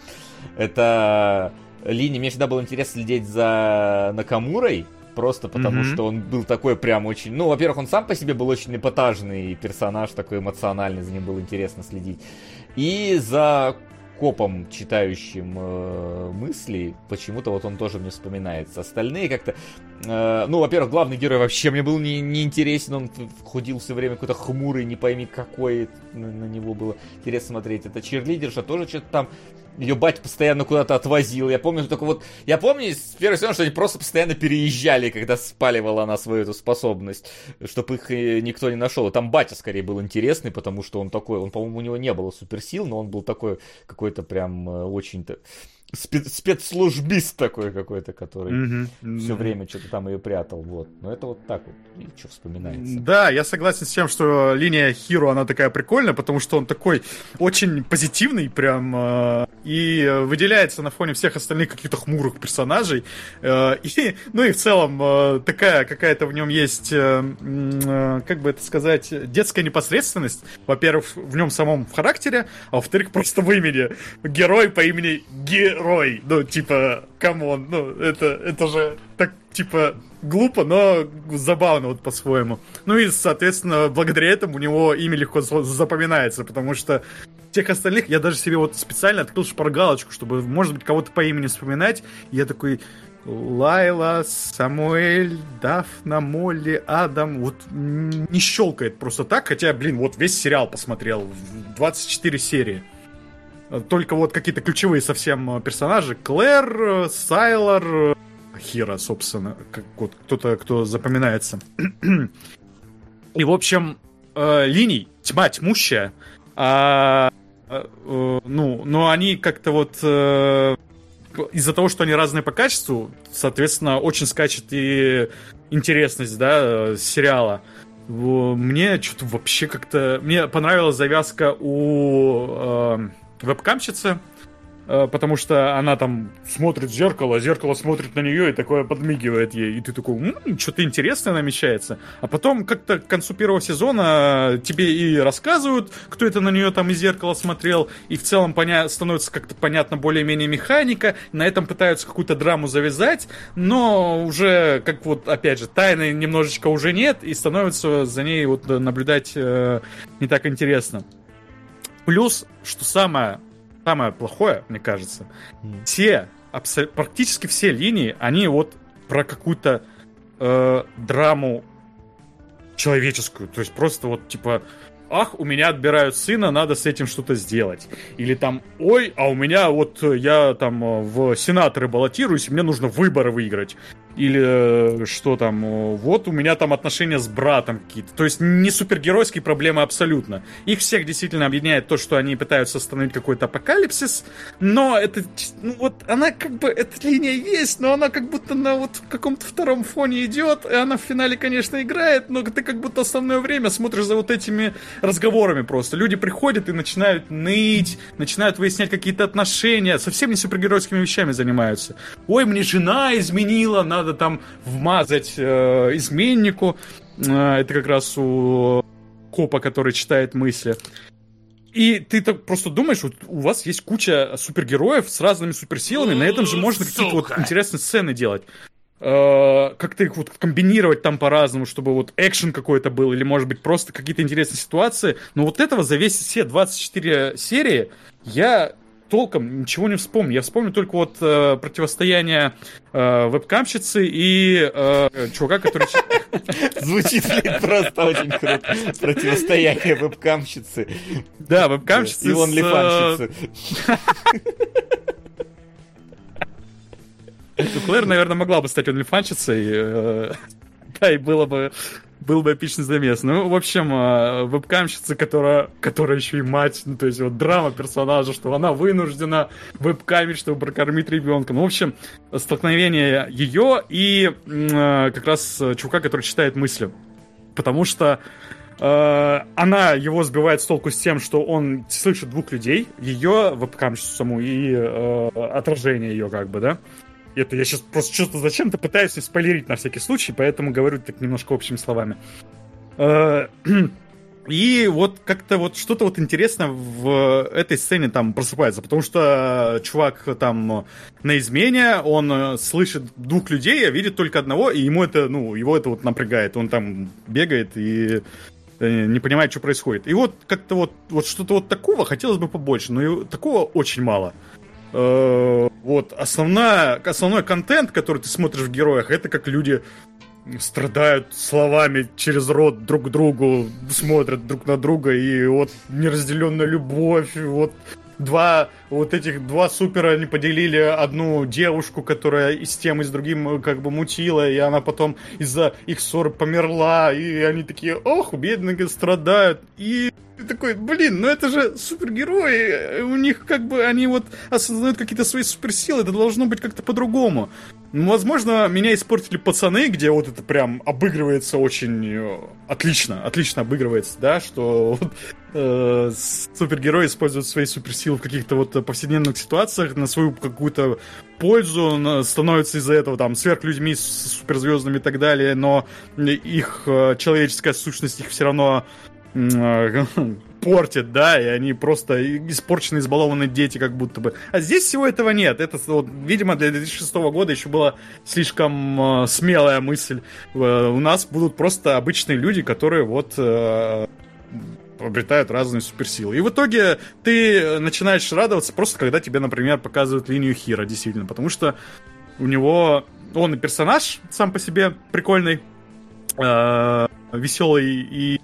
Это линия... Мне всегда было интересно следить за Накамурой, просто потому mm-hmm. что он был такой прям очень... Ну, во-первых, он сам по себе был очень эпатажный персонаж, такой эмоциональный, за ним было интересно следить. И за... копом, читающим э, мысли, почему-то вот он тоже мне вспоминается. Остальные как-то... Э, ну, во-первых, главный герой вообще мне был не, не интересен, он ходил все время какой-то хмурый, не пойми какой, на, на него было интересно смотреть. Это чирлидерша тоже что-то там... Ее батя постоянно куда-то отвозил. Я помню только вот... Я помню с первого сезона, что они просто постоянно переезжали, когда спаливала она свою эту способность, чтобы их никто не нашел. И там батя скорее был интересный, потому что он такой... Он, по-моему, у него не было суперсил, но он был такой какой-то прям очень-то... Спец- спецслужбист такой какой-то, который mm-hmm. Mm-hmm. все время что-то там ее прятал. Вот. Но это вот так вот. И что вспоминается. Да, я согласен с тем, что линия Хиро, она такая прикольная, потому что он такой очень позитивный прям э, и выделяется на фоне всех остальных каких-то хмурых персонажей. Э, и, ну и в целом э, такая какая-то в нем есть, э, э, как бы это сказать, детская непосредственность. Во-первых, в нем самом в характере, а во-вторых, просто в имени. Герой по имени Герой. Рой, ну, типа, камон, ну, это, это же так, типа, глупо, но забавно вот по-своему. Ну и, соответственно, благодаря этому у него имя легко запоминается, потому что тех остальных я даже себе вот специально открыл шпаргалочку, чтобы, может быть, кого-то по имени вспоминать. И я такой, Лайла, Самуэль, Дафна, Молли, Адам, вот не щелкает просто так, хотя, блин, вот весь сериал посмотрел, двадцать четыре серии. Только вот какие-то ключевые совсем персонажи. Клэр, Сайлор, Хиро, собственно. Как, вот, кто-то, кто запоминается. И, в общем, э, линий тьма тьмущая. А, э, э, ну, но они как-то вот... Э, из-за того, что они разные по качеству, соответственно, очень скачет и интересность, да, сериала. Мне что-то вообще как-то... Мне понравилась завязка у э, вебкамщицы, э, потому что она там смотрит в зеркало, зеркало смотрит на нее и такое подмигивает ей. И ты такой, м-м, что-то интересное намечается. А потом как-то к концу первого сезона тебе и рассказывают, кто это на нее там из зеркала смотрел, и в целом поня- становится как-то понятно более-менее механика. На этом пытаются какую-то драму завязать, но уже, как вот, опять же, тайны немножечко уже нет, и становится за ней вот наблюдать э, не так интересно. Плюс, что самое, самое плохое, мне кажется, mm. все, абсо- практически все линии, они вот про какую-то э, драму человеческую. То есть просто вот типа, ах, у меня отбирают сына, надо с этим что-то сделать. Или там, ой, а у меня вот я там в сенаторы баллотируюсь, и мне нужно выборы выиграть. Или что там, вот у меня там отношения с братом какие-то. То есть не супергеройские проблемы абсолютно. Их всех действительно объединяет то, что они пытаются остановить какой-то апокалипсис, но это, ну вот она как бы, эта линия есть, но она как будто на вот каком-то втором фоне идет, и она в финале, конечно, играет, но ты как будто основное время смотришь за вот этими разговорами просто. Люди приходят и начинают ныть, начинают выяснять какие-то отношения, совсем не супергеройскими вещами занимаются. Ой, мне жена изменила, надо надо там вмазать э, изменнику. Э, это как раз у копа, который читает мысли. И ты так просто думаешь, вот у вас есть куча супергероев с разными суперсилами, на этом же можно какие-то вот интересные сцены делать. Э, как-то их вот комбинировать там по-разному, чтобы вот экшен какой-то был, или, может быть, просто какие-то интересные ситуации. Но вот этого за весь все двадцать четыре серии я... толком ничего не вспомню. Я вспомню только вот э, противостояние э, вебкамщицы и э, чувака, который... Звучит просто очень круто. Противостояние вебкамщицы. Да, вебкамщицы и онлифанщицы. Клэр, наверное, могла бы стать онлифанщицей. Да, и было бы... Был бы эпичный замес. Ну, в общем, вебкамщица, которая, которая еще и мать, ну, то есть вот драма персонажа, что она вынуждена вебкамить, чтобы прокормить ребенка. Ну, в общем, столкновение ее и э, как раз чувака, который читает мысли. Потому что э, она его сбивает с толку с тем, что он слышит двух людей, ее вебкамщицу саму и э, отражение ее, как бы, да. Это я сейчас просто что-то зачем-то пытаюсь не спойлерить на всякий случай, поэтому говорю так немножко общими словами. И вот как-то вот что-то вот интересное в этой сцене там просыпается, потому что чувак там на измене, он слышит двух людей, а видит только одного, и ему это, ну, его это вот напрягает. Он там бегает и не понимает, что происходит. И вот как-то вот, вот что-то вот такого хотелось бы побольше, но такого очень мало. Вот, основная, основной контент, который ты смотришь в героях, это как люди страдают словами через рот друг к другу, смотрят друг на друга, и вот неразделенная любовь, вот два вот этих два супера, они поделили одну девушку, которая и с тем, и с другим как бы мутила, и она потом из-за их ссоры померла, и они такие, ох, бедные страдают, и ты такой, блин, ну это же супергерои, у них как бы, они вот осознают какие-то свои суперсилы, это должно быть как-то по-другому. Ну, возможно, меня испортили пацаны, где вот это прям обыгрывается очень отлично, отлично обыгрывается, да, что вот, э, супергерои используют свои суперсилы в каких-то вот повседневных ситуациях на свою какую-то пользу, на, становятся из-за этого там сверхлюдьми, суперзвездными и так далее, но их э, человеческая сущность их все равно портит, да, и они просто испорченные, избалованные дети как будто бы. А здесь всего этого нет. Это, вот, видимо, для две тысячи шестого года еще была слишком э, смелая мысль. Э, у нас будут просто обычные люди, которые вот э, обретают разные суперсилы. И в итоге ты начинаешь радоваться просто, когда тебе, например, показывают линию Хиро, действительно, потому что у него, он и персонаж сам по себе прикольный, э, веселый и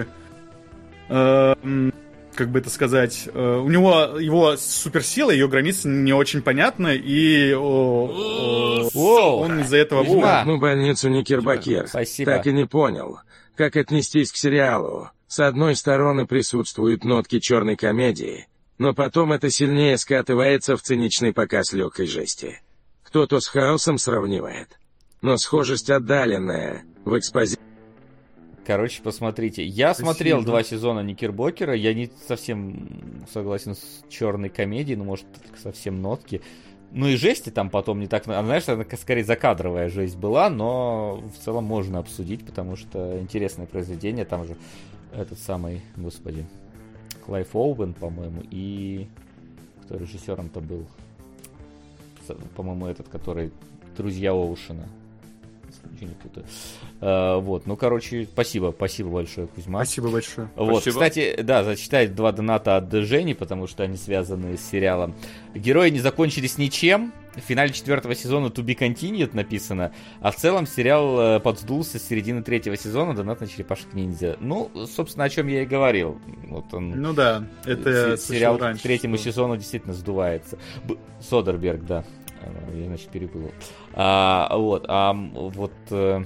как бы это сказать, у него его суперсила, ее границы не очень понятны, и о, о, он из-за этого... В одну больницу Никербокер. Так и не понял, Как отнестись к сериалу? С одной стороны присутствуют нотки черной комедии, но потом это сильнее скатывается в циничный показ легкой жести. Кто-то с Хаосом сравнивает. Но схожесть отдаленная, в экспозиции. Короче, посмотрите. Я Спасибо. смотрел два сезона Никербокера, я не совсем согласен с черной комедией, ну, может, совсем нотки. Ну и жести там потом не так... А, знаешь, она скорее закадровая жесть была, но в целом можно обсудить, потому что интересное произведение. Там же этот самый, господи, Клайв Оуэн, по-моему, и... Кто режиссером-то был? По-моему, этот, который «Друзья Оушена». Ничего не путаю. А, вот, ну, короче, спасибо, спасибо большое, Кузьма. Спасибо большое. Вот, спасибо. Кстати, да, зачитать два доната от Жени, потому что они связаны с сериалом. Герои не закончились ничем. В финале четвертого сезона To Be Continued написано, а в целом сериал подсдулся с середины третьего сезона, донат на черепашек ниндзя. Ну, собственно, о чем я и говорил. Вот он, ну да, это с- сериал раньше, к третьему что... сезону действительно сдувается. Б- Содерберг, да. Я, значит, перепутал. А, вот, а вот э,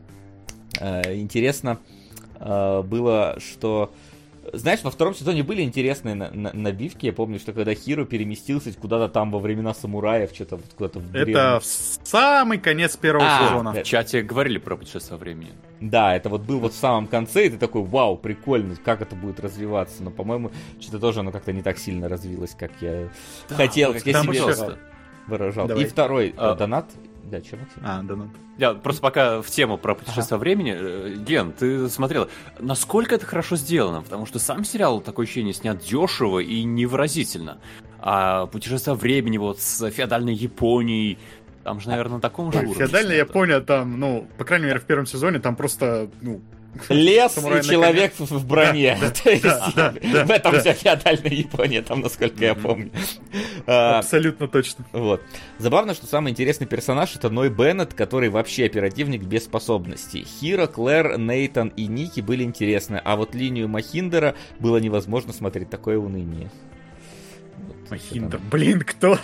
э, интересно э, было, что... Знаешь, во втором сезоне были интересные на- на- набивки. Я помню, что когда Хиро переместился куда-то там во времена самураев, что-то вот куда-то в древнем... Это в самый конец первого А, сезона. В чате говорили про путешествие во времени. Да, это вот был вот в самом конце, и ты такой, вау, прикольно, как это будет развиваться. Но, по-моему, что-то тоже оно как-то не так сильно развилось, как я Да, хотел, вот как я там себе пожалуйста. выражал. Давай. И второй А. э, донат. Да, что, Максим? А, да, ну. Я просто пока в тему про путешествие во времени, э, Ген, ты смотрела, насколько это хорошо сделано, потому что сам сериал, такое ощущение, снят дешево и невыразительно. А путешествие во времени вот с феодальной Японией, там же, наверное, на таком же уровне. Феодальная снято. Япония там, ну, по крайней мере, в первом сезоне там просто, ну... Лес самурай и на человек в в броне. То есть, да, да, В этом да. вся феодальная Япония, там, насколько я помню. А, Абсолютно точно. Вот. Забавно, что самый интересный персонаж — это Ной Беннет, который вообще оперативник без способностей. Хиро, Клэр, Нейтан и Ники были интересны, а вот линию Махиндера было невозможно смотреть. Такое уныние. Вот, Махиндер, что блин, кто?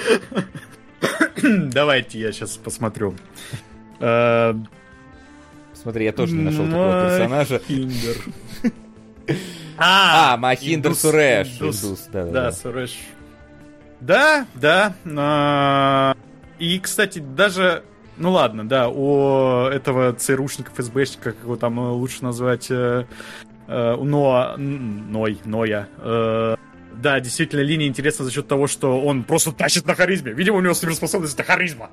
Давайте я сейчас посмотрю. Э, там. Смотри, я тоже не нашел такого персонажа. Махиндер. А, Махиндер Индус, Суреш. Индус. Индус, да, да, Да, да. Суреш. Да, да. а, И, кстати, даже... Ну ладно, да, у этого ЦРУшника, ФСБшника, как его там э, лучше назвать, э, э, у Ноа... Н- Ной, Ноя. э, Да, действительно, линия интересна за счет того, что он просто тащит на харизме. Видимо, у него суперспособность — это харизма.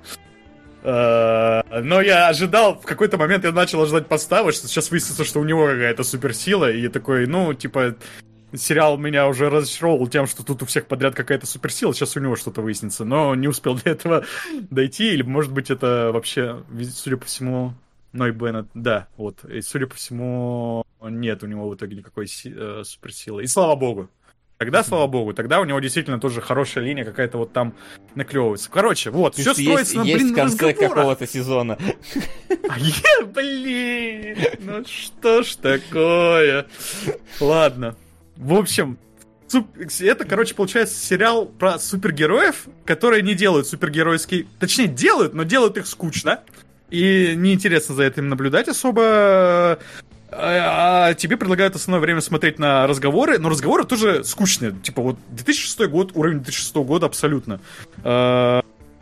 Э, Но я ожидал, в какой-то момент я начал ожидать подставы, что сейчас выяснится, что у него какая-то суперсила, и я такой, ну, типа... Сериал меня уже разочаровал тем, что тут у всех подряд какая-то суперсила, сейчас у него что-то выяснится, но не успел до этого дойти, или, может быть, это вообще, судя по всему, Ной Беннет, да, вот, и, судя по всему, нет у него в итоге никакой си- э, суперсилы, и слава богу. Тогда, слава богу, тогда у него действительно тоже хорошая линия какая-то вот там наклевывается. Короче, вот, все Есть- строится на, есть блин, в конце разговорах. какого-то сезона. А я, блин, ну что ж такое? Ладно. В общем, суп- это, короче, получается сериал про супергероев, которые не делают супергеройские... Точнее, делают, но делают их скучно. И неинтересно за этим наблюдать особо. А тебе предлагают основное время смотреть на разговоры, но разговоры тоже скучные. Типа вот две тысячи шестой год, уровень две тысячи шестого года абсолютно. А,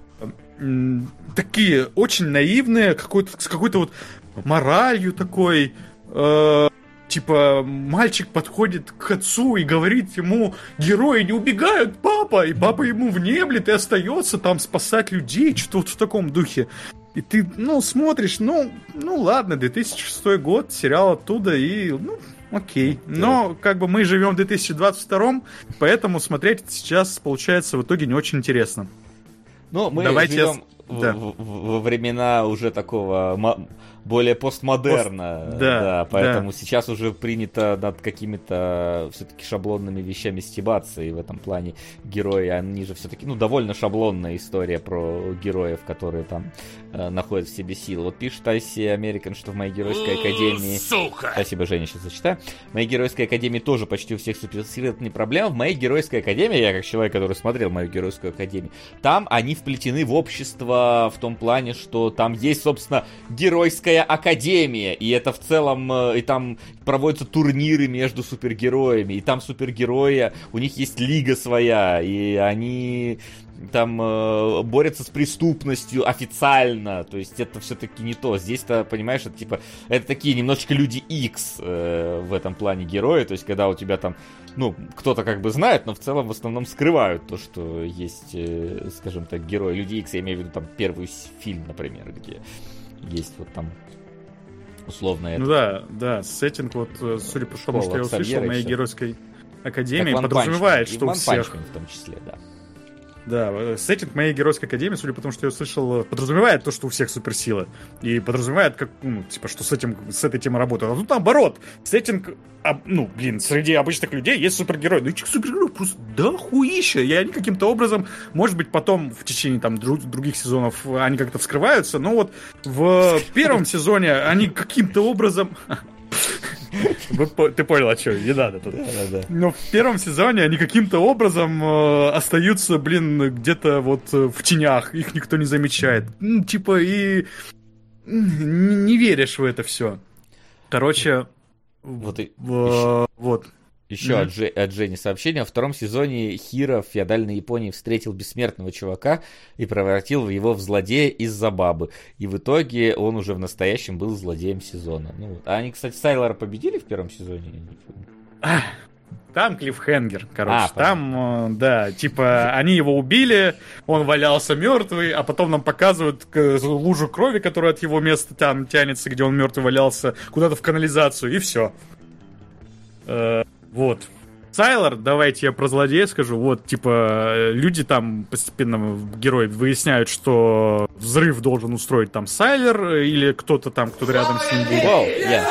м, Такие очень наивные, какой-то, с какой-то вот моралью такой... а, Типа, мальчик подходит к отцу и говорит ему: герои не убегают, папа! И папа ему внемлет и остается там спасать людей, что-то вот в таком духе. И ты, ну, смотришь, ну, ну ладно, две тысячи шестой год, сериал оттуда, и, ну, окей. Но, как бы, мы живем в две тысячи двадцать втором, поэтому смотреть это сейчас, получается, в итоге не очень интересно. Ну, мы Давайте я с- живем в- да. в- в- во времена уже такого ма- более постмодерна, Пост- да, да, поэтому да. сейчас уже принято над какими-то все-таки шаблонными вещами стебаться, и в этом плане герои, они же все-таки, ну, довольно шаблонная история про героев, которые там э, находят в себе силы. Вот пишет Айси Американ, что в моей геройской академии... Сука! Спасибо, Женя, сейчас зачитаю. В моей геройской академии тоже почти у всех суперсилы, это не проблема. В моей геройской академии, я как человек, который смотрел мою геройскую академию, там они вплетены в общество в том плане, что там есть, собственно, геройская некая академия, и это в целом, и там проводятся турниры между супергероями, и там супергерои, у них есть лига своя, и они там э, борются с преступностью официально, то есть это все-таки не то. Здесь-то, понимаешь, это типа, это такие немножечко Люди Икс э, в этом плане герои, то есть когда у тебя там, ну, кто-то как бы знает, но в целом в основном скрывают то, что есть, э, скажем так, герои Люди Икс, я имею в виду там первый фильм, например, где есть вот там условно это. Ну да, да, сеттинг вот, судя по тому, что я услышал, моей геройской академии подразумевает, что у всех... в том числе, да. Да, сеттинг моей геройской академии, судя по тому, что я услышал, подразумевает то, что у всех суперсила. И подразумевает, как, ну, типа, что с этим, с этой темой работают. А тут наоборот, сеттинг, а, ну, блин, среди обычных людей есть супергерои. Ну, этих супергероев просто дохуища. И они каким-то образом, может быть, потом в течение там друг, других сезонов они как-то вскрываются, но вот в первом сезоне они каким-то образом... Ты понял, а что, не надо тут. Да, да, да. Но в первом сезоне они каким-то образом э, остаются, блин, где-то вот в тенях, их никто не замечает. Ну, типа, и не, не веришь в это все. Короче, вот. И, в, еще, вот. Еще mm-hmm. от, Же, от Жени сообщение. Во втором сезоне Хиро в феодальной Японии встретил бессмертного чувака и превратил его в злодея из-за бабы. И в итоге он уже в настоящем был злодеем сезона. Ну, а они, кстати, Сайлора победили в первом сезоне? Я не помню. Там клиффхенгер, короче. А, там, да, типа, они его убили, он валялся мертвый, а потом нам показывают лужу крови, которая от его места там тянется, где он мертвый валялся, куда-то в канализацию, и все. Вот. Сайлор, давайте я про злодея скажу. Вот, типа, люди там постепенно, герои, выясняют, что взрыв должен устроить там Сайлор или кто-то там, кто-то рядом с ним будет. Wow, yeah.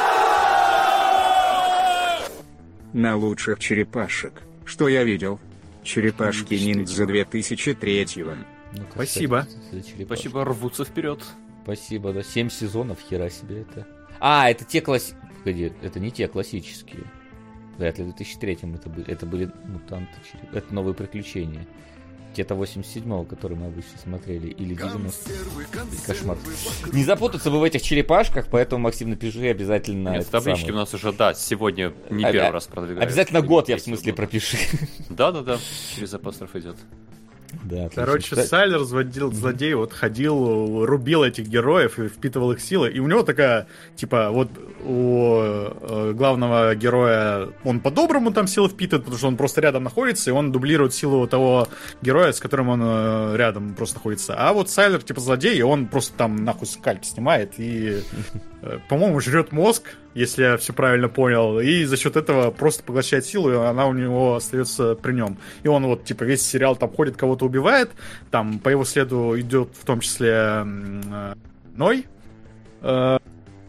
На лучших черепашек, что я видел? Черепашки ниндзя две тысячи третьего. Ну, спасибо. Спасибо, рвутся вперед. Спасибо, да. Семь сезонов, хера себе это. А, это те класс... Погоди, это не те классические. Вряд ли в две тысячи третьем это были, это были мутанты, это новые приключения. Те-то восемьдесят седьмого, которые мы обычно смотрели, или девяностого. Кошмар. Не запутаться бы в этих черепашках, поэтому, Максим, напиши обязательно. Нет, в табличке самое. У нас уже, да, сегодня не а, первый а, раз продвигается. Обязательно год, я в смысле год. Пропиши. Да-да-да, через апостроф идет. Да, короче, Сайлор, злодей, злодей, вот ходил, рубил этих героев и впитывал их силы. И у него такая, типа, вот у э, главного героя он по-доброму там силы впитывает, потому что он просто рядом находится, и он дублирует силу того героя, с которым он э, рядом просто находится. А вот Сайлор, типа, злодей, и он просто там нахуй скальп снимает и, э, по-моему, жрет мозг, если я все правильно понял, и за счет этого просто поглощает силу, и она у него остается при нем. И он вот, типа, весь сериал там ходит, кого-то убивает, там по его следу идет в том числе э, Ной, э,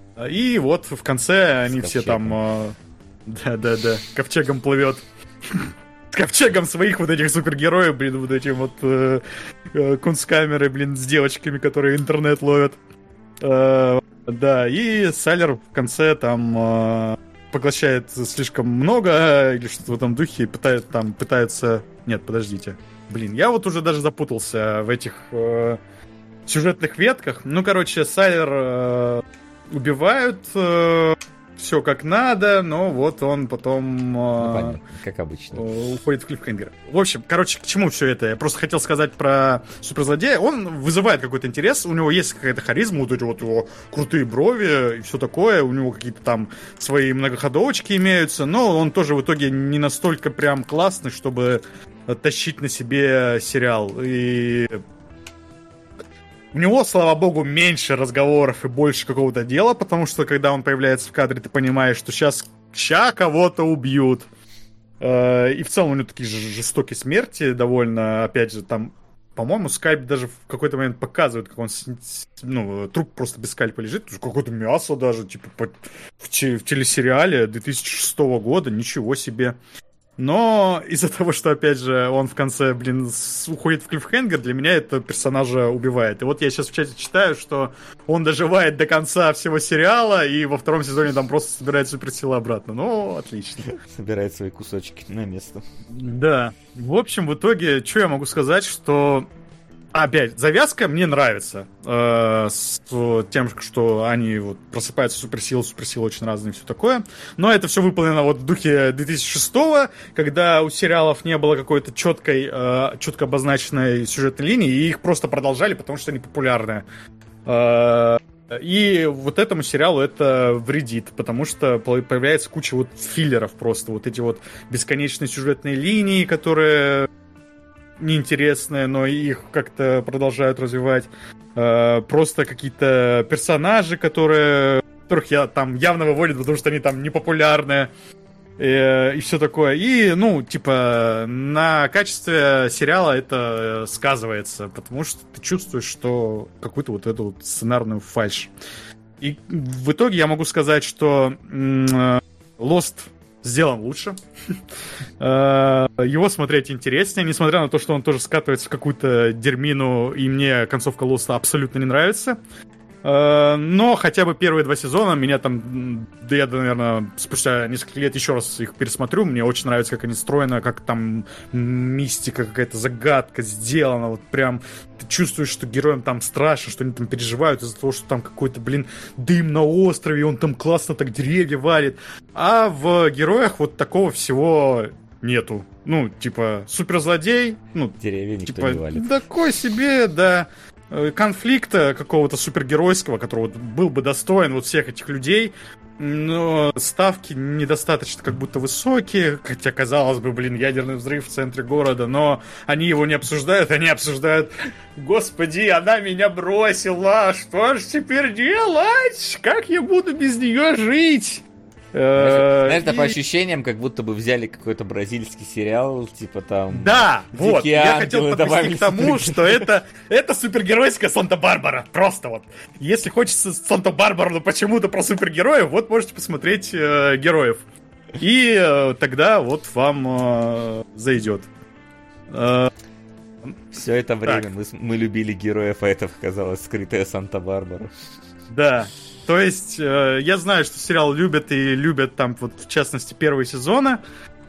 и вот в конце они все там, э, да-да-да, ковчегом плывет. С ковчегом своих вот этих супергероев, блин, вот этим вот э, э, кунсткамеры, блин, с девочками, которые интернет ловят. Э, Да, и Сайлор в конце там э, поглощает слишком много, или что-то в этом духе, и пытает, там, пытается... Нет, подождите. Блин, я вот уже даже запутался в этих э, сюжетных ветках. Ну, короче, Сайлор э, убивают, э, все как надо, но вот он потом... Э, ну, понятно, как обычно. Уходит в клиффхенгер. В общем, короче, к чему все это? Я просто хотел сказать про суперзлодея. Он вызывает какой-то интерес, у него есть какая-то харизма, вот эти вот его крутые брови и все такое, у него какие-то там свои многоходовочки имеются, но он тоже в итоге не настолько прям классный, чтобы тащить на себе сериал. И... У него, слава богу, меньше разговоров и больше какого-то дела, потому что, когда он появляется в кадре, ты понимаешь, что сейчас, сейчас кого-то убьют. И в целом у него такие жестокие смерти довольно, опять же, там, по-моему, скальп даже в какой-то момент показывает, как он, ну, труп просто без скальпа лежит, какое-то мясо даже, типа, в телесериале две тысячи шестого года, ничего себе. Но из-за того, что, опять же, он в конце, блин, уходит в клиффхенгер, для меня это персонажа убивает. И вот я сейчас в чате читаю, что он доживает до конца всего сериала, и во втором сезоне там просто собирает суперсилы обратно. Ну, отлично. Собирает свои кусочки на место. Да. В общем, в итоге, что я могу сказать, что опять, завязка мне нравится. Э, с тем, что они вот просыпаются суперсилы, суперсилы очень разные и все такое. Но это все выполнено вот в духе две тысячи шестого, когда у сериалов не было какой-то четкой, э, четко обозначенной сюжетной линии, и их просто продолжали, потому что они популярны. Э, и вот этому сериалу это вредит, потому что появляется куча вот филлеров просто. Вот эти вот бесконечные сюжетные линии, которые... неинтересные, но их как-то продолжают развивать. Э, просто какие-то персонажи, которые, которых я там явно выводят, потому что они там непопулярные. Э, и все такое. И, ну, типа, на качестве сериала это сказывается, потому что ты чувствуешь, что какую-то вот эту вот сценарную фальшь. И в итоге я могу сказать, что м- Lost сделан лучше. Его смотреть интереснее, несмотря на то, что он тоже скатывается в какую-то дерьмину, и мне концовка Лоста абсолютно не нравится. Но хотя бы первые два сезона меня там, да я, наверное, спустя несколько лет еще раз их пересмотрю. Мне очень нравится, как они строены, как там мистика, какая-то загадка сделана. Вот прям ты чувствуешь, что героям там страшно, что они там переживают из-за того, что там какой-то, блин, дым на острове, и он там классно так деревья валит. А в героях вот такого всего нету. Ну, типа, суперзлодей, ну, деревья никто типа, не валит. Такой себе, да, конфликта какого-то супергеройского, который вот был бы достоин вот всех этих людей, но ставки недостаточно как будто высокие, хотя, казалось бы, блин, ядерный взрыв в центре города, но они его не обсуждают, они обсуждают: господи, она меня бросила, что же теперь делать? Как я буду без нее жить? Знаешь, это и... по ощущениям, как будто бы взяли какой-то бразильский сериал, типа там... Да, вот, я хотел подвести к тому, супер... что это, это супергеройская Санта-Барбара, просто вот. Если хочется Санта-Барбару, но почему-то про супергероев, вот можете посмотреть э, героев. И э, тогда вот вам э, зайдет. Э, Все это время мы, мы любили героев, а это оказалась скрытая Санта-Барбара. Да. То есть, э, я знаю, что сериал любят и любят там, вот, в частности, первые сезоны,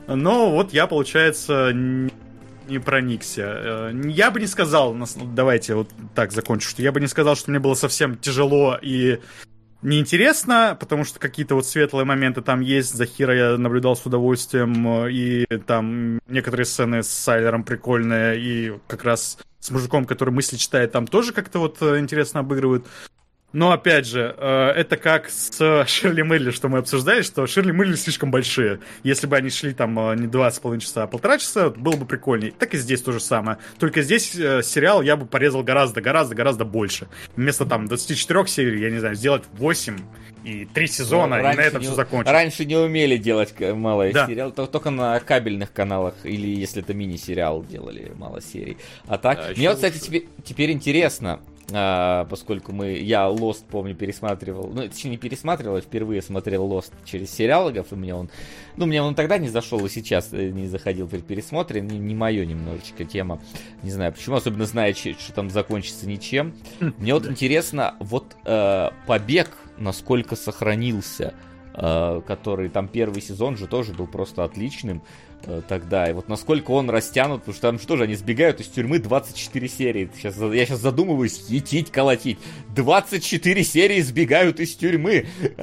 но вот я, получается, не, не проникся. Э, я бы не сказал, давайте вот так закончу, что я бы не сказал, что мне было совсем тяжело и неинтересно, потому что какие-то вот светлые моменты там есть. Захира я наблюдал с удовольствием, и там некоторые сцены с Сайлером прикольные, и как раз с мужиком, который мысли читает, там тоже как-то вот интересно обыгрывают. Но, опять же, это как с Ширли Мырли, что мы обсуждали, что Ширли Мырли слишком большие. Если бы они шли там не два с половиной часа, а полтора часа, было бы прикольнее. Так и здесь то же самое. Только здесь сериал я бы порезал гораздо-гораздо-гораздо больше. Вместо там двадцати четырёх серий, я не знаю, сделать восемь и три сезона, ну, и на этом не, все закончить. Раньше не умели делать малые да. сериалы, только на кабельных каналах, или если это мини-сериал, делали мало серий. А так, да, мне вот, кстати, теперь, теперь интересно, а, поскольку мы, я Lost, помню, пересматривал, ну, точнее, не пересматривал, я впервые смотрел Lost через сериалогов, и мне он, ну, мне он тогда не зашел, и сейчас не заходил при пересмотре, не, не мое немножечко тема, не знаю почему, особенно зная, что там закончится ничем. Мне вот интересно, вот э, «Побег», насколько сохранился, э, который там первый сезон же тоже был просто отличным э, тогда, и вот насколько он растянут, потому что там что же, они сбегают из тюрьмы двадцать четыре серии, сейчас, я сейчас задумываюсь, етить, колотить, двадцать четыре серии сбегают из тюрьмы,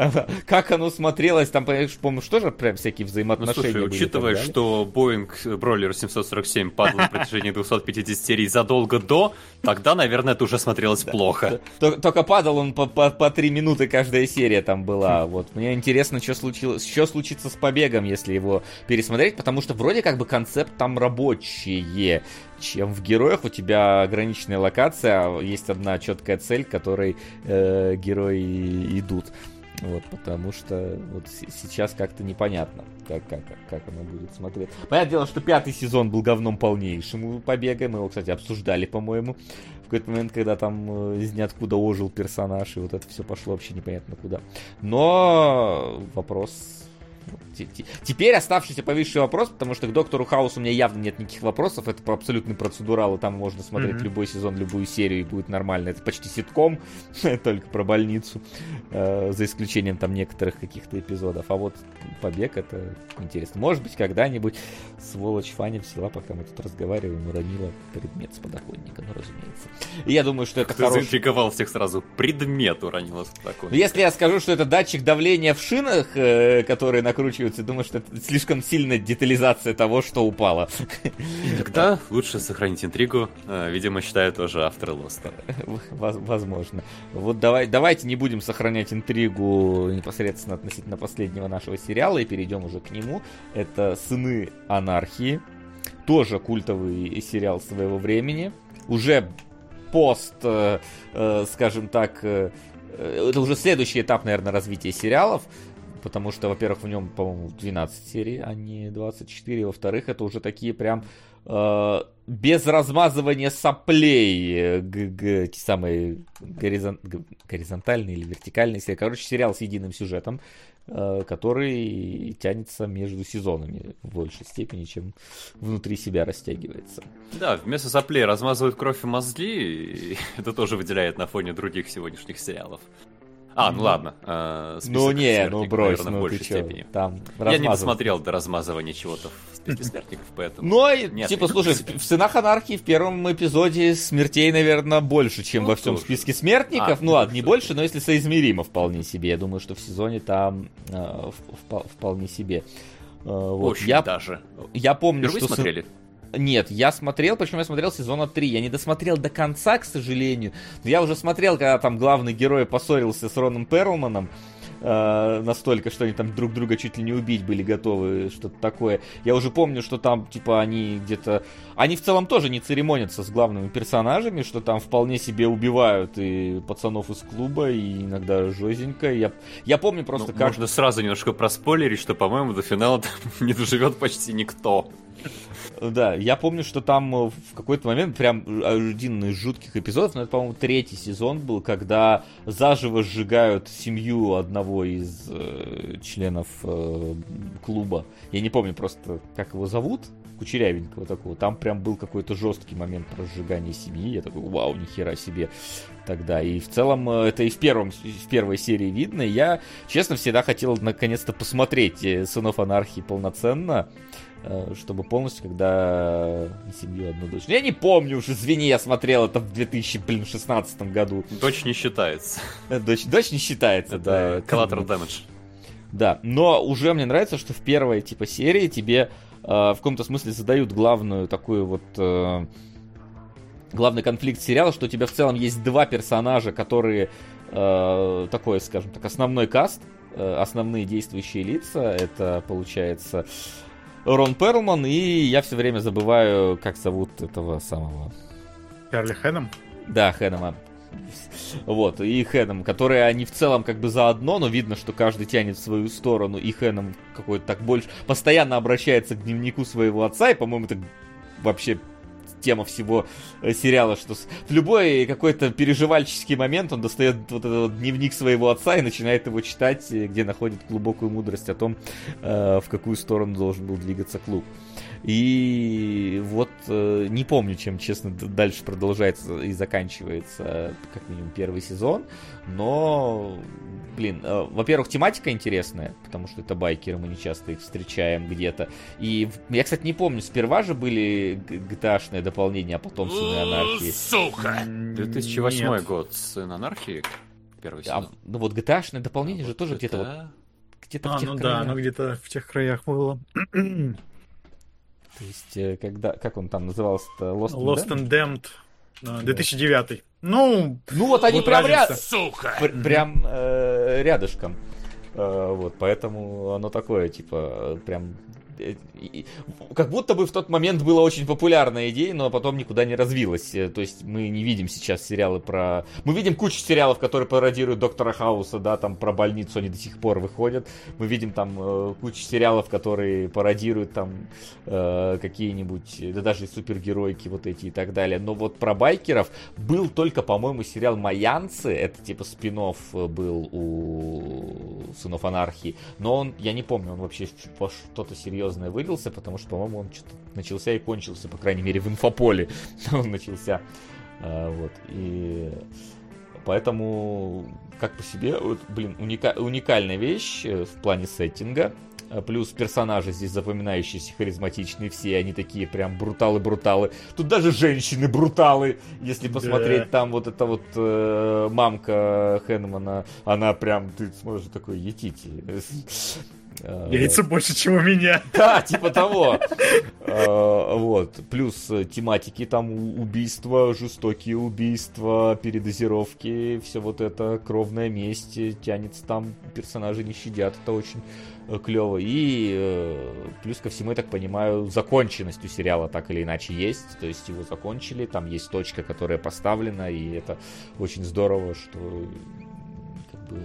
как оно смотрелось, там, помню, что же прям всякие взаимоотношения. Ну, слушай, учитывая, что Boeing Brawler семьсот сорок семь падал на протяжении двухсот пятидесяти серий задолго до, тогда, наверное, это уже смотрелось да. плохо. Только падал он по, по, по три минуты каждая серия там была. Вот. Мне интересно, что случилось, что случится с «Побегом», если его пересмотреть, потому что вроде как бы концепт там рабочие, чем в «Героях». У тебя ограниченная локация, есть одна четкая цель, к которой э, герои идут. Вот, потому что вот сейчас как-то непонятно, как, как, как оно будет смотреть. Понятное дело, что пятый сезон был говном полнейшим у «Побега». Мы его, кстати, обсуждали, по-моему, в какой-то момент, когда там из ниоткуда ожил персонаж, и вот это все пошло вообще непонятно куда. Но вопрос Теперь оставшийся повисший вопрос, потому что к Доктору Хаусу у меня явно нет никаких вопросов. Это абсолютный процедурал, и там можно смотреть mm-hmm. любой сезон, любую серию, и будет нормально. Это почти ситком, только про больницу, э, за исключением там некоторых каких-то эпизодов. А вот Побег, это интересно. Может быть, когда-нибудь сволочь Фаня взяла, пока мы тут разговариваем, уронила предмет с подоконника, ну, разумеется. И я думаю, что это Ты хороший... заинтриговал всех сразу. Предмет уронила с подоконника. Если я скажу, что это датчик давления в шинах, э, которые накручиваются, думаю, что это слишком сильная детализация того, что упало. Тогда лучше сохранить интригу. Видимо, считаю тоже авторы Лоста. Возможно. Вот давай, давайте не будем сохранять интригу непосредственно относительно последнего нашего сериала и перейдем уже к нему. Это «Сыны Анархии». Тоже культовый сериал своего времени. Уже пост, э, э, скажем так, э, это уже следующий этап, наверное, развития сериалов. Потому что, во-первых, в нем, по-моему, двенадцать серий, а не двадцать четыре. Во-вторых, это уже такие прям э, без размазывания соплей г- г- те самые горизон- г- горизонтальные или вертикальные серии. Короче, сериал с единым сюжетом, э, который тянется между сезонами в большей степени, чем внутри себя растягивается. Да, вместо соплей размазывают кровь и мозги, и это тоже выделяет на фоне других сегодняшних сериалов. А, ну ладно. Э, ну не, ну брось, наверное, ну в большей ты чё, степени. Там Я не досмотрел до размазывания чего-то в «Списке смертников», поэтому... Ну, и, Нет, типа, слушай, в «Сынах Анархии» в первом эпизоде смертей, наверное, больше, чем ну, во всем тоже. «Списке смертников». А, ну ладно, не больше, но если соизмеримо вполне себе. Я думаю, что в сезоне там э, вполне себе. Э, вот. Очень я, даже. Я помню, Впервые что... смотрели? Нет, я смотрел, причем я смотрел сезона три. Я не досмотрел до конца, к сожалению. Но я уже смотрел, когда там главный герой поссорился с Роном Перлманом. Э, настолько, что они там друг друга чуть ли не убить были готовы, что-то такое. Я уже помню, что там, типа, они где-то... Они в целом тоже не церемонятся с главными персонажами, что там вполне себе убивают и пацанов из клуба, и иногда жестенько. Я, я помню просто, ну, как... Можно сразу немножко проспойлерить, что, по-моему, до финала там не доживет почти никто. Да, я помню, что там в какой-то момент прям один из жутких эпизодов, но это, по-моему, третий сезон был, когда заживо сжигают семью одного из э, членов э, клуба. Я не помню просто, как его зовут, кучерявенького такого. Там прям был какой-то жесткий момент про сжигание семьи. Я такой, вау, нихера себе тогда. И в целом это и в, первом, в первой серии видно. Я, честно, всегда хотел наконец-то посмотреть «Сынов Анархии» полноценно, чтобы полностью, когда семью, одну дочь. Я не помню уж, извини, я смотрел это в две тысячи шестнадцатом году. Дочь не считается. Дочь, дочь не считается, это да. Collateral Damage. Да, но уже мне нравится, что в первой типа серии тебе э, в каком-то смысле задают главную такую вот... Э, главный конфликт сериала, что у тебя в целом есть два персонажа, которые э, такой, скажем так, основной каст, э, основные действующие лица. Это, получается... Рон Перлман, и я все время забываю, как зовут этого самого... Чарли Хэном? Да, Хэнома. Вот, и Хэном, которые они в целом как бы заодно, но видно, что каждый тянет в свою сторону, и Хэном какой-то так больше... Постоянно обращается к дневнику своего отца, и, по-моему, это вообще... тема всего сериала, что в любой какой-то переживальческий момент он достает вот этот вот дневник своего отца и начинает его читать, где находит глубокую мудрость о том, в какую сторону должен был двигаться клуб. И вот не помню, чем, честно, дальше продолжается и заканчивается, как минимум, первый сезон, но, блин, во-первых, тематика интересная, потому что это байкеры, мы не часто их встречаем где-то. И я, кстати, не помню, сперва же были джи ти эй-шные дополнения, а потом «Сыны Анархии». Сука! две тысячи восьмой год, «Сын Анархии», первый сезон. А, ну вот джи ти эй-шные дополнения а же вот тоже это... где-то вот... Где-то а, в тех ну краях. да, оно где-то в тех краях было. То есть, когда... Как он там назывался-то? Lost, Lost and Damned? and две тысячи девятый. Ну, ну вот они вот прям рядом. Сука! Пр- прям э, рядышком. Э, вот, поэтому оно такое, типа, прям как будто бы в тот момент была очень популярная идея, но потом никуда не развилась. То есть мы не видим сейчас сериалы про... Мы видим кучу сериалов, которые пародируют Доктора Хауса, да, там про больницу они до сих пор выходят. Мы видим там э, кучу сериалов, которые пародируют там э, какие-нибудь, да даже супергеройки вот эти и так далее. Но вот про байкеров был только, по-моему, сериал «Майянцы». Это типа спин-офф был у «Сынов анархии». Но он, я не помню, он вообще во что-то серьезное вылился, потому что, по-моему, он что-то начался и кончился, по крайней мере, в инфополе он начался. А, вот, и поэтому, как по себе, вот, блин, уника- уникальная вещь в плане сеттинга. Плюс персонажи здесь запоминающиеся, харизматичные все, они такие прям бруталы-бруталы. Тут даже женщины-бруталы, если посмотреть, да. Там вот эта вот э, мамка Хэннемана, она прям, ты сможешь такой етить. Яйца больше, чем у меня. Да, типа того. Вот. Плюс тематики там убийства, жестокие убийства, передозировки, все вот это, кровная месть тянется там, персонажи не щадят, это очень клево. И плюс ко всему, я так понимаю, законченность у сериала так или иначе есть, то есть его закончили, там есть точка, которая поставлена, и это очень здорово, что как бы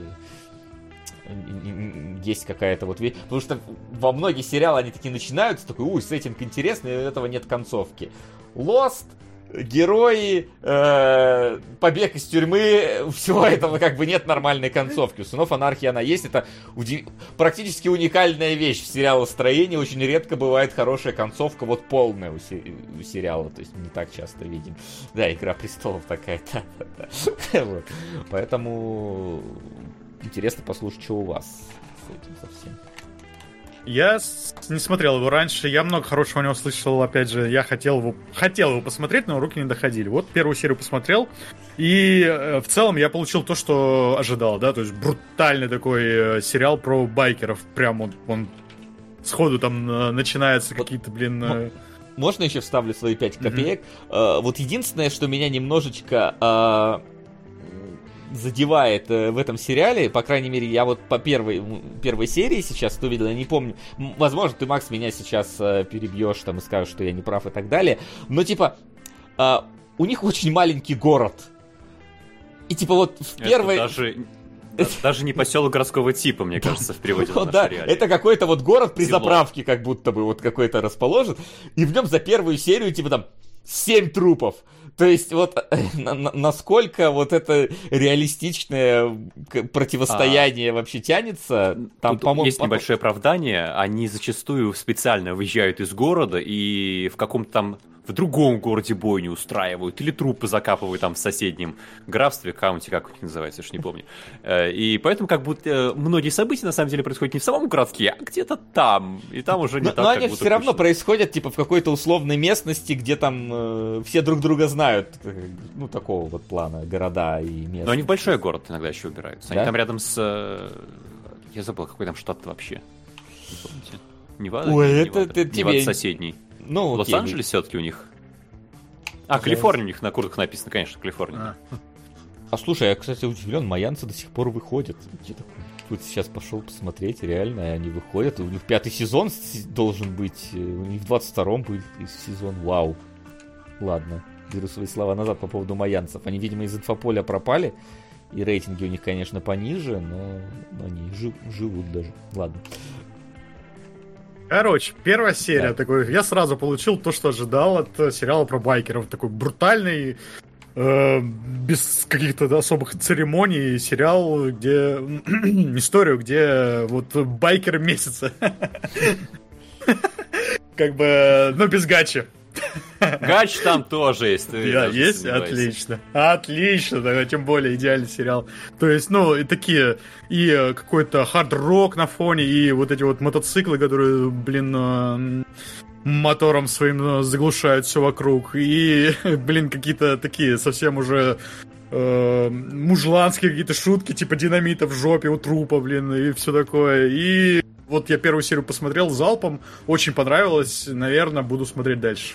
есть какая-то вот вещь. Потому что во многие сериалы они такие начинаются, такой, уй, сеттинг интересный, и у этого нет концовки. Lost, герои, э, побег из тюрьмы, всего этого как бы нет нормальной концовки. У «Сынов анархии» она есть, это уди- практически уникальная вещь в сериалостроении, очень редко бывает хорошая концовка, вот полная у, се- у сериала, то есть не так часто видим. Да, «Игра престолов» такая-то. Поэтому интересно послушать, что у вас с этим совсем. Я с... не смотрел его раньше, я много хорошего о него слышал, опять же, я хотел его, хотел его посмотреть, но руки не доходили. Вот первую серию посмотрел, и э, в целом я получил то, что ожидал, да, то есть брутальный такой э, сериал про байкеров, прям он, он сходу там э, начинается вот, какие-то, блин... Э... Можно еще вставлю свои пять копеек? Mm-hmm. Э, вот единственное, что меня немножечко... Э... задевает э, в этом сериале, по крайней мере, я вот по первой, первой серии сейчас, кто видел, я не помню, возможно, ты, Макс, меня сейчас э, перебьешь там и скажешь, что я не прав и так далее, но типа э, у них очень маленький город, и типа вот в первой... Это даже... Даже не поселок городского типа, мне кажется, в переводе на наш да, сериал. Это какой-то вот город при заправке, как будто бы вот какой-то расположен, и в нем за первую серию типа там семь трупов. То есть вот на, на, насколько вот это реалистичное противостояние а, вообще тянется, там, по-моему... Есть небольшое оправдание, они зачастую специально выезжают из города и в каком-то там... в другом городе бойню устраивают, или трупы закапывают там в соседнем графстве, каунти, как это называется, я уж не помню. И поэтому как будто многие события на самом деле происходят не в самом городке, а где-то там, и там уже не но, так, но как они будто все равно точно. Происходят типа в какой-то условной местности, где там э, все друг друга знают, ну такого вот плана, города и места. Но они в большой город иногда еще убираются. Они да? там рядом с... Я забыл, какой там штат вообще. Не помните? Невада? Ой, не, это Невада. ты Невада тебе... соседний. Ну, Лос-Анджелес все-таки у них. А, Пожалуйста. Калифорния у них на куртках написано, конечно, Калифорния. А, а слушай, я, кстати, удивлен, майянцы до сих пор выходят. Я такой, вот сейчас пошел посмотреть, реально, и они выходят. У них пятый сезон должен быть, у них в двадцать втором будет сезон. Вау. Ладно, беру свои слова назад по поводу майянцев. Они, видимо, из инфополя пропали, и рейтинги у них, конечно, пониже, но, но они жив, живут даже. Ладно. Короче, первая серия, да. такой, я сразу получил то, что ожидал от сериала про байкеров. Такой брутальный, э, без каких-то особых церемоний сериал, где историю, где вот байкеры месяца. Как бы, ну, без гачи. Гач там тоже есть. Да, есть? Отлично. Отлично, да, тем более идеальный сериал. То есть, ну, и такие, и какой-то хард-рок на фоне, и вот эти вот мотоциклы, которые, блин, мотором своим заглушают все вокруг, и, блин, какие-то такие совсем уже э, мужланские какие-то шутки, типа динамита в жопе у трупа, блин, и все такое. И вот я первую серию посмотрел залпом, очень понравилось, наверное, буду смотреть дальше.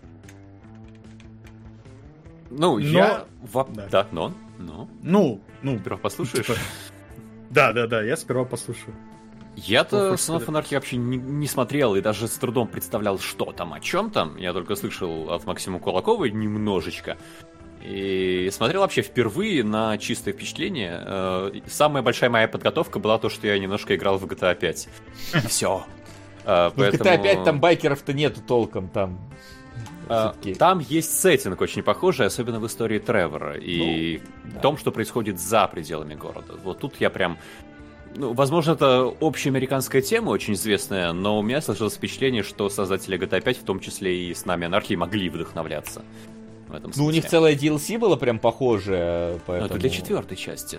Ну, но... я... Да. да, но... но... Ну, ну... Сперва послушаешь? Типа... Да, да, да, я сперва послушаю. Я-то Son of Anarchy вообще не, не смотрел и даже с трудом представлял, что там, о чем там. Я только слышал от Максима Кулакова немножечко. И смотрел вообще впервые на чистое впечатление. Самая большая моя подготовка была то, что я немножко играл в джи ти эй пять. И все. В джи ти эй пять там байкеров-то нету толком там. Uh, там есть сеттинг очень похожий, особенно в истории Тревора и ну, да. в том, что происходит за пределами города. Вот тут я прям... Ну, возможно, это общеамериканская тема, очень известная, но у меня сложилось впечатление, что создатели джи ти эй пять, в том числе и с нами Анархии, могли вдохновляться в этом смысле. Ну, у них целая ди эл си было прям похожее, поэтому... Но это для четвертой части.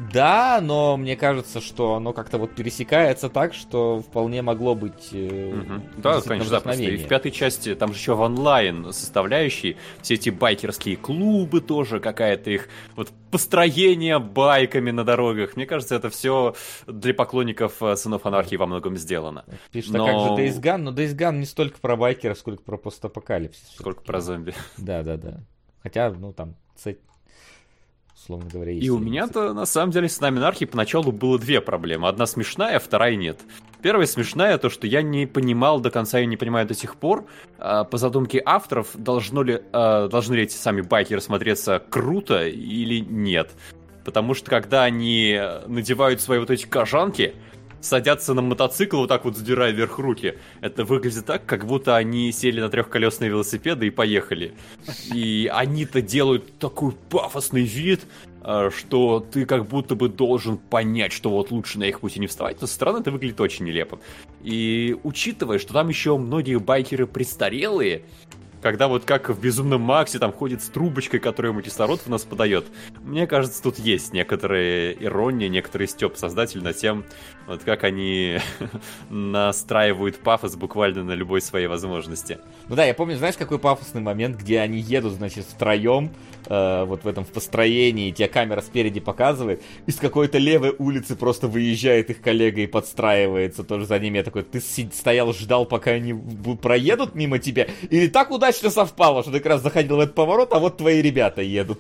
Да, но мне кажется, что оно как-то вот пересекается так, что вполне могло быть э, угу. Да, конечно, да, просто и в пятой части там же еще в онлайн составляющей все эти байкерские клубы тоже, какая-то их вот построение байками на дорогах. Мне кажется, это все для поклонников Son of Anarchy во многом сделано. Пишет, но... а как же Days Gone? Но Days Gone не столько про байкеров, сколько про постапокалипсис. Сколько про зомби. Да, да, да. Хотя, ну там, цель... условно говоря, и у меня-то, на самом деле, с нами Анархией поначалу было две проблемы. Одна смешная, вторая нет. Первая смешная, то, что я не понимал до конца и не понимаю до сих пор, э, по задумке авторов, должно ли, э, должны ли эти сами байкеры смотреться круто или нет. Потому что, когда они надевают свои вот эти кожанки, садятся на мотоцикл, вот так вот задирая вверх руки, это выглядит так, как будто они сели на трехколесные велосипеды и поехали. И они-то делают такой пафосный вид, что ты как будто бы должен понять, что вот лучше на их пути не вставать, но со стороны это выглядит очень нелепо. И учитывая, что там еще многие байкеры престарелые, когда вот как в «Безумном Максе» там ходит с трубочкой, которая ему кислород в нас подает, мне кажется, тут есть некоторая ирония, некоторый стёб создатель на тем, вот как они настраивают пафос буквально на любой своей возможности. Ну да, я помню, знаешь, какой пафосный момент, где они едут, значит, втроем, э, вот в этом в построении, тебя камера спереди показывает, и с какой-то левой улицы просто выезжает их коллега и подстраивается тоже за ними. Я такой, ты стоял, ждал, пока они проедут мимо тебя, или так удачно совпало, что ты как раз заходил в этот поворот, а вот твои ребята едут.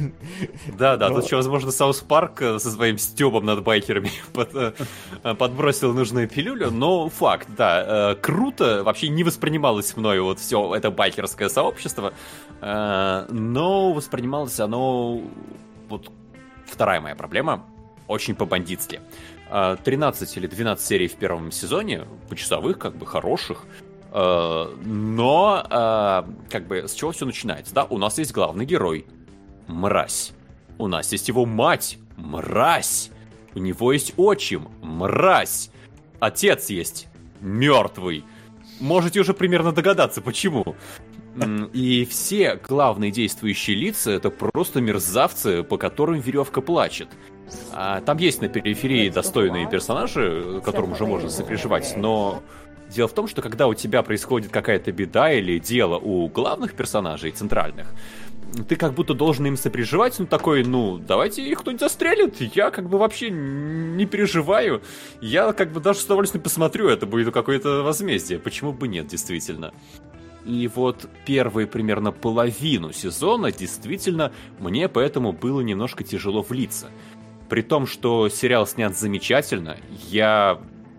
Да, да, тут еще, возможно, Саус Парк со своим стёбом над байкерами под, подбросил нужную пилюлю, но факт, да, круто, вообще не воспринималось мною вот все это байкерское сообщество, но воспринималось оно, вот вторая моя проблема, очень по-бандитски. тринадцать или двенадцать серий в первом сезоне, почасовых, как бы, хороших, но, как бы, с чего все начинается, да, у нас есть главный герой, мразь, у нас есть его мать, мразь, у него есть отчим, мразь, отец есть, мертвый, можете уже примерно догадаться, почему. И все главные действующие лица — это просто мерзавцы, по которым веревка плачет. Там есть на периферии достойные персонажи, которым уже можно сопереживать, но дело в том, что когда у тебя происходит какая-то беда или дело у главных персонажей, центральных, ты как будто должен им сопереживать, ну такой, ну, давайте их кто-нибудь застрелит, я как бы вообще не переживаю, я как бы даже с удовольствием посмотрю, это будет какое-то возмездие, почему бы нет, действительно. И вот первую примерно половину сезона действительно мне поэтому было немножко тяжело влиться. При том, что сериал снят замечательно, я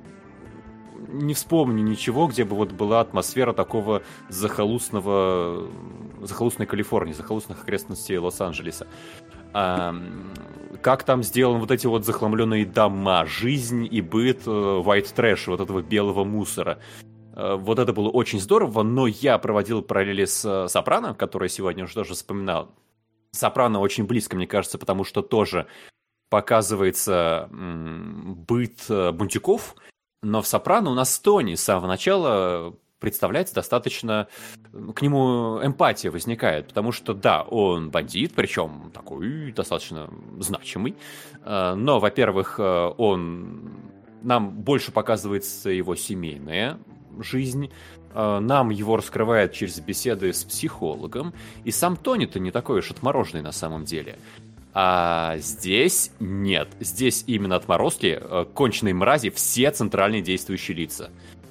не вспомню ничего, где бы вот была атмосфера такого захолустного, захолустной Калифорнии, захолустных окрестностей Лос-Анджелеса. А, как там сделаны вот эти вот захламленные дома, жизнь и быт white trash, вот этого белого мусора. Вот это было очень здорово, но я проводил параллели с «Сопрано», которое сегодня уже тоже вспоминал. «Сопрано» очень близко, мне кажется, потому что тоже показывается м- быт бунтяков, но в «Сопрано» у нас Тони с самого начала представляется достаточно... К нему эмпатия возникает, потому что, да, он бандит, причем такой достаточно значимый, но, во-первых, он... Нам больше показывается его семейная жизнь, нам его раскрывают через беседы с психологом, и сам Тони-то не такой уж отмороженный на самом деле. А здесь нет. Здесь именно отморозки, конченые мрази, все центральные действующие лица.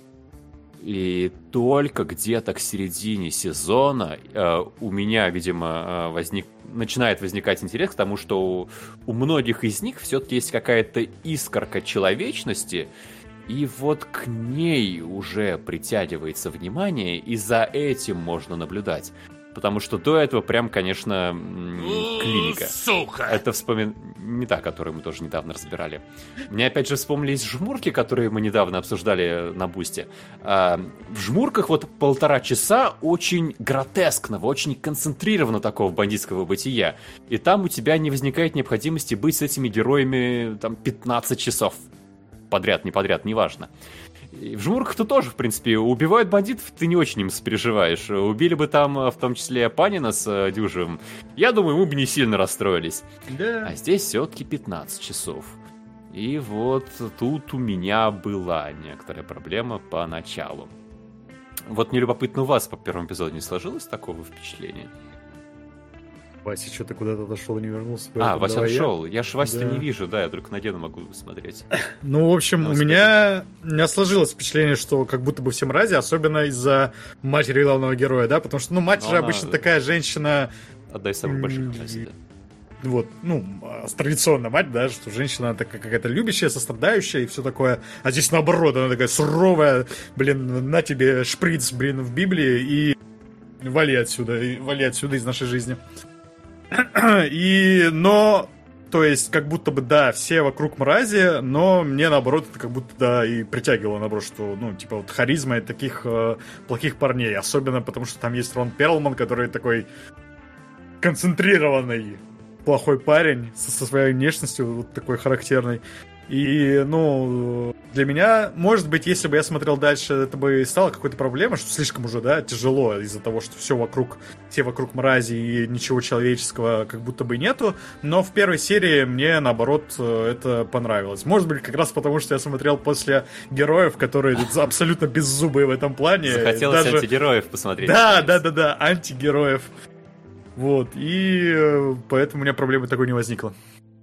И только где-то к середине сезона э, у меня, видимо, возник, начинает возникать интерес к тому, что у, у многих из них все-таки есть какая-то искорка человечности, И вот к ней уже притягивается внимание, и за этим можно наблюдать. Потому что до этого прям, конечно, клиника. Сука! Это вспомин... не та, которую мы тоже недавно разбирали. Мне опять же вспомнились жмурки, которые мы недавно обсуждали на Бусте. А, в жмурках вот полтора часа очень гротескного, очень концентрированно такого бандитского бытия. И там у тебя не возникает необходимости быть с этими героями там пятнадцать часов. Подряд, не подряд, неважно. И в жмурках-то тоже, в принципе, убивают бандитов, ты не очень им сопереживаешь. Убили бы там, в том числе, Панина с Дюжевым, я думаю, мы бы не сильно расстроились. Да. А здесь все-таки пятнадцать часов. И вот тут у меня была некоторая проблема поначалу. Вот мне любопытно, у вас по первому эпизоду не сложилось такого впечатления? Вася что-то куда-то дошел и не вернулся. А, Вася ушел. Я ж Вася-то да. не вижу, да, я только на Дену могу смотреть. Ну, в общем, Ну, у меня, у меня сложилось впечатление, что как будто бы все мрази, особенно из-за матери главного героя, да, потому что, ну, мать Но же она... обычно такая женщина... Отдай самых больших мразей, да. Вот, ну, традиционная мать, да, что женщина такая какая-то любящая, сострадающая и все такое. А здесь наоборот, она такая суровая, блин, на тебе шприц, блин, в Библии и вали отсюда, и вали отсюда из нашей жизни. И, но, то есть, как будто бы, да, все вокруг мрази, но мне, наоборот, это как будто, да, и притягивало, наоборот, что, ну, типа, вот харизма таких э, плохих парней, особенно потому, что там есть Рон Перлман, который такой концентрированный плохой парень со, со своей внешностью, вот такой характерной. И, ну, для меня, может быть, если бы я смотрел дальше, это бы стало какой-то проблемой, что слишком уже, да, тяжело из-за того, что все вокруг, все вокруг мрази и ничего человеческого как будто бы нету. Но в первой серии мне, наоборот, это понравилось. Может быть, как раз потому, что я смотрел после героев, которые абсолютно беззубые в этом плане. Захотелось даже... антигероев посмотреть. Да, да, да, да, антигероев. Вот, и поэтому у меня проблемы такой не возникло.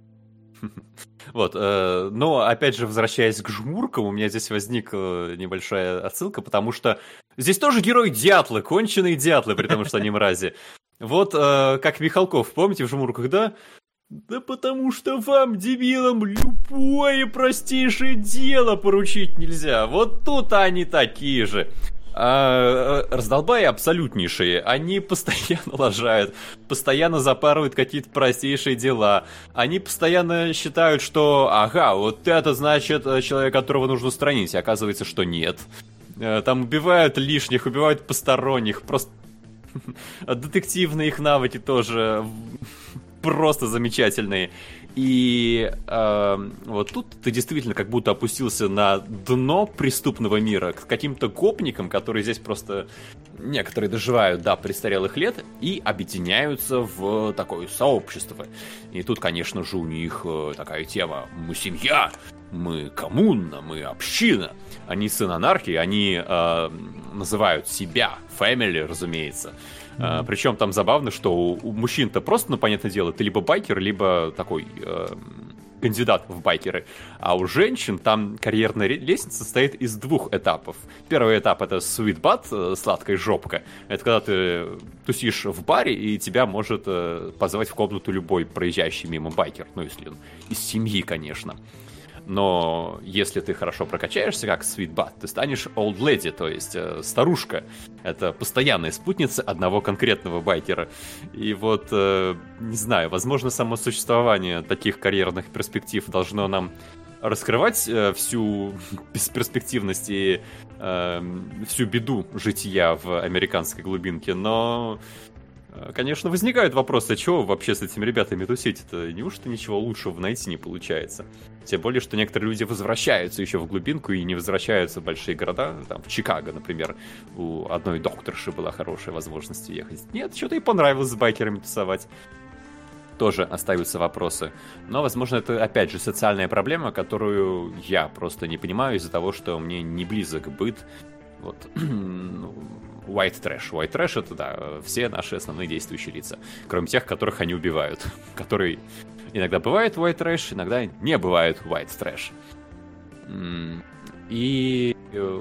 Вот, э, но опять же, возвращаясь к жмуркам, у меня здесь возникла небольшая отсылка, потому что здесь тоже герои дятлы, конченые дятлы, при том, что они мрази. Вот, э, как Михалков, помните в жмурках, да? Да потому что вам, дебилам, любое простейшее дело поручить нельзя. Вот тут они такие же. А, раздолбаи абсолютнейшие, они постоянно лажают, постоянно запарывают какие-то простейшие дела, они постоянно считают, что ага, вот это значит человек, которого нужно устранить, оказывается, что нет. Там убивают лишних, убивают посторонних, просто детективные их навыки тоже просто замечательные. И э, вот тут ты действительно как будто опустился на дно преступного мира к каким-то гопникам, которые здесь просто некоторые доживают до престарелых лет и объединяются в такое сообщество. И тут, конечно же, у них такая тема: мы семья, мы коммуна, мы община. Они сын анархии, они э, называют себя family, разумеется. Uh, причем там забавно, что у, у мужчин-то просто, ну, понятное дело, ты либо байкер, либо такой э, кандидат в байкеры. А у женщин там карьерная лестница состоит из двух этапов. Первый этап — это sweet butt, сладкая жопка. Это когда ты тусишь в баре, и тебя может э, позвать в комнату любой проезжающий мимо байкер. Ну, если он из семьи, конечно. Но если ты хорошо прокачаешься, как sweet butt, ты станешь old lady, то есть э, старушка. Это постоянная спутница одного конкретного байкера. И вот, э, не знаю, возможно, само существование таких карьерных перспектив должно нам раскрывать э, всю бесперспективность и э, всю беду жития в американской глубинке, но... Конечно, возникают вопросы, а чего вообще с этими ребятами тусить-то? Неужто ничего лучшего найти не получается? Тем более, что некоторые люди возвращаются еще в глубинку и не возвращаются в большие города. Там, в Чикаго, например, у одной докторши была хорошая возможность ехать. Нет, что-то ей понравилось с байкерами тусовать. Тоже остаются вопросы. Но, возможно, это, опять же, социальная проблема, которую я просто не понимаю из-за того, что мне не близок быт. Вот, white trash. White trash — это, да, все наши основные действующие лица. Кроме тех, которых они убивают. Которые иногда бывает white trash, иногда не бывает white trash. И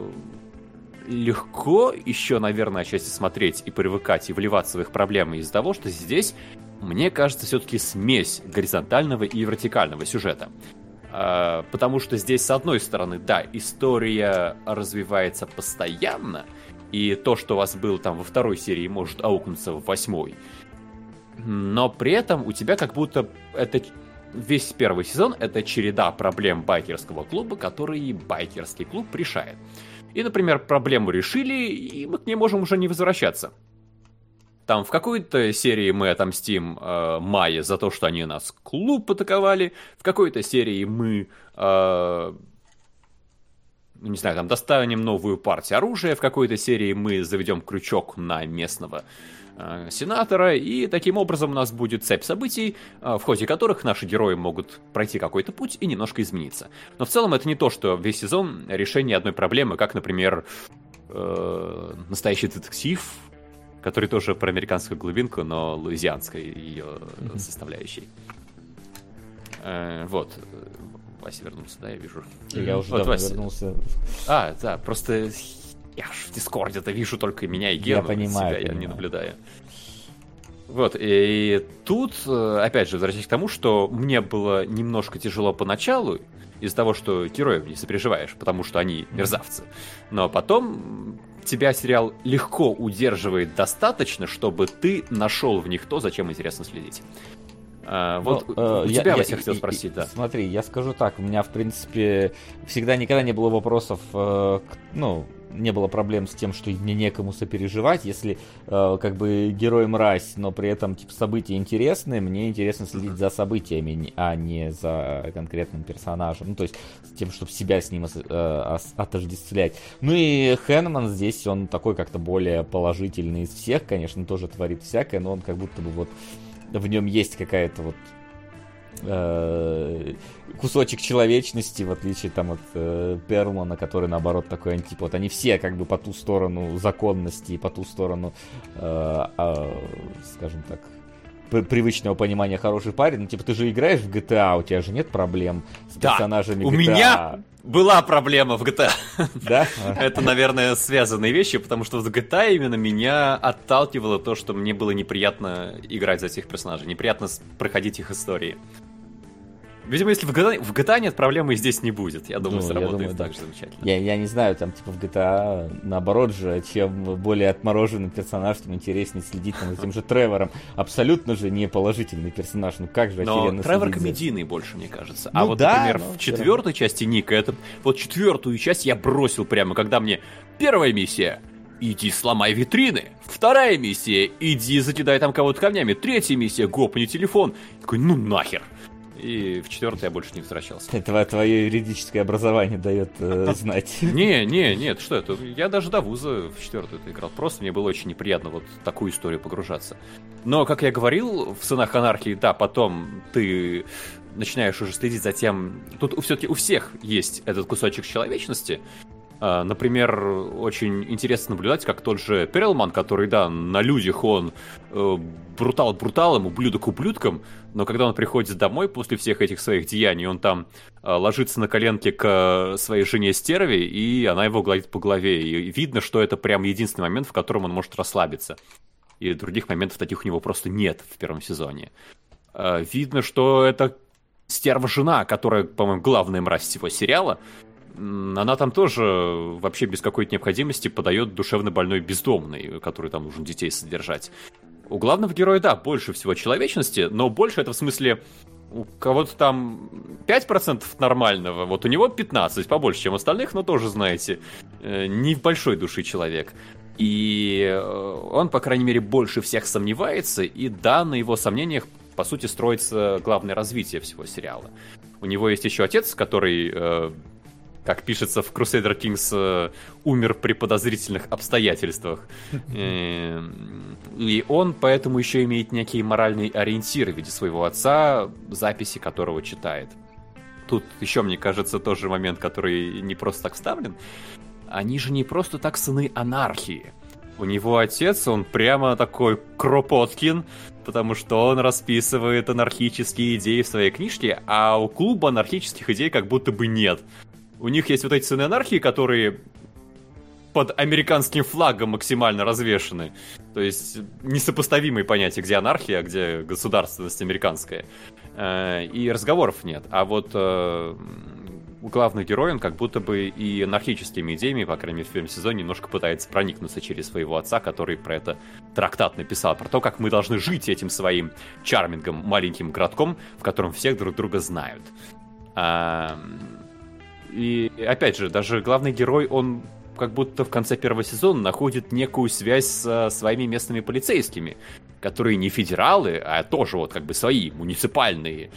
легко еще, наверное, отчасти смотреть и привыкать, и вливаться в их проблемы из-за того, что здесь, мне кажется, все-таки смесь горизонтального и вертикального сюжета. А, потому что здесь, с одной стороны, да, история развивается постоянно, и то, что у вас было там во второй серии, может аукнуться в восьмой. Но при этом у тебя как будто это весь первый сезон — это череда проблем байкерского клуба, которые байкерский клуб решает. И, например, проблему решили, и мы к ней можем уже не возвращаться. Там в какой-то серии мы отомстим э, Майе за то, что они нас клуб атаковали. В какой-то серии мы, э, не знаю, там достанем новую партию оружия. В какой-то серии мы заведем крючок на местного э, сенатора. И таким образом у нас будет цепь событий, э, в ходе которых наши герои могут пройти какой-то путь и немножко измениться. Но в целом это не то, что весь сезон решение одной проблемы, как, например, э, настоящий детектив, который тоже про американскую глубинку, но луизианской ее mm-hmm. составляющей. Э, вот. Вася вернулся, да, я вижу. Я уже вот, давно Вася. вернулся. А, да, просто я ж в Дискорде-то вижу только меня и Гену. Я понимаю, себя понимаю. Я не наблюдаю. Вот, и тут, опять же, возвращаясь к тому, что мне было немножко тяжело поначалу, из-за того, что героев не сопереживаешь, потому что они мерзавцы. Но потом тебя сериал легко удерживает достаточно, чтобы ты нашел в них то, зачем интересно следить. А, вот ну, у я, тебя, я, Вася, я хотел и, спросить, и, да. Смотри, я скажу так, у меня, в принципе, всегда никогда не было вопросов, э, ну, не было проблем с тем, что мне некому сопереживать, если э, как бы герой мразь, но при этом типа события интересные, мне интересно следить за событиями, а не за конкретным персонажем, ну то есть с тем, чтобы себя с ним э, отождествлять. Ну и Хэнман здесь, он такой как-то более положительный из всех, конечно, тоже творит всякое, но он как будто бы вот в нем есть какая-то вот кусочек человечности, в отличие там от э, Перлмана, который наоборот такой антипод. Они все как бы по ту сторону законности, по ту сторону, э, э, скажем так, привычного понимания хороший парень. Ну, типа, ты же играешь в джи ти эй, у тебя же нет проблем с да, персонажами у джи ти эй. У меня была проблема в джи ти эй. Да? Это, наверное, связанные вещи, потому что в джи ти эй именно меня отталкивало то, что мне было неприятно играть за этих персонажей, неприятно проходить их истории. Видимо, если в джи ти эй, в джи ти эй нет проблемы, и здесь не будет. Я думаю, ну, сработает я думаю, так да. же замечательно. Я, я не знаю, там, типа, в джи ти эй, наоборот же, чем более отмороженный персонаж, тем интереснее следить там, за тем же Тревором. Абсолютно же не положительный персонаж. Ну как же но охеренно Тревор следить комедийный за... больше, мне кажется. Ну, а вот, да, например, в четвертой части Ника, это вот четвертую часть я бросил прямо, когда мне первая миссия — иди сломай витрины. Вторая миссия — иди закидай там кого-то камнями. Третья миссия — гопни телефон. Я такой, ну нахер. И в четвертый я больше не возвращался. Это твое юридическое образование дает э, знать. Не, не, нет, что это? Я даже до вуза в четвертую играл. Просто мне было очень неприятно вот в такую историю погружаться. Но, как я говорил, в «Сынах анархии», да, потом ты начинаешь уже следить за тем... Тут все-таки у всех есть этот кусочек человечности. Например, очень интересно наблюдать, как тот же Перлман, который, да, на людях он э, брутал бруталом, ублюдок ублюдком, но когда он приходит домой после всех этих своих деяний, он там э, ложится на коленки к своей жене стерве, и она его гладит по голове. И видно, что это прям единственный момент, в котором он может расслабиться. И других моментов таких у него просто нет в первом сезоне. Э, видно, что это стерва-жена, которая, по-моему, главная мразь всего сериала. Она там тоже вообще без какой-то необходимости подает душевно больной бездомный, который там нужно детей содержать. У главного героя, да, больше всего человечности, но больше это в смысле у кого-то там пять процентов нормального, вот у него пятнадцать, побольше, чем остальных, но тоже, знаете, не в большой души человек. И он, по крайней мере, больше всех сомневается, и да, на его сомнениях, по сути, строится главное развитие всего сериала. У него есть еще отец, который... как пишется в Crusader Kings, умер при подозрительных обстоятельствах. И он поэтому еще имеет некие моральные ориентиры в виде своего отца, записи которого читает. Тут еще, мне кажется, тоже момент, который не просто так вставлен. Они же не просто так сыны анархии. У него отец, он прямо такой Кропоткин, потому что он расписывает анархические идеи в своей книжке, а у клуба анархических идей как будто бы нет. У них есть вот эти сыны анархии, которые под американским флагом максимально развешаны. То есть несопоставимые понятия, где анархия, а где государственность американская. и разговоров нет. А вот главный герой, он как будто бы и анархическими идеями, по крайней мере, в первом сезоне, немножко пытается проникнуться через своего отца, который про это трактат написал, про то, как мы должны жить этим своим чармингом, маленьким городком, в котором всех друг друга знают. А... И, опять же, даже главный герой, он как будто в конце первого сезона находит некую связь со своими местными полицейскими, которые не федералы, а тоже вот как бы свои, муниципальные.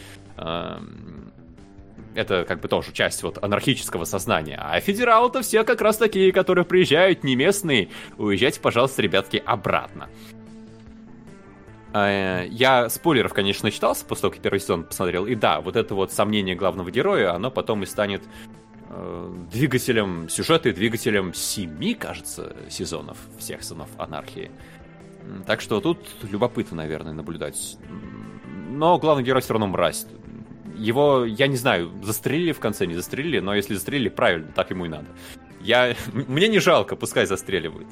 Это как бы тоже часть вот анархического сознания. А федералы-то все как раз такие, которые приезжают, не местные. Уезжайте, пожалуйста, ребятки, обратно. Я спойлеров, конечно, читался после того, как первый сезон посмотрел. И да, вот это вот сомнение главного героя, оно потом и станет э, двигателем сюжета и двигателем семи, кажется, сезонов, всех сынов анархии. Так что тут любопытно, наверное, наблюдать. Но главный герой все равно мразь. Его, я не знаю, застрелили в конце, не застрелили, но если застрелили, правильно, так ему и надо. Я... Мне не жалко, пускай застреливают.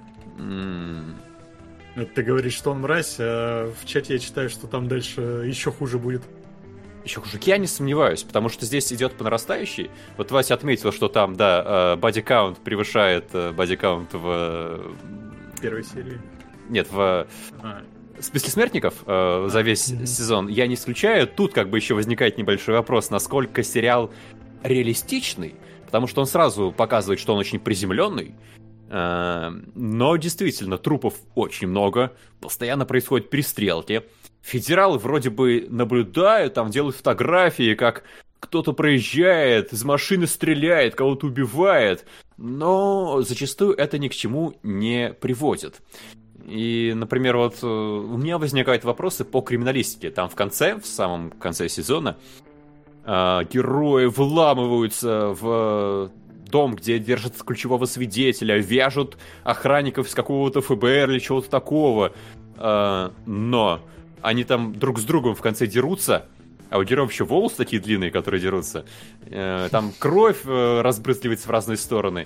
Ты говоришь, что он мразь, а в чате я читаю, что там дальше еще хуже будет. Еще хуже. Я не сомневаюсь, потому что здесь идет по нарастающей. Вот Вася отметил, что там, да, бодикаунт превышает бодикаунт в... первой серии. Нет, в... А. Списке смертников э, за весь mm-hmm. сезон я не исключаю. Тут как бы еще возникает небольшой вопрос, насколько сериал реалистичный, потому что он сразу показывает, что он очень приземленный. Э, но действительно, трупов очень много, постоянно происходят перестрелки. Федералы вроде бы наблюдают, там делают фотографии, как кто-то проезжает, из машины стреляет, кого-то убивает, но зачастую это ни к чему не приводит. И, например, вот у меня возникают вопросы по криминалистике. Там в конце, в самом конце сезона, э, герои вламываются в дом, где держат ключевого свидетеля, вяжут охранников из какого-то эф бэ эр или чего-то такого. Э, но они там друг с другом в конце дерутся, а у героев еще волосы такие длинные, которые дерутся. Э, там кровь э, разбрызгивается в разные стороны.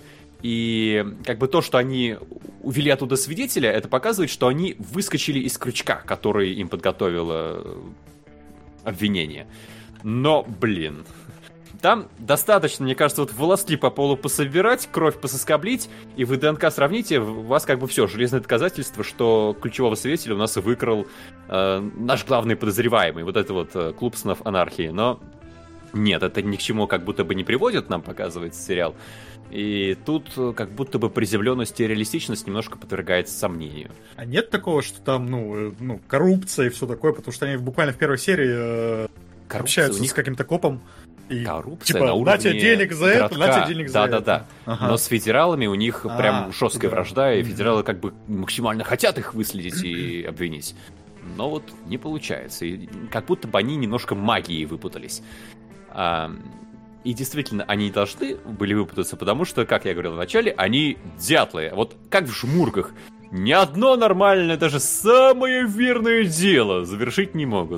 И как бы то, что они увели оттуда свидетеля, это показывает, что они выскочили из крючка, который им подготовило обвинение. Но, блин, там достаточно, мне кажется, вот волоски по полу пособирать, кровь пососкоблить, и вы ДНК сравните, у вас как бы все, железное доказательство, что ключевого свидетеля у нас выкрал э, наш главный подозреваемый, вот это вот э, клуб сынов анархии. Но нет, это ни к чему как будто бы не приводит, нам показывает сериал. И тут как будто бы приземленность и реалистичность немножко подвергается сомнению. А нет такого, что там, ну, ну коррупция и все такое, потому что они буквально в первой серии э, общаются них... с каким-то копом. И, коррупция типа, на уровне на тебе денег за городка. это, на тебе денег за да, это. Да, да, да. Ага. Но с федералами у них а, прям жесткая да. вражда, и федералы как бы максимально хотят их выследить и обвинить. Но вот не получается. И как будто бы они немножко магией выпутались. А... И действительно, они не должны были выпутаться, потому что, как я говорил в начале, они дятлы. Вот как в жмурках. Ни одно нормальное, даже самое верное дело завершить не могут.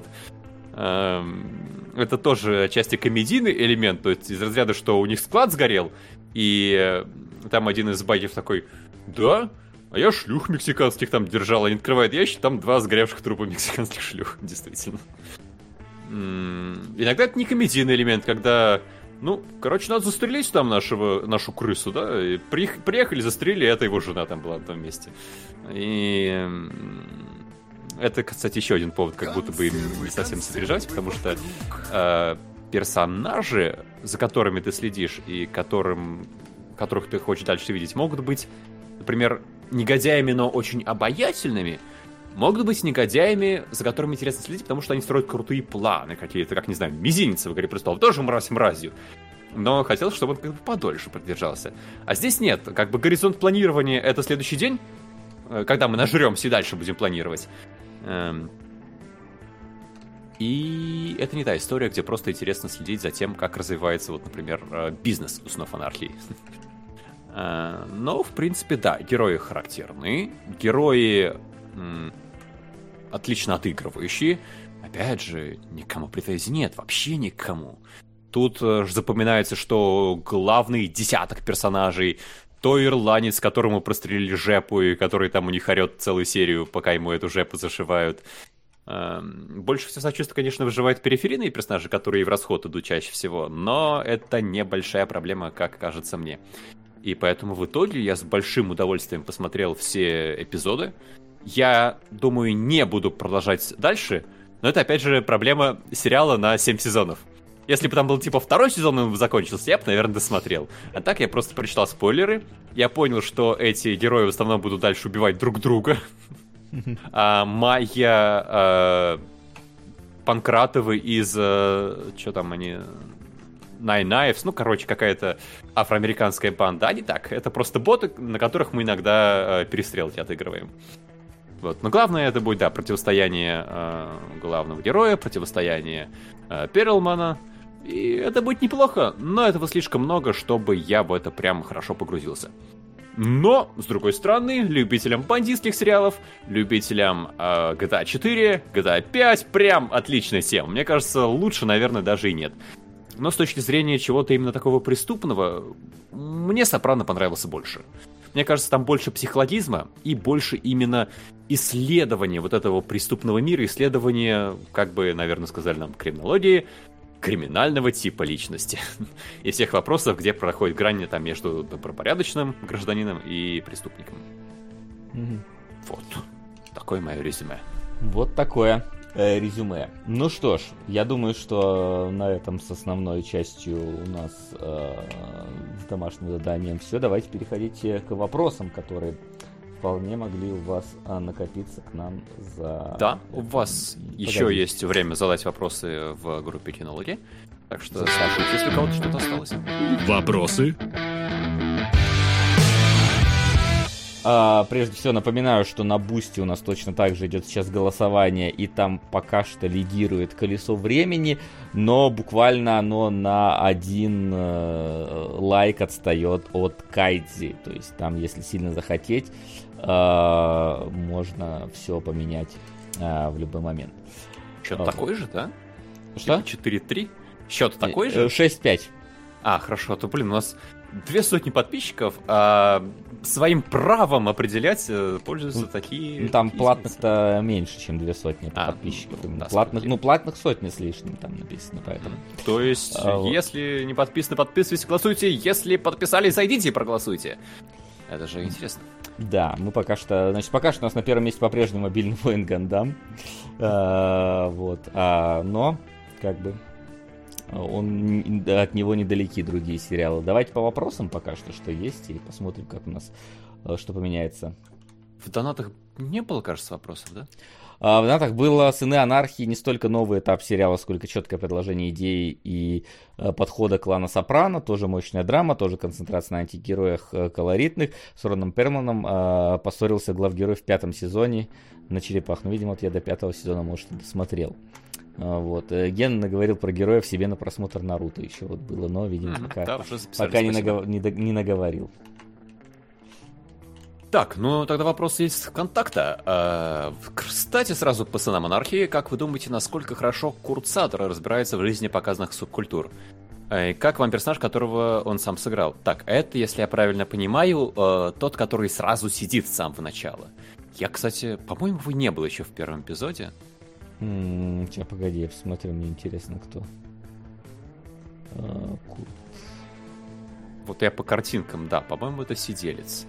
Это тоже отчасти комедийный элемент, то есть из разряда, что у них склад сгорел, и там один из багов такой: да, а я шлюх мексиканских там держал, они открывают ящик, там два сгоревших трупа мексиканских шлюх, действительно. Иногда это не комедийный элемент, когда... Ну, короче, надо застрелить там нашего, нашу крысу, да? И приехали, застрелили, это его жена там была на том месте. И это, кстати, еще один повод, как будто бы им не совсем содержать, потому что э, персонажи, за которыми ты следишь и которым, которых ты хочешь дальше видеть, могут быть, например, негодяями, но очень обаятельными, могут быть негодяями, за которыми интересно следить, потому что они строят крутые планы какие-то, как, не знаю, Мизинцев в «Игре престолов», тоже мразь мразью. Но хотел, чтобы он как бы подольше продержался. А здесь нет. Как бы горизонт планирования — это следующий день, когда мы нажремся и дальше будем планировать. И это не та история, где просто интересно следить за тем, как развивается, вот, например, бизнес у сынов анархии. Но, в принципе, да, герои характерны. Герои... отлично отыгрывающие. Опять же, никому претензий нет, вообще никому. Тут э, запоминается, что главный десяток персонажей, то ирландец, которому прострелили жепу, и который там у них орет целую серию, пока ему эту жепу зашивают, Больше всего сочувствия, конечно, выживают периферийные персонажи, которые в расход идут чаще всего, но это небольшая проблема, как кажется мне. И поэтому в итоге я с большим удовольствием посмотрел все эпизоды. Я думаю, не буду продолжать дальше, но это, опять же, проблема сериала на семь сезонов. Если бы там был, типа, второй сезон, он бы закончился, я бы, наверное, досмотрел. А так я просто прочитал спойлеры, я понял, что эти герои в основном будут дальше убивать друг друга. А Майя а, Панкратовы из... А, что там они... Nine Knives, ну, короче, какая-то афроамериканская банда. А не так, это просто боты, на которых мы иногда а, перестрелки отыгрываем. Вот. Но главное это будет, да, противостояние а, главного героя, противостояние а, Перлмана. И это будет неплохо, но этого слишком много, чтобы я в это прям хорошо погрузился. Но, с другой стороны, любителям бандитских сериалов, любителям э, джи ти эй четыре, джи ти эй пять, прям отличная тема. Мне кажется, лучше, наверное, даже и нет. Но с точки зрения чего-то именно такого преступного, мне Сопрано понравился больше. Мне кажется, там больше психологизма и больше именно исследования вот этого преступного мира, исследования, как бы, наверное, сказали нам, криминологии, криминального типа личности. И всех вопросов, где проходит грань там между добропорядочным гражданином и преступником. Mm-hmm. Вот. Такое мое резюме. Вот такое э, резюме. Ну что ж, я думаю, что на этом с основной частью у нас э, с домашним заданием все. Давайте переходите к вопросам, которые вполне могли у вас а, накопиться к нам за... Да, у вас Погоди. еще есть время задать вопросы в группе Кинологи. Так что спрашивайте, если у кого-то что-то осталось. Вопросы? А, прежде всего напоминаю, что на Бусти у нас точно так же идет сейчас голосование, и там пока что лидирует Колесо Времени, но буквально оно на один э, лайк отстает от Кайдзи. То есть там, если сильно захотеть, э, можно все поменять э, в любой момент. Счет а, такой же, да? Что? Типа четыре три? Счет такой же? шесть пять. А, хорошо, а то, блин, у нас две сотни подписчиков, а своим правом определять пользуются такие... Ну, там платных-то меньше, чем две сотни а, подписчиков. Ну, да, платных, ну, платных сотни с лишним там написано, поэтому... То есть, а, если вот. не подписаны, подписывайтесь, голосуйте. Если подписались, зайдите и проголосуйте. Это же интересно. Да, мы пока что... Значит, пока что у нас на первом месте по-прежнему Мобильный воин Гандам. а, вот. А, но, как бы... Он, от него недалеки другие сериалы. Давайте по вопросам пока что, что есть, и посмотрим, как у нас что поменяется. В донатах не было, кажется, вопросов, да? А, в донатах было «Сыны анархии», не столько новый этап сериала, сколько четкое предложение идеи и а, подхода клана Сопрано. Тоже мощная драма, тоже концентрация на антигероях а, колоритных. С Роном Перлманом а, поссорился главгерой в пятом сезоне на черепах. Ну, видимо, вот я до пятого сезона, может, и досмотрел. Вот. Ген наговорил про героев себе на просмотр Наруто еще вот было, но, видимо, mm-hmm. пока, да, пока не, нагов... не, до... не наговорил. Так, ну тогда вопрос есть с ВКонтакта. А, кстати, сразу по сынам анархии, как вы думаете, насколько хорошо Курцатор разбирается в жизни показанных субкультур? И как вам персонаж, которого он сам сыграл? Так, это, если я правильно понимаю, тот, который сразу сидит с самого начала. Я, кстати, по-моему, его не было еще в первом эпизоде. М-м, сейчас, погоди, я посмотрю, мне интересно, кто. А, Курт. Вот я по картинкам, да, по-моему, это сиделец.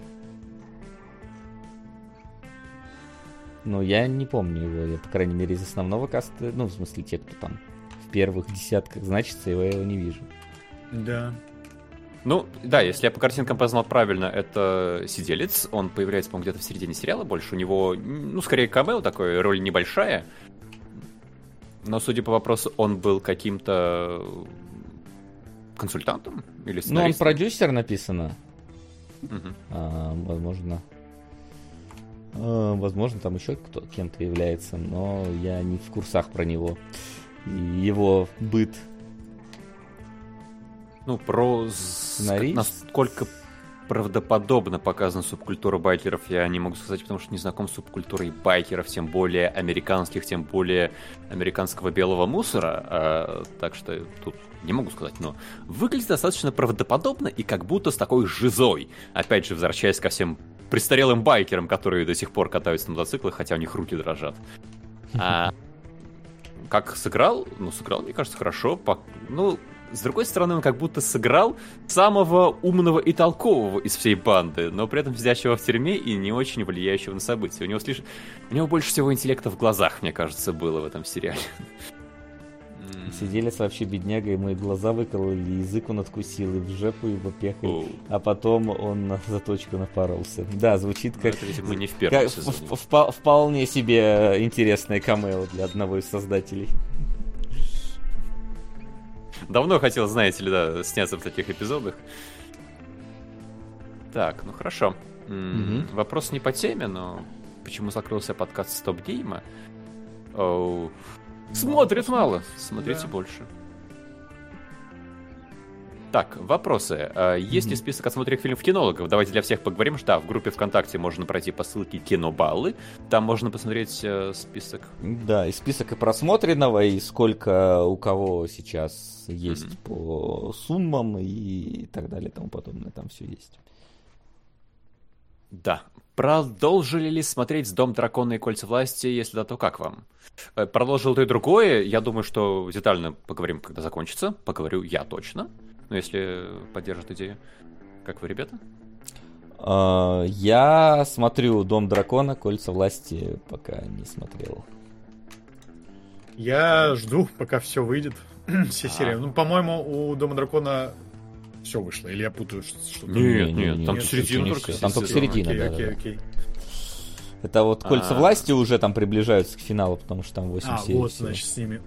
Ну, я не помню его, я, по крайней мере, из основного каста, ну, в смысле, те, кто там в первых десятках значится, его я его не вижу. Да. Ну, да, если я по картинкам познал правильно, это сиделец, он появляется, по-моему, где-то в середине сериала больше, у него, ну, скорее камео такой, роль небольшая. Но, судя по вопросу, он был каким-то консультантом или сценаристом? Ну, он продюсер написано. Угу. А, возможно. А, возможно, там еще кто, кем-то является, но я не в курсах про него. И его быт. Ну, про... Сценарист? Насколько правдоподобно показана субкультура байкеров, я не могу сказать, потому что не знаком с субкультурой байкеров, тем более американских, тем более американского белого мусора, а, так что тут не могу сказать, но выглядит достаточно правдоподобно и как будто с такой жизой. Опять же, возвращаясь ко всем престарелым байкерам, которые до сих пор катаются на мотоциклах, хотя у них руки дрожат. А, как сыграл, ну, сыграл, мне кажется, хорошо. По... Ну, с другой стороны, он как будто сыграл самого умного и толкового из всей банды, но при этом сидящего в тюрьме и не очень влияющего на события. У него слишком... У него больше всего интеллекта в глазах, мне кажется, было в этом сериале. Сиделец вообще бедняга, ему и глаза выкололи, и язык он откусил, и в жопу его пехали, oh. а потом он на заточку напоролся. Да, звучит как... Это, видимо, не в первом как сезоне. В, в, вполне себе интересное камео для одного из создателей. Давно хотел, знаете ли, да, сняться в таких эпизодах. Так, ну хорошо. Mm-hmm. Вопрос не по теме, но почему закрылся подкаст Стоп-гейма? Oh. Смотрит мало, смотрите да. больше. Так, вопросы. Есть mm-hmm. ли список отсмотренных фильмов кинологов? Давайте для всех поговорим. Да, в группе ВКонтакте можно пройти по ссылке Кинобаллы. Там можно посмотреть э, список. Да, и список и просмотренного, и сколько у кого сейчас есть mm-hmm. по суммам и так далее и тому подобное. Там все есть. Да. Продолжили ли смотреть «Дом дракона» и «Кольца власти»? Если да, то как вам? Продолжил то и другое. Я думаю, что детально поговорим, когда закончится. Поговорю я точно. Ну, если поддержат идею. Как вы, ребята? Я смотрю «Дом дракона», «Кольца власти» пока не смотрел. Я жду, пока все выйдет. Все серии. Ну, по-моему, у «Дома дракона» все вышло. Или я путаю что-то? Нет, нет, там середина только. Там только середина, да. Окей, окей. Это вот «Кольца А-а-а. власти» уже там приближаются к финалу, потому что там восемь а, серий. А, вот, всего. значит, с ними.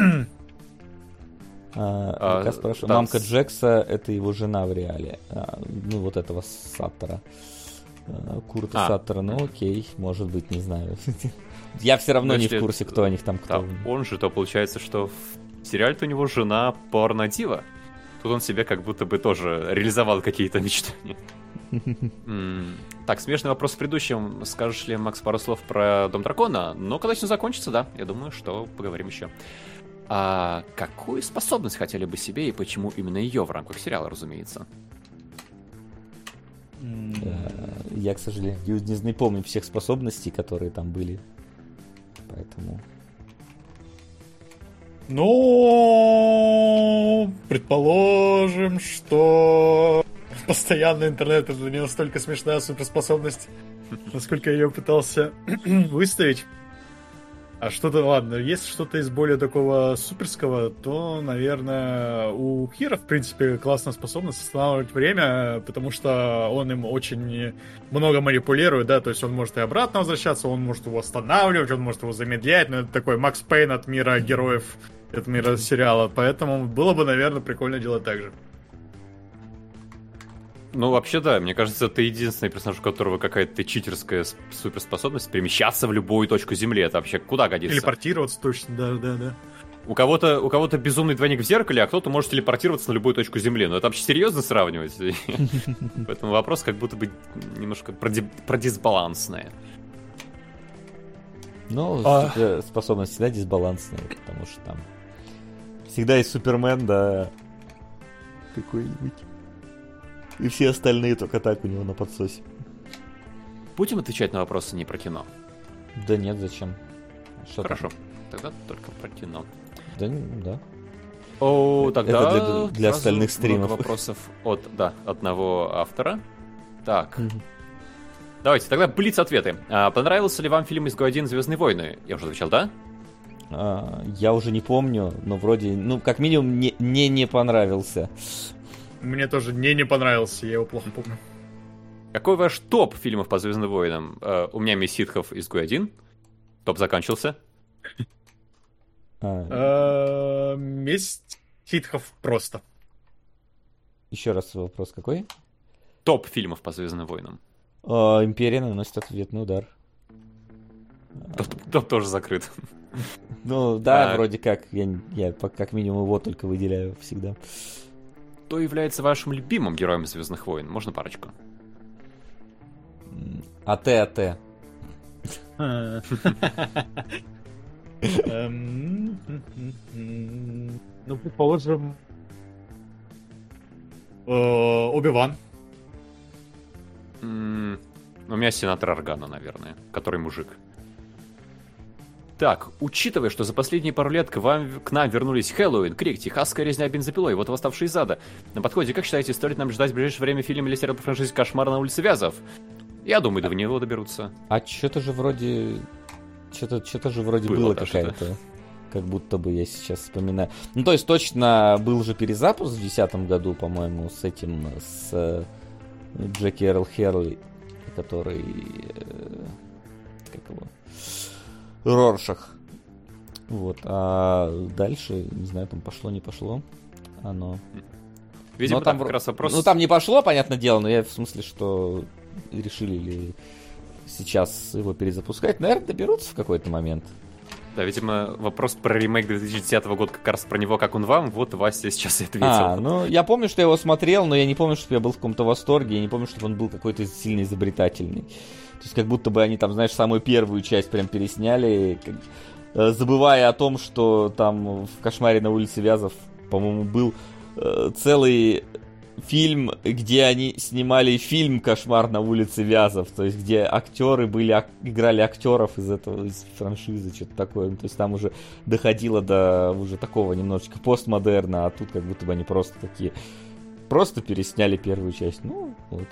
А, а, я спрашиваю, да, мамка с... Джекса — это его жена в реале. А, ну, вот этого Саттера. А, Курта а. Саттера. Ну, окей, может быть, не знаю. Я все равно не в курсе, кто о них там, кто. Да, он же, то получается, что в сериале-то у него жена порнодива. Тут он себе как будто бы тоже реализовал какие-то мечтания. Так, смешный вопрос в предыдущем. Скажешь ли, Макс, пару слов про «Дом дракона»? Но когда все закончится, да, я думаю, что поговорим еще. А какую способность хотели бы себе и почему именно ее в рамках сериала, разумеется? Я, к сожалению, не помню всех способностей, которые там были. Поэтому... Ну, предположим, что постоянный интернет — это не настолько смешная суперспособность, насколько я ее пытался выставить. А что-то, ладно, если что-то из более такого суперского, то, наверное, у Кира, в принципе, классная способность останавливать время, потому что он им очень много манипулирует, да, то есть он может и обратно возвращаться, он может его останавливать, он может его замедлять, но это такой Макс Пейн от мира героев, от мира сериала, поэтому было бы, наверное, прикольно делать так же. Ну, вообще, да, мне кажется, ты единственный персонаж, у которого какая-то читерская суперспособность перемещаться в любую точку Земли. Это вообще куда годится? Телепортироваться точно, да, да, да. У кого-то, у кого-то безумный двойник в зеркале, а кто-то может телепортироваться на любую точку Земли. Но это вообще серьезно сравнивать? Поэтому вопрос как будто бы немножко продисбалансный. Ну, способность всегда дисбалансная, потому что там всегда есть Супермен, да, какой-нибудь. И все остальные только так у него на подсосе. Будем отвечать на вопросы не про кино? Да нет, зачем? Что Хорошо, там? тогда только про кино. Да, да. О, тогда это для, для остальных стримов. Много вопросов от, да, одного автора. Так. Mm-hmm. Давайте, тогда блиц-ответы. А, понравился ли вам фильм «Изгой один. Звездные войны»? Я уже отвечал, да? А, я уже не помню, но вроде, ну, как минимум, не, не, не понравился. Мне тоже не, не понравился, я его плохо помню. Какой ваш топ фильмов по «Звездным войнам»? Uh, у меня «Месть ситхов», «Изгой один». Топ заканчивался. «Месть ситхов» просто. Еще раз вопрос какой? Топ фильмов по «Звездным войнам». «Империя наносит ответный удар». Топ тоже закрыт. Ну да, вроде как. Я как минимум его только выделяю всегда. Кто является вашим любимым героем «Звездных войн»? Можно парочку? АТ, АТ. Ну, предположим, Оби-Ван. У меня сенатор Органа, наверное, который мужик. Так, учитывая, что за последние пару лет к, вам, к нам вернулись Хэллоуин, Крик, Техасская резня бензопилой, вот восставший из ада. На подходе, как считаете, стоит нам ждать в ближайшее время фильм или сериал по франшизе «Кошмар на улице Вязов»? Я думаю, до него доберутся. А что-то же вроде... Что-то, что-то же вроде было, было какая-то... Как будто бы я сейчас вспоминаю. Ну, то есть, точно был же перезапуск в две тысячи десятом году, по-моему, с этим, с э, Джеки Эрл Херли, который... Э, как его... Роршах. Вот. А дальше, не знаю, там пошло, не пошло. Оно... Видимо, но там как раз вопрос... Ну, там не пошло, понятное дело, но я в смысле, что решили ли сейчас его перезапускать. Наверное, доберутся в какой-то момент. Да, видимо, вопрос про ремейк две тысячи десятого года как раз про него, как он вам. Вот Вася сейчас и ответил. А, ну, я помню, что я его смотрел, но я не помню, что я был в каком-то восторге. Я не помню, что он был какой-то сильно изобретательный. То есть, как будто бы они там, знаешь, самую первую часть прям пересняли, как, э, забывая о том, что там в «Кошмаре на улице Вязов», по-моему, был э, целый фильм, где они снимали фильм «Кошмар на улице Вязов», то есть, где актеры были, ак- играли актеров из этого, из франшизы, что-то такое. То есть, там уже доходило до уже такого немножечко постмодерна, а тут как будто бы они просто такие, просто пересняли первую часть. Ну, вот.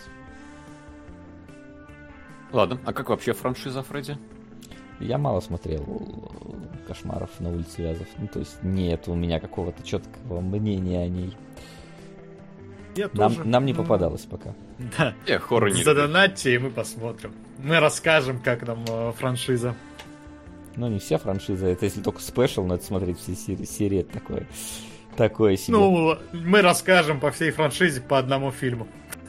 Ладно, а как вообще франшиза Фредди? Я мало смотрел «Кошмаров на улице Вязов». Ну, то есть, нет у меня какого-то четкого мнения о ней. Я нам, тоже. нам не попадалось пока. Да. Я хоррор не Задонатьте, и мы посмотрим. Мы расскажем, как нам э, франшиза. Ну, не вся франшиза. Это если только спешл, надо смотреть все серии. Серии это такое, такое себе. Ну, мы расскажем по всей франшизе по одному фильму.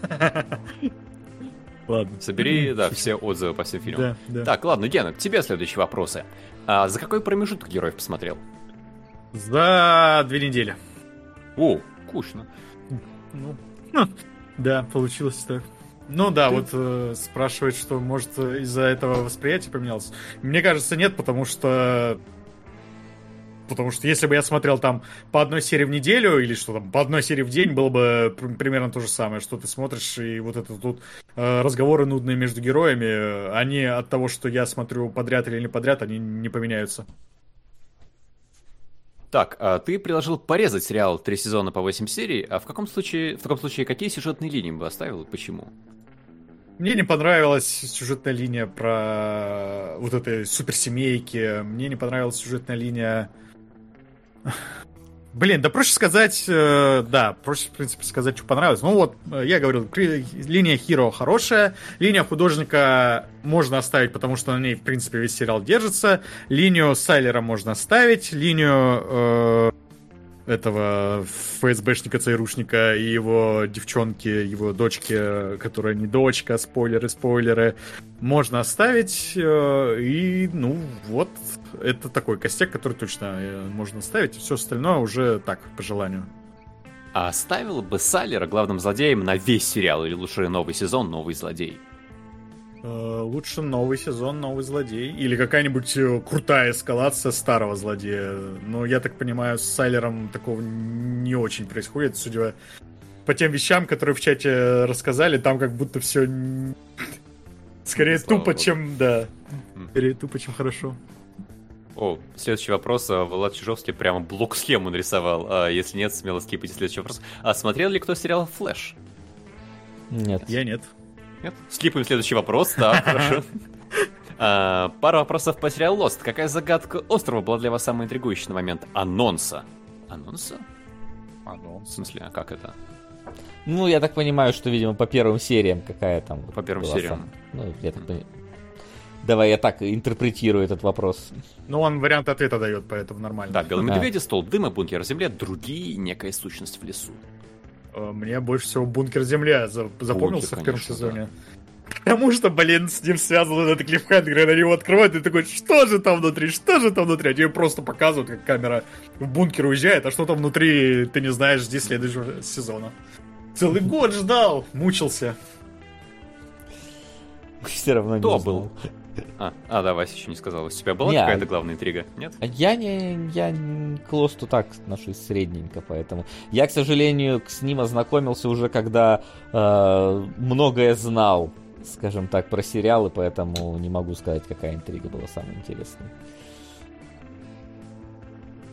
Ладно. Собери, да, все отзывы по всем фильмам. Да, да. Так, ладно, Гена, к тебе следующие вопросы. А за какой промежуток героев посмотрел? За две недели. О, кучно. Ну, да, получилось так. Ну да, Ты... вот э, спрашивает, что может из-за этого восприятие поменялось. Мне кажется, нет, потому что потому что если бы я смотрел там по одной серии в неделю или что там, по одной серии в день, было бы примерно то же самое, что ты смотришь, и вот это тут э, разговоры нудные между героями, они от того, что я смотрю подряд или не подряд, они не поменяются. Так, а ты предложил порезать сериал три сезона по восемь серий, а в каком случае, в таком случае какие сюжетные линии бы оставил и почему? Мне не понравилась сюжетная линия про вот этой суперсемейки, мне не понравилась сюжетная линия... Блин, да проще сказать, э, да, проще, в принципе, сказать, что понравилось. Ну вот, я говорил, линия Хиро хорошая, линия художника можно оставить, потому что на ней, в принципе, весь сериал держится. Линию Сайлера можно оставить, линию э, этого ФСБшника, ЦРУшника и его девчонки, его дочки, которая не дочка, спойлеры, спойлеры, можно оставить. Э, и, ну, вот... Это такой костяк, который точно можно оставить. Все остальное уже так, по желанию. А оставил бы Сайлера главным злодеем на весь сериал? Или лучше новый сезон, новый злодей? Э, лучше новый сезон, новый злодей. Или какая-нибудь крутая эскалация старого злодея. Но я так понимаю, с Сайлером такого не очень происходит. Судя по тем вещам, которые в чате рассказали, там как будто все скорее Слава тупо, Богу. чем... Да. Скорее тупо, чем хорошо. О, следующий вопрос. Влад Чижовский прямо блок-схему нарисовал. А, если нет, смело скипайте следующий вопрос. А смотрел ли кто сериал «Флэш»? Нет. Я нет. Нет? Скипаем следующий вопрос. Да, хорошо. А, пара вопросов по сериалу «Лост». Какая загадка острова была для вас самой интригующей на момент анонса? Анонса? Анонс. В смысле, а как это? Ну, я так понимаю, что, видимо, по первым сериям какая там... По первым была сериям. сам... Ну, я так понимаю. Давай я так интерпретирую этот вопрос. Ну, он вариант ответа дает, поэтому нормально. Да, белые А. медведи, столб дыма, бункер в земле, другие, некая сущность в лесу. Мне больше всего «Бункер Земля» запомнился Бункер, в первом конечно, сезоне. Потому что, блин, с ним связан вот этот клиффхенгер, на него открывают, и ты такой, что же там внутри, что же там внутри? А тебе просто показывают, как камера в бункер уезжает, а что там внутри, ты не знаешь, жди следующего сезона. Целый год ждал, мучился. Все равно Кто не был? знал. А, а, да, Вася еще не сказал. У тебя была Не, какая-то а- главная интрига? Нет? Я не, я не- к Лосту так отношусь средненько, поэтому... Я, к сожалению, с ним ознакомился уже, когда э, многое знал, скажем так, про сериалы, поэтому не могу сказать, какая интрига была самая интересная.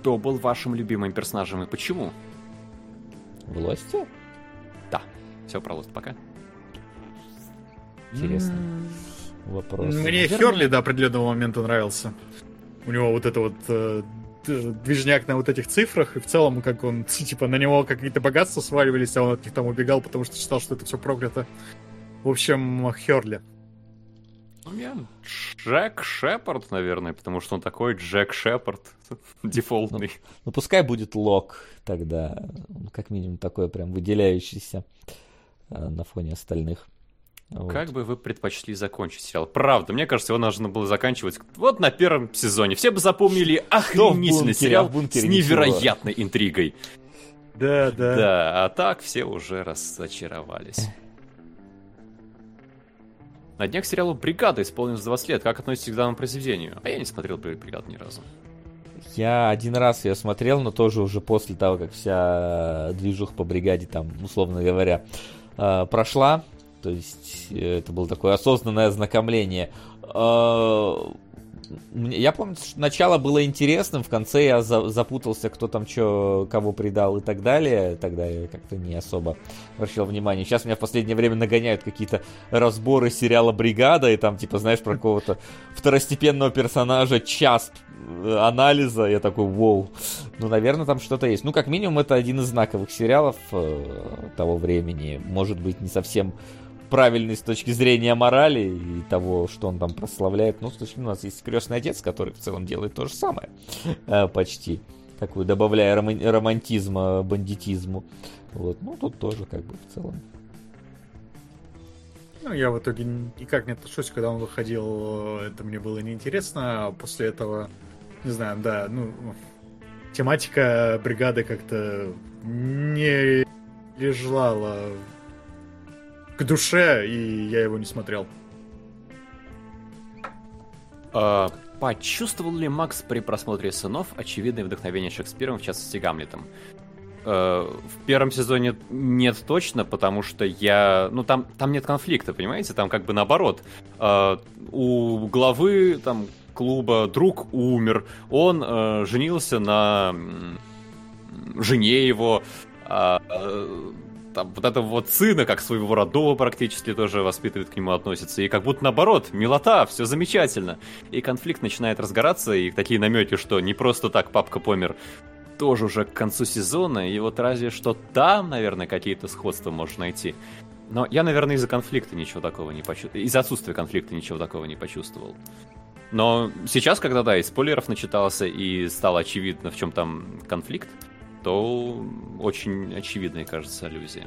кто был вашим любимым персонажем и почему? В Лосте? Да. Все про Лост, пока. Интересно. Вопрос. Мне Хёрли до определенного момента нравился. У него вот это вот э, движняк на вот этих цифрах, и в целом, как он, типа, на него какие-то богатства сваливались, а он от них там убегал, потому что считал, что это все проклято. В общем, Хёрли. У меня Джек Шепард, наверное, потому что он такой Джек Шепард, дефолтный. Ну, ну, пускай будет Лок тогда, как минимум такой прям выделяющийся э, на фоне остальных. Вот. Как бы вы предпочли закончить сериал? Правда, мне кажется, его нужно было заканчивать вот на первом сезоне. Все бы запомнили охренительный сериал с невероятной ничего. интригой. Да, да. Да, а так все уже разочаровались. На днях сериалу «Бригада» исполнилось двадцать лет. Как относитесь к данному произведению? А я не смотрел «Бригаду» ни разу. Я один раз ее смотрел, но тоже уже после того, как вся движуха по «Бригаде», там, условно говоря, прошла. То есть это было такое осознанное ознакомление. Я помню, что начало было интересным, в конце я за- запутался, кто там что, кого предал и так далее. Тогда я как-то не особо обращал внимание. Сейчас меня в последнее время нагоняют какие-то разборы сериала «Бригада», и там, типа, знаешь, про какого-то второстепенного персонажа час анализа. Я такой, воу. Ну, наверное, там что-то есть. Ну, как минимум, это один из знаковых сериалов э, того времени. Может быть, не совсем правильный с точки зрения морали и того, что он там прославляет. Ну, с точки зрения, у нас есть «Крестный отец», который в целом делает то же самое. Э, почти. Такую, добавляя роман- романтизма бандитизму. Вот. Ну, тут тоже как бы в целом. Ну, я в итоге никак не отношусь, когда он выходил, это мне было неинтересно. А после этого, не знаю, да, ну, тематика «Бригады» как-то не лежала к душе, и я его не смотрел. А, почувствовал ли Макс при просмотре «Сынов» очевидное вдохновение Шекспиром, в частности Гамлетом? А, в первом сезоне нет точно, потому что я... Ну, там, там нет конфликта, понимаете? Там как бы наоборот. А, у главы там клуба друг умер, он а, женился на жене его, а, там, вот этого вот сына, как своего родного практически тоже воспитывает, к нему относится. И как будто наоборот, милота, все замечательно. И конфликт начинает разгораться, и такие намеки, что не просто так папка помер, тоже уже к концу сезона. И вот разве что там, наверное, какие-то сходства можно найти. Но я, наверное, из-за конфликта ничего такого не почувствовал. Из-за отсутствия конфликта ничего такого не почувствовал. Но сейчас, когда, да, из спойлеров начитался и стало очевидно, в чем там конфликт, то очень очевидная, кажется, аллюзия.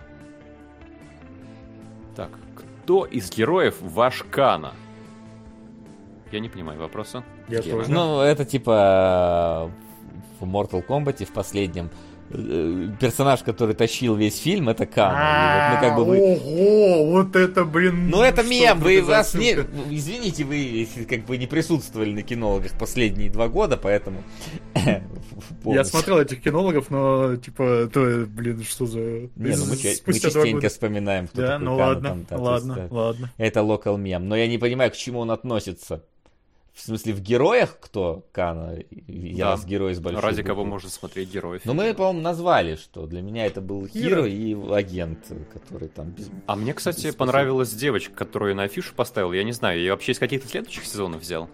Так, кто из героев ваш Кана? Я не понимаю вопроса. Я тоже. Ну, это типа в Mortal Kombat в последнем персонаж, который тащил весь фильм, это Кана. Вот, ну, как бы вы... Ого, вот это, блин... Ну, это мем, вы вас не... Извините, вы как бы не присутствовали на кинологах последние два года, поэтому... Я смотрел этих кинологов, но, типа, то, блин, что за... Не, ну мы, мы частенько вспоминаем, кто да, такой ну Кана. ладно, Там, да, ладно, есть, ладно. Это локал мем, но я не понимаю, к чему он относится. В смысле, в героях кто Кана? Я да. с герой с большой Ради буквы. кого можно смотреть героев. Ну, мы, по-моему, назвали, что для меня это был Хиро и агент, который там... Без... А мне, кстати, понравилась девочка, которую я на афишу поставил. Я не знаю, я вообще из каких-то следующих сезонов взял.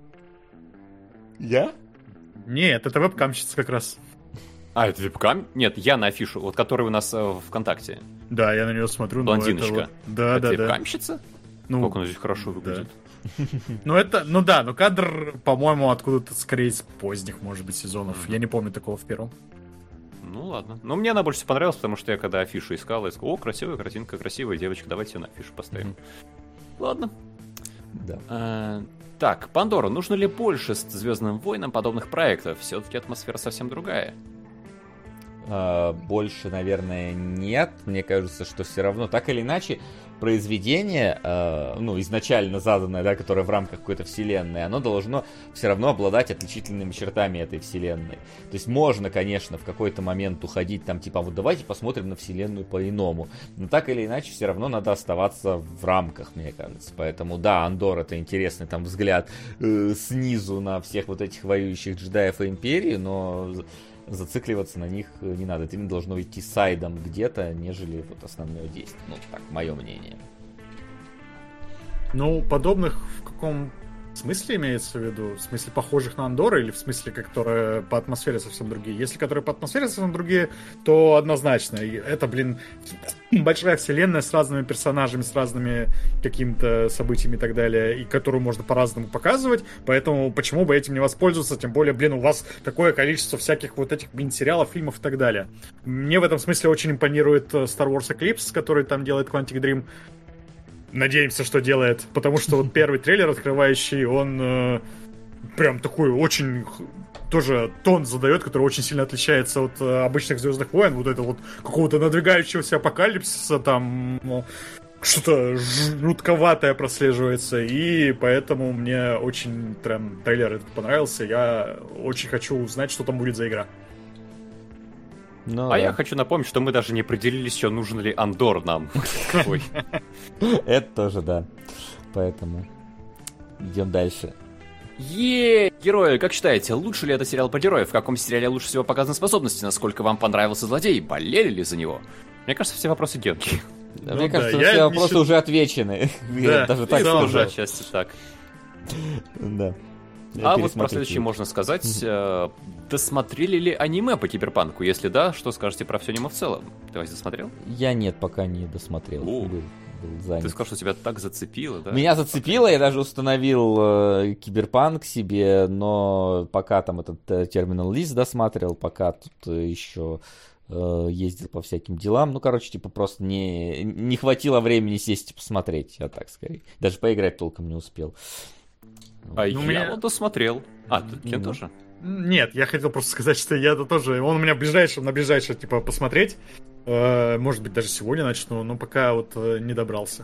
Я? Нет, это вебкамщица как раз. А, это вебкам? Нет, я на афишу, вот который у нас э, ВКонтакте. Да, я на нее смотрю. Блондиночка. Вот... Да, это да, да. вебкамщица? Ну, как она здесь хорошо выглядит. Да. Ну это, ну да, но кадр, по-моему, откуда-то скорее из поздних, может быть, сезонов. Mm-hmm. Я не помню такого в первом. Ну ладно. Но мне она больше всего понравилась, потому что я когда афишу искал, я сказал, о, красивая картинка, красивая девочка, давайте ее на афишу поставим. Mm-hmm. Ладно. Да. А, так, Пандора, нужно ли больше с Звездным войнам подобных проектов? Все-таки атмосфера совсем другая. А, больше, наверное, нет. Мне кажется, что все равно, так или иначе, произведение, э, ну, изначально заданное, да, которое в рамках какой-то вселенной, оно должно все равно обладать отличительными чертами этой вселенной. То есть можно, конечно, в какой-то момент уходить там, типа, вот давайте посмотрим на вселенную по-иному. Но так или иначе, все равно надо оставаться в рамках, мне кажется. Поэтому, да, Андор — это интересный там взгляд э, снизу на всех вот этих воюющих джедаев и империи, но зацикливаться на них не надо. Это именно должно идти сайдом где-то, нежели вот основное действие. Ну, так, мое мнение. Ну, подобных в каком смысле имеется в виду? В смысле похожих на Андора или в смысле, которые по атмосфере совсем другие? Если которые по атмосфере совсем другие, то однозначно. Это, блин, большая вселенная с разными персонажами, с разными какими-то событиями и так далее, и которую можно по-разному показывать, поэтому почему бы этим не воспользоваться? Тем более, блин, у вас такое количество всяких вот этих мини-сериалов, фильмов и так далее. Мне в этом смысле очень импонирует Star Wars Eclipse, который там делает Quantic Dream. Надеемся, что делает, потому что вот первый трейлер открывающий, он э, прям такой очень тоже тон задает, который очень сильно отличается от э, обычных Звездных войн, вот это вот какого-то надвигающегося апокалипсиса, там ну, что-то жутковатое прослеживается, и поэтому мне очень прям трейлер этот понравился, я очень хочу узнать, что там будет за игра. Ну, а да. Я хочу напомнить, что мы даже не определились, еще нужен ли Андор нам. Это тоже, да. Поэтому идем дальше. Еее, герои, как считаете, лучше ли это сериал про героев? В каком сериале лучше всего показаны способности? Насколько вам понравился злодей? Болели ли за него? Мне кажется, все вопросы Генки. Мне кажется, все вопросы уже отвечены. Даже так уже отчасти так. Да. А вот про следующее можно сказать. Mm-hmm. э, досмотрели ли аниме по Киберпанку? Если да, что скажете про все аниме в целом? Ты вас досмотрел? Я нет, пока не досмотрел. Был, был занят. Ты сказал, что тебя так зацепило, да? Меня зацепило, я даже установил э, Киберпанк себе, но пока там этот э, Terminal List досматривал, пока тут э, еще э, ездил по всяким делам. Ну, короче, типа просто не, не хватило времени сесть и посмотреть, я так скорее. Даже поиграть толком не успел. А ну, я меня... вот досмотрел. А, ты Кен тоже? Нет, я хотел просто сказать, что я это тоже... Он у меня ближайший, на ближайшее, типа, посмотреть. Э, может быть, даже сегодня начну, но пока вот э, не добрался.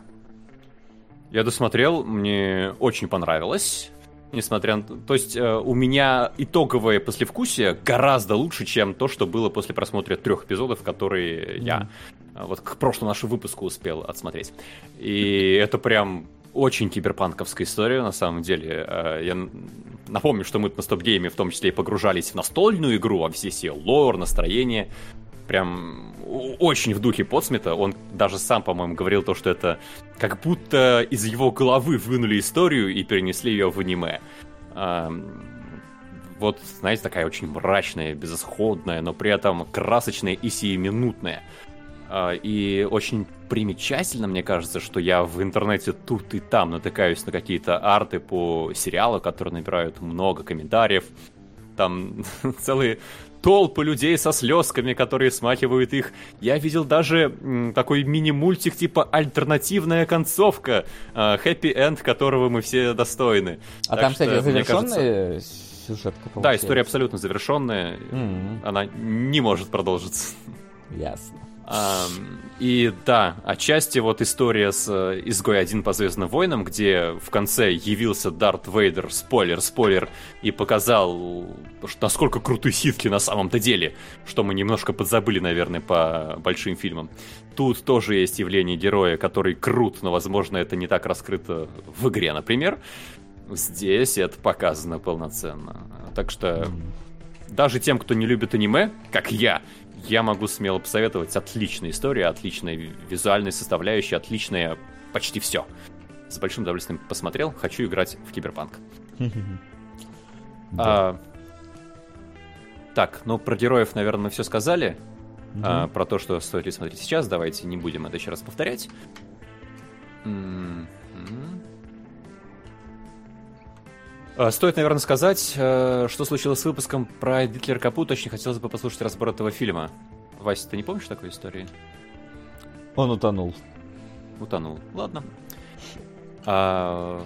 Я досмотрел, мне очень понравилось. Несмотря на... То есть э, у меня итоговое послевкусие гораздо лучше, чем то, что было после просмотра трех эпизодов, которые mm. я э, вот к прошлому нашему выпуску успел отсмотреть. И это прям... Очень киберпанковская история, на самом деле. Я напомню, что мы на стоп-гейме в том числе и погружались в настольную игру, а все все лор, настроение. Прям очень в духе Потсмита. Он даже сам, по-моему, говорил то, что это как будто из его головы вынули историю и перенесли ее в аниме. Вот, знаете, такая очень мрачная, безысходная, но при этом красочная и сиюминутная. И очень примечательно, мне кажется, что я в интернете тут и там натыкаюсь на какие-то арты по сериалу, которые набирают много комментариев. Там целые толпы людей со слезками, которые смахивают их. Я видел даже м, такой мини-мультик типа «Альтернативная концовка», хэппи-энд, которого мы все достойны. А так там, что, кстати, завершенная кажется... сюжетка получается? Да, история абсолютно завершенная. Mm-hmm. Она не может продолжиться. Ясно. Um, и да, отчасти вот история с uh, «Изгой один» по «Звездным войнам», где в конце явился Дарт Вейдер, спойлер, спойлер, и показал, что, насколько круты ситхи на самом-то деле, что мы немножко подзабыли, наверное, по большим фильмам. Тут тоже есть явление героя, который крут, но, возможно, это не так раскрыто в игре, например. Здесь это показано полноценно. Так что mm. даже тем, кто не любит аниме, как я, я могу смело посоветовать. Отличная история, отличная визуальная составляющая, отличная почти все. С большим удовольствием посмотрел. Хочу играть в Киберпанк. а, так, ну про героев, наверное, мы все сказали. а, про то, что стоит ли смотреть сейчас. Давайте не будем это еще раз повторять. Стоит, наверное, сказать, что случилось с выпуском про Гитлер Капут. Очень хотелось бы послушать разбор этого фильма. Вася, ты не помнишь такой истории? Он утонул. Утонул. Ладно. А...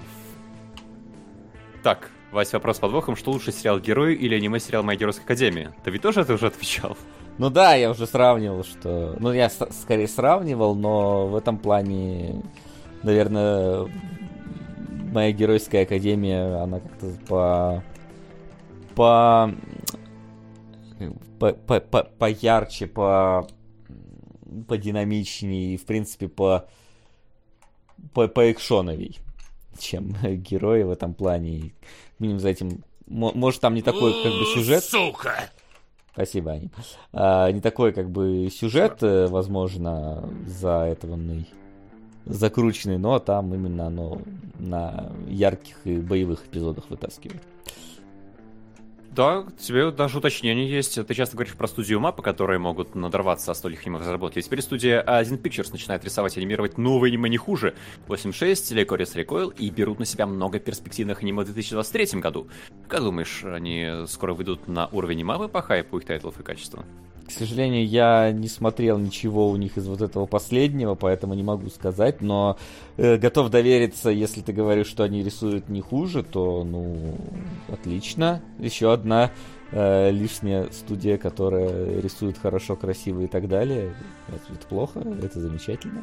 Так, Вася, вопрос с подвохом. Что лучше, сериал «Герой» или аниме-сериал «Моя геройская академия»? Ты ведь тоже это уже отвечал? Ну да, я уже сравнивал, что... Ну, я с- скорее сравнивал, но в этом плане, наверное, моя геройская академия, она как-то по... по... по, по, по поярче, по... подинамичнее и, в принципе, по... по, по экшоновей, чем герои в этом плане. Минимум за этим... Может, там не такой, как бы, сюжет... Сука! Спасибо, Ани. А, не такой, как бы, сюжет, возможно, за этого мной закрученный, но там именно оно на ярких и боевых эпизодах вытаскивает. Да, тебе даже уточнение есть. Ты часто говоришь про студию Маппа, которые могут надорваться о стольких аниме разработки. И теперь студия Азин Pictures начинает рисовать и анимировать новые аниме не хуже. восемь шесть, Licorice Recoil, и берут на себя много перспективных аниме в две тысячи двадцать третьем году. Как думаешь, они скоро выйдут на уровень Маппы по хайпу их тайтлов и качеству? К сожалению, я не смотрел ничего у них из вот этого последнего, поэтому не могу сказать, но э, готов довериться, если ты говоришь, что они рисуют не хуже, то, ну, отлично. Еще одна э, лишняя студия, которая рисует хорошо, красиво и так далее. Это, это плохо, это замечательно.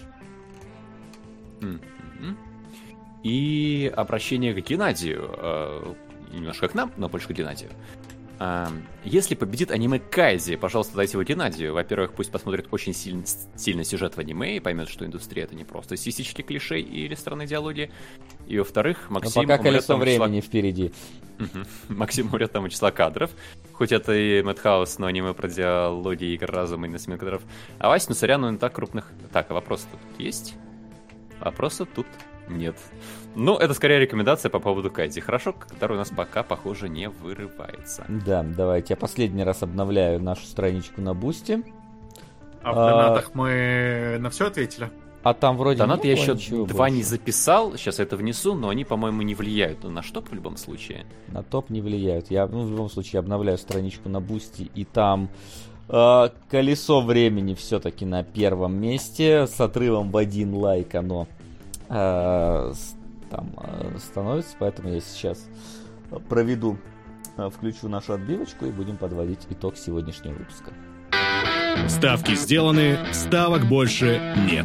Mm-hmm. И обращение к Геннадию, э, немножко к нам, но больше к Геннадию. Uh, если победит аниме Кайдзи, пожалуйста, дайте его Геннадию. Во-первых, пусть посмотрит очень сильный, сильный сюжет в аниме и поймет, что индустрия — это не просто сисечки, клише или странные диалоги. И во-вторых, Максим... Но пока колесо времени числа... впереди. Максим умрет там числа кадров. Хоть это и Madhouse, но аниме про диалоги, игр разума и насмен кадров. А Вася, ну сорян, ну не так крупных... Так, а вопросы тут есть? Вопросы тут нет. Ну, это скорее рекомендация по поводу Кайдзи. Хорошо, который у нас пока, похоже, не вырывается. Да, давайте. Я последний раз обновляю нашу страничку на Бусти. А в донатах а... мы на все ответили? А там вроде... Донат я еще два больше. не записал, сейчас я это внесу, но они, по-моему, не влияют на наш топ в любом случае. На топ не влияют. Я, ну, в любом случае, обновляю страничку на Бусти, и там... э, колесо времени все-таки на первом месте. С отрывом в один лайк оно... Э, там э, становится, поэтому я сейчас проведу, э, включу нашу отбивочку и будем подводить итог сегодняшнего выпуска. Ставки сделаны, ставок больше нет.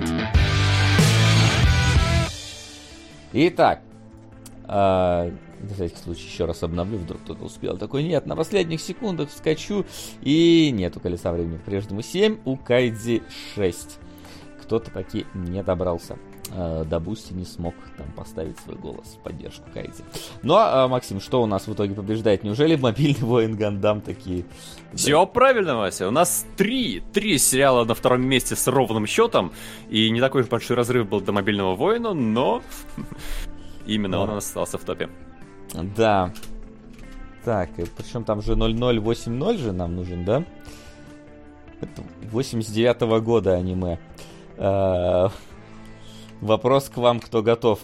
Итак, э, на всякий случай еще раз обновлю, вдруг кто-то успел. Такой, нет, на последних секундах вскочу, и нет у колеса времени по-прежнему семь, у Кайдзи шесть. Кто-то таки не добрался. До Бусти не смог там поставить свой голос в поддержку Кайдзи. Ну а, Максим, что у нас в итоге побеждает? Неужели мобильный воин Гандам такие? Все да. Правильно, Вася. У нас три, три сериала на втором месте с ровным счетом. И не такой уж большой разрыв был до мобильного воина, но именно да. Он у нас остался в топе. Да. Так, причем там же ноль ноль восемь ноль же нам нужен, да? Это восемьдесят девятого года аниме. Вопрос к вам, кто готов.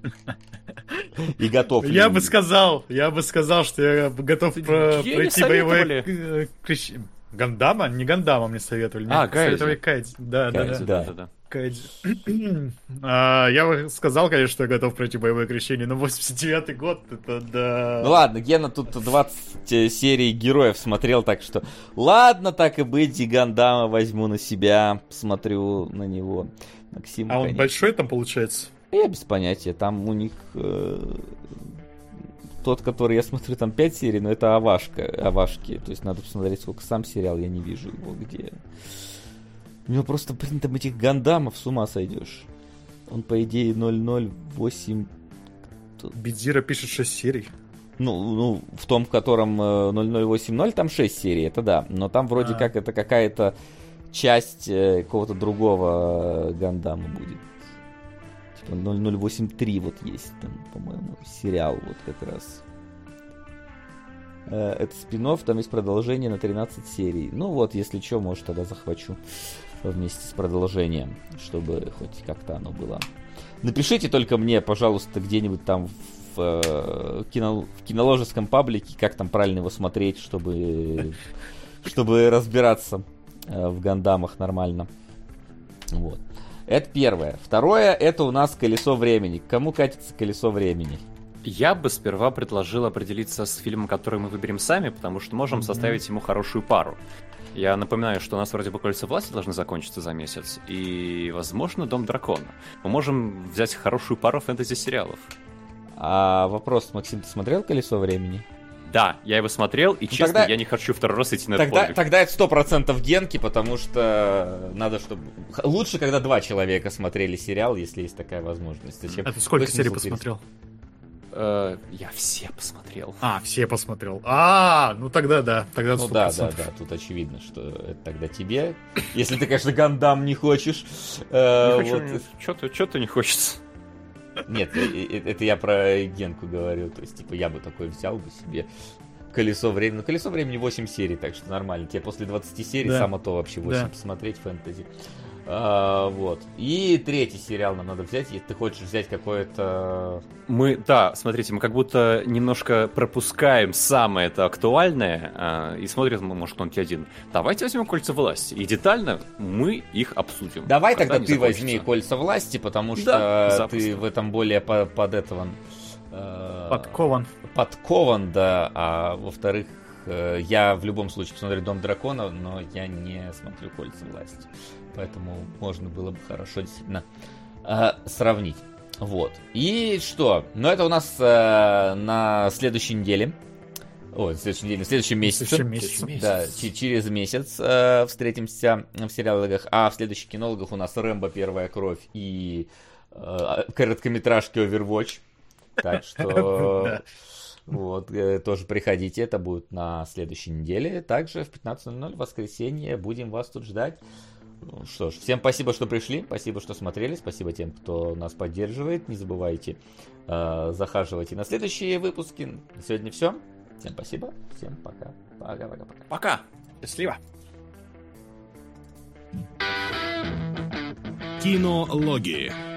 И готов. Я бы сказал, я бы сказал, что я готов пройти боевое крещение. Гандама? Не Гандама мне советовали. А, Кайдзи. Кайдзи. Да, да, да, да. Кайдзи. Я бы сказал, конечно, что я готов пройти боевое крещение, но восемьдесят девятый год, это да... Ну ладно, Гена тут двадцать серий героев смотрел, так что... Ладно, так и быть, и Гандама возьму на себя, посмотрю на него. Максим, а он конечно. Большой там получается? Я без понятия. Там у них э, тот, который я смотрю, там пять серий, но это Авашка, Авашки. То есть надо посмотреть, сколько сам сериал, я не вижу его где. У него просто, блин, там этих Гандамов с ума сойдешь. Он, по идее, ноль ноль восемь... Бидзира пишет шесть серий. Ну, ну, в том, в котором э, ноль ноль восемь ноль, там шесть серий, это да. Но там вроде а. как это какая-то часть э, какого-то другого э, Гандама будет. Типа ноль ноль восемь три вот есть там, по-моему, сериал вот как раз. Э, это спин-офф, там есть продолжение на тринадцать серий. Ну вот, если что, может тогда захвачу вместе с продолжением, чтобы хоть как-то оно было. Напишите только мне, пожалуйста, где-нибудь там в, э, кино, в киноложеском паблике, как там правильно его смотреть, чтобы, чтобы разбираться в Гандамах нормально. Вот. Это первое. Второе, это у нас колесо времени. К кому катится колесо времени? Я бы сперва предложил определиться с фильмом, который мы выберем сами, потому что можем mm-hmm. составить ему хорошую пару. Я напоминаю, что у нас вроде бы «Кольца власти» должны закончиться за месяц, и, возможно, «Дом дракона». Мы можем взять хорошую пару фэнтези-сериалов. А вопрос, Максим, ты смотрел «Колесо времени»? Да, я его смотрел, и, ну, честно, тогда... я не хочу второй раз идти на этот тогда, подвиг. Тогда это сто процентов Генки, потому что надо, чтобы... Лучше, когда два человека смотрели сериал, если есть такая возможность. Зачем? А ты сколько серий посмотрел? Я все посмотрел. А, все посмотрел. А, ну тогда да. Тогда ну да, да, да. Тут очевидно, что это тогда тебе. Если ты, конечно, Гандам не хочешь. Не хочу. Вот. Что-то не хочется. Нет, это я про Генку говорю. То есть, типа, я бы такой взял бы себе «Колесо времени». Ну, «Колесо времени» восемь серий, так что нормально. Тебе после двадцати серий да. само то вообще восемь да. посмотреть фэнтези. А, вот. И третий сериал нам надо взять, если ты хочешь взять какое-то... Мы, да, смотрите, мы как будто немножко пропускаем самое это актуальное а, и смотрим, может, кто-нибудь один. Давайте возьмем «Кольца власти», и детально мы их обсудим. Давай тогда ты закончится. Возьми «Кольца власти», потому что да, ты в этом более под, под этого... Э, подкован. Подкован, да, а во-вторых, я в любом случае посмотрю «Дом дракона», но я не смотрю «Кольца власти». Поэтому можно было бы хорошо действительно э, сравнить. Вот. И что? Ну, это у нас э, на следующей неделе. Ой, на следующей неделе, на следующем месяце. Следующем месяце. Да, ч- через месяц э, встретимся в сериалогах. А в следующих кинологах у нас «Рэмбо. Первая кровь» и э, короткометражки «Overwatch». Так что... Вот, тоже приходите, это будет на следующей неделе. Также в пятнадцать ноль ноль в воскресенье будем вас тут ждать. Ну, что ж, всем спасибо, что пришли, спасибо, что смотрели, спасибо тем, кто нас поддерживает. Не забывайте э, захаживать и на следующие выпуски. На сегодня все. Всем спасибо, всем пока. Пока-пока-пока. Пока. Счастливо. Кинологии.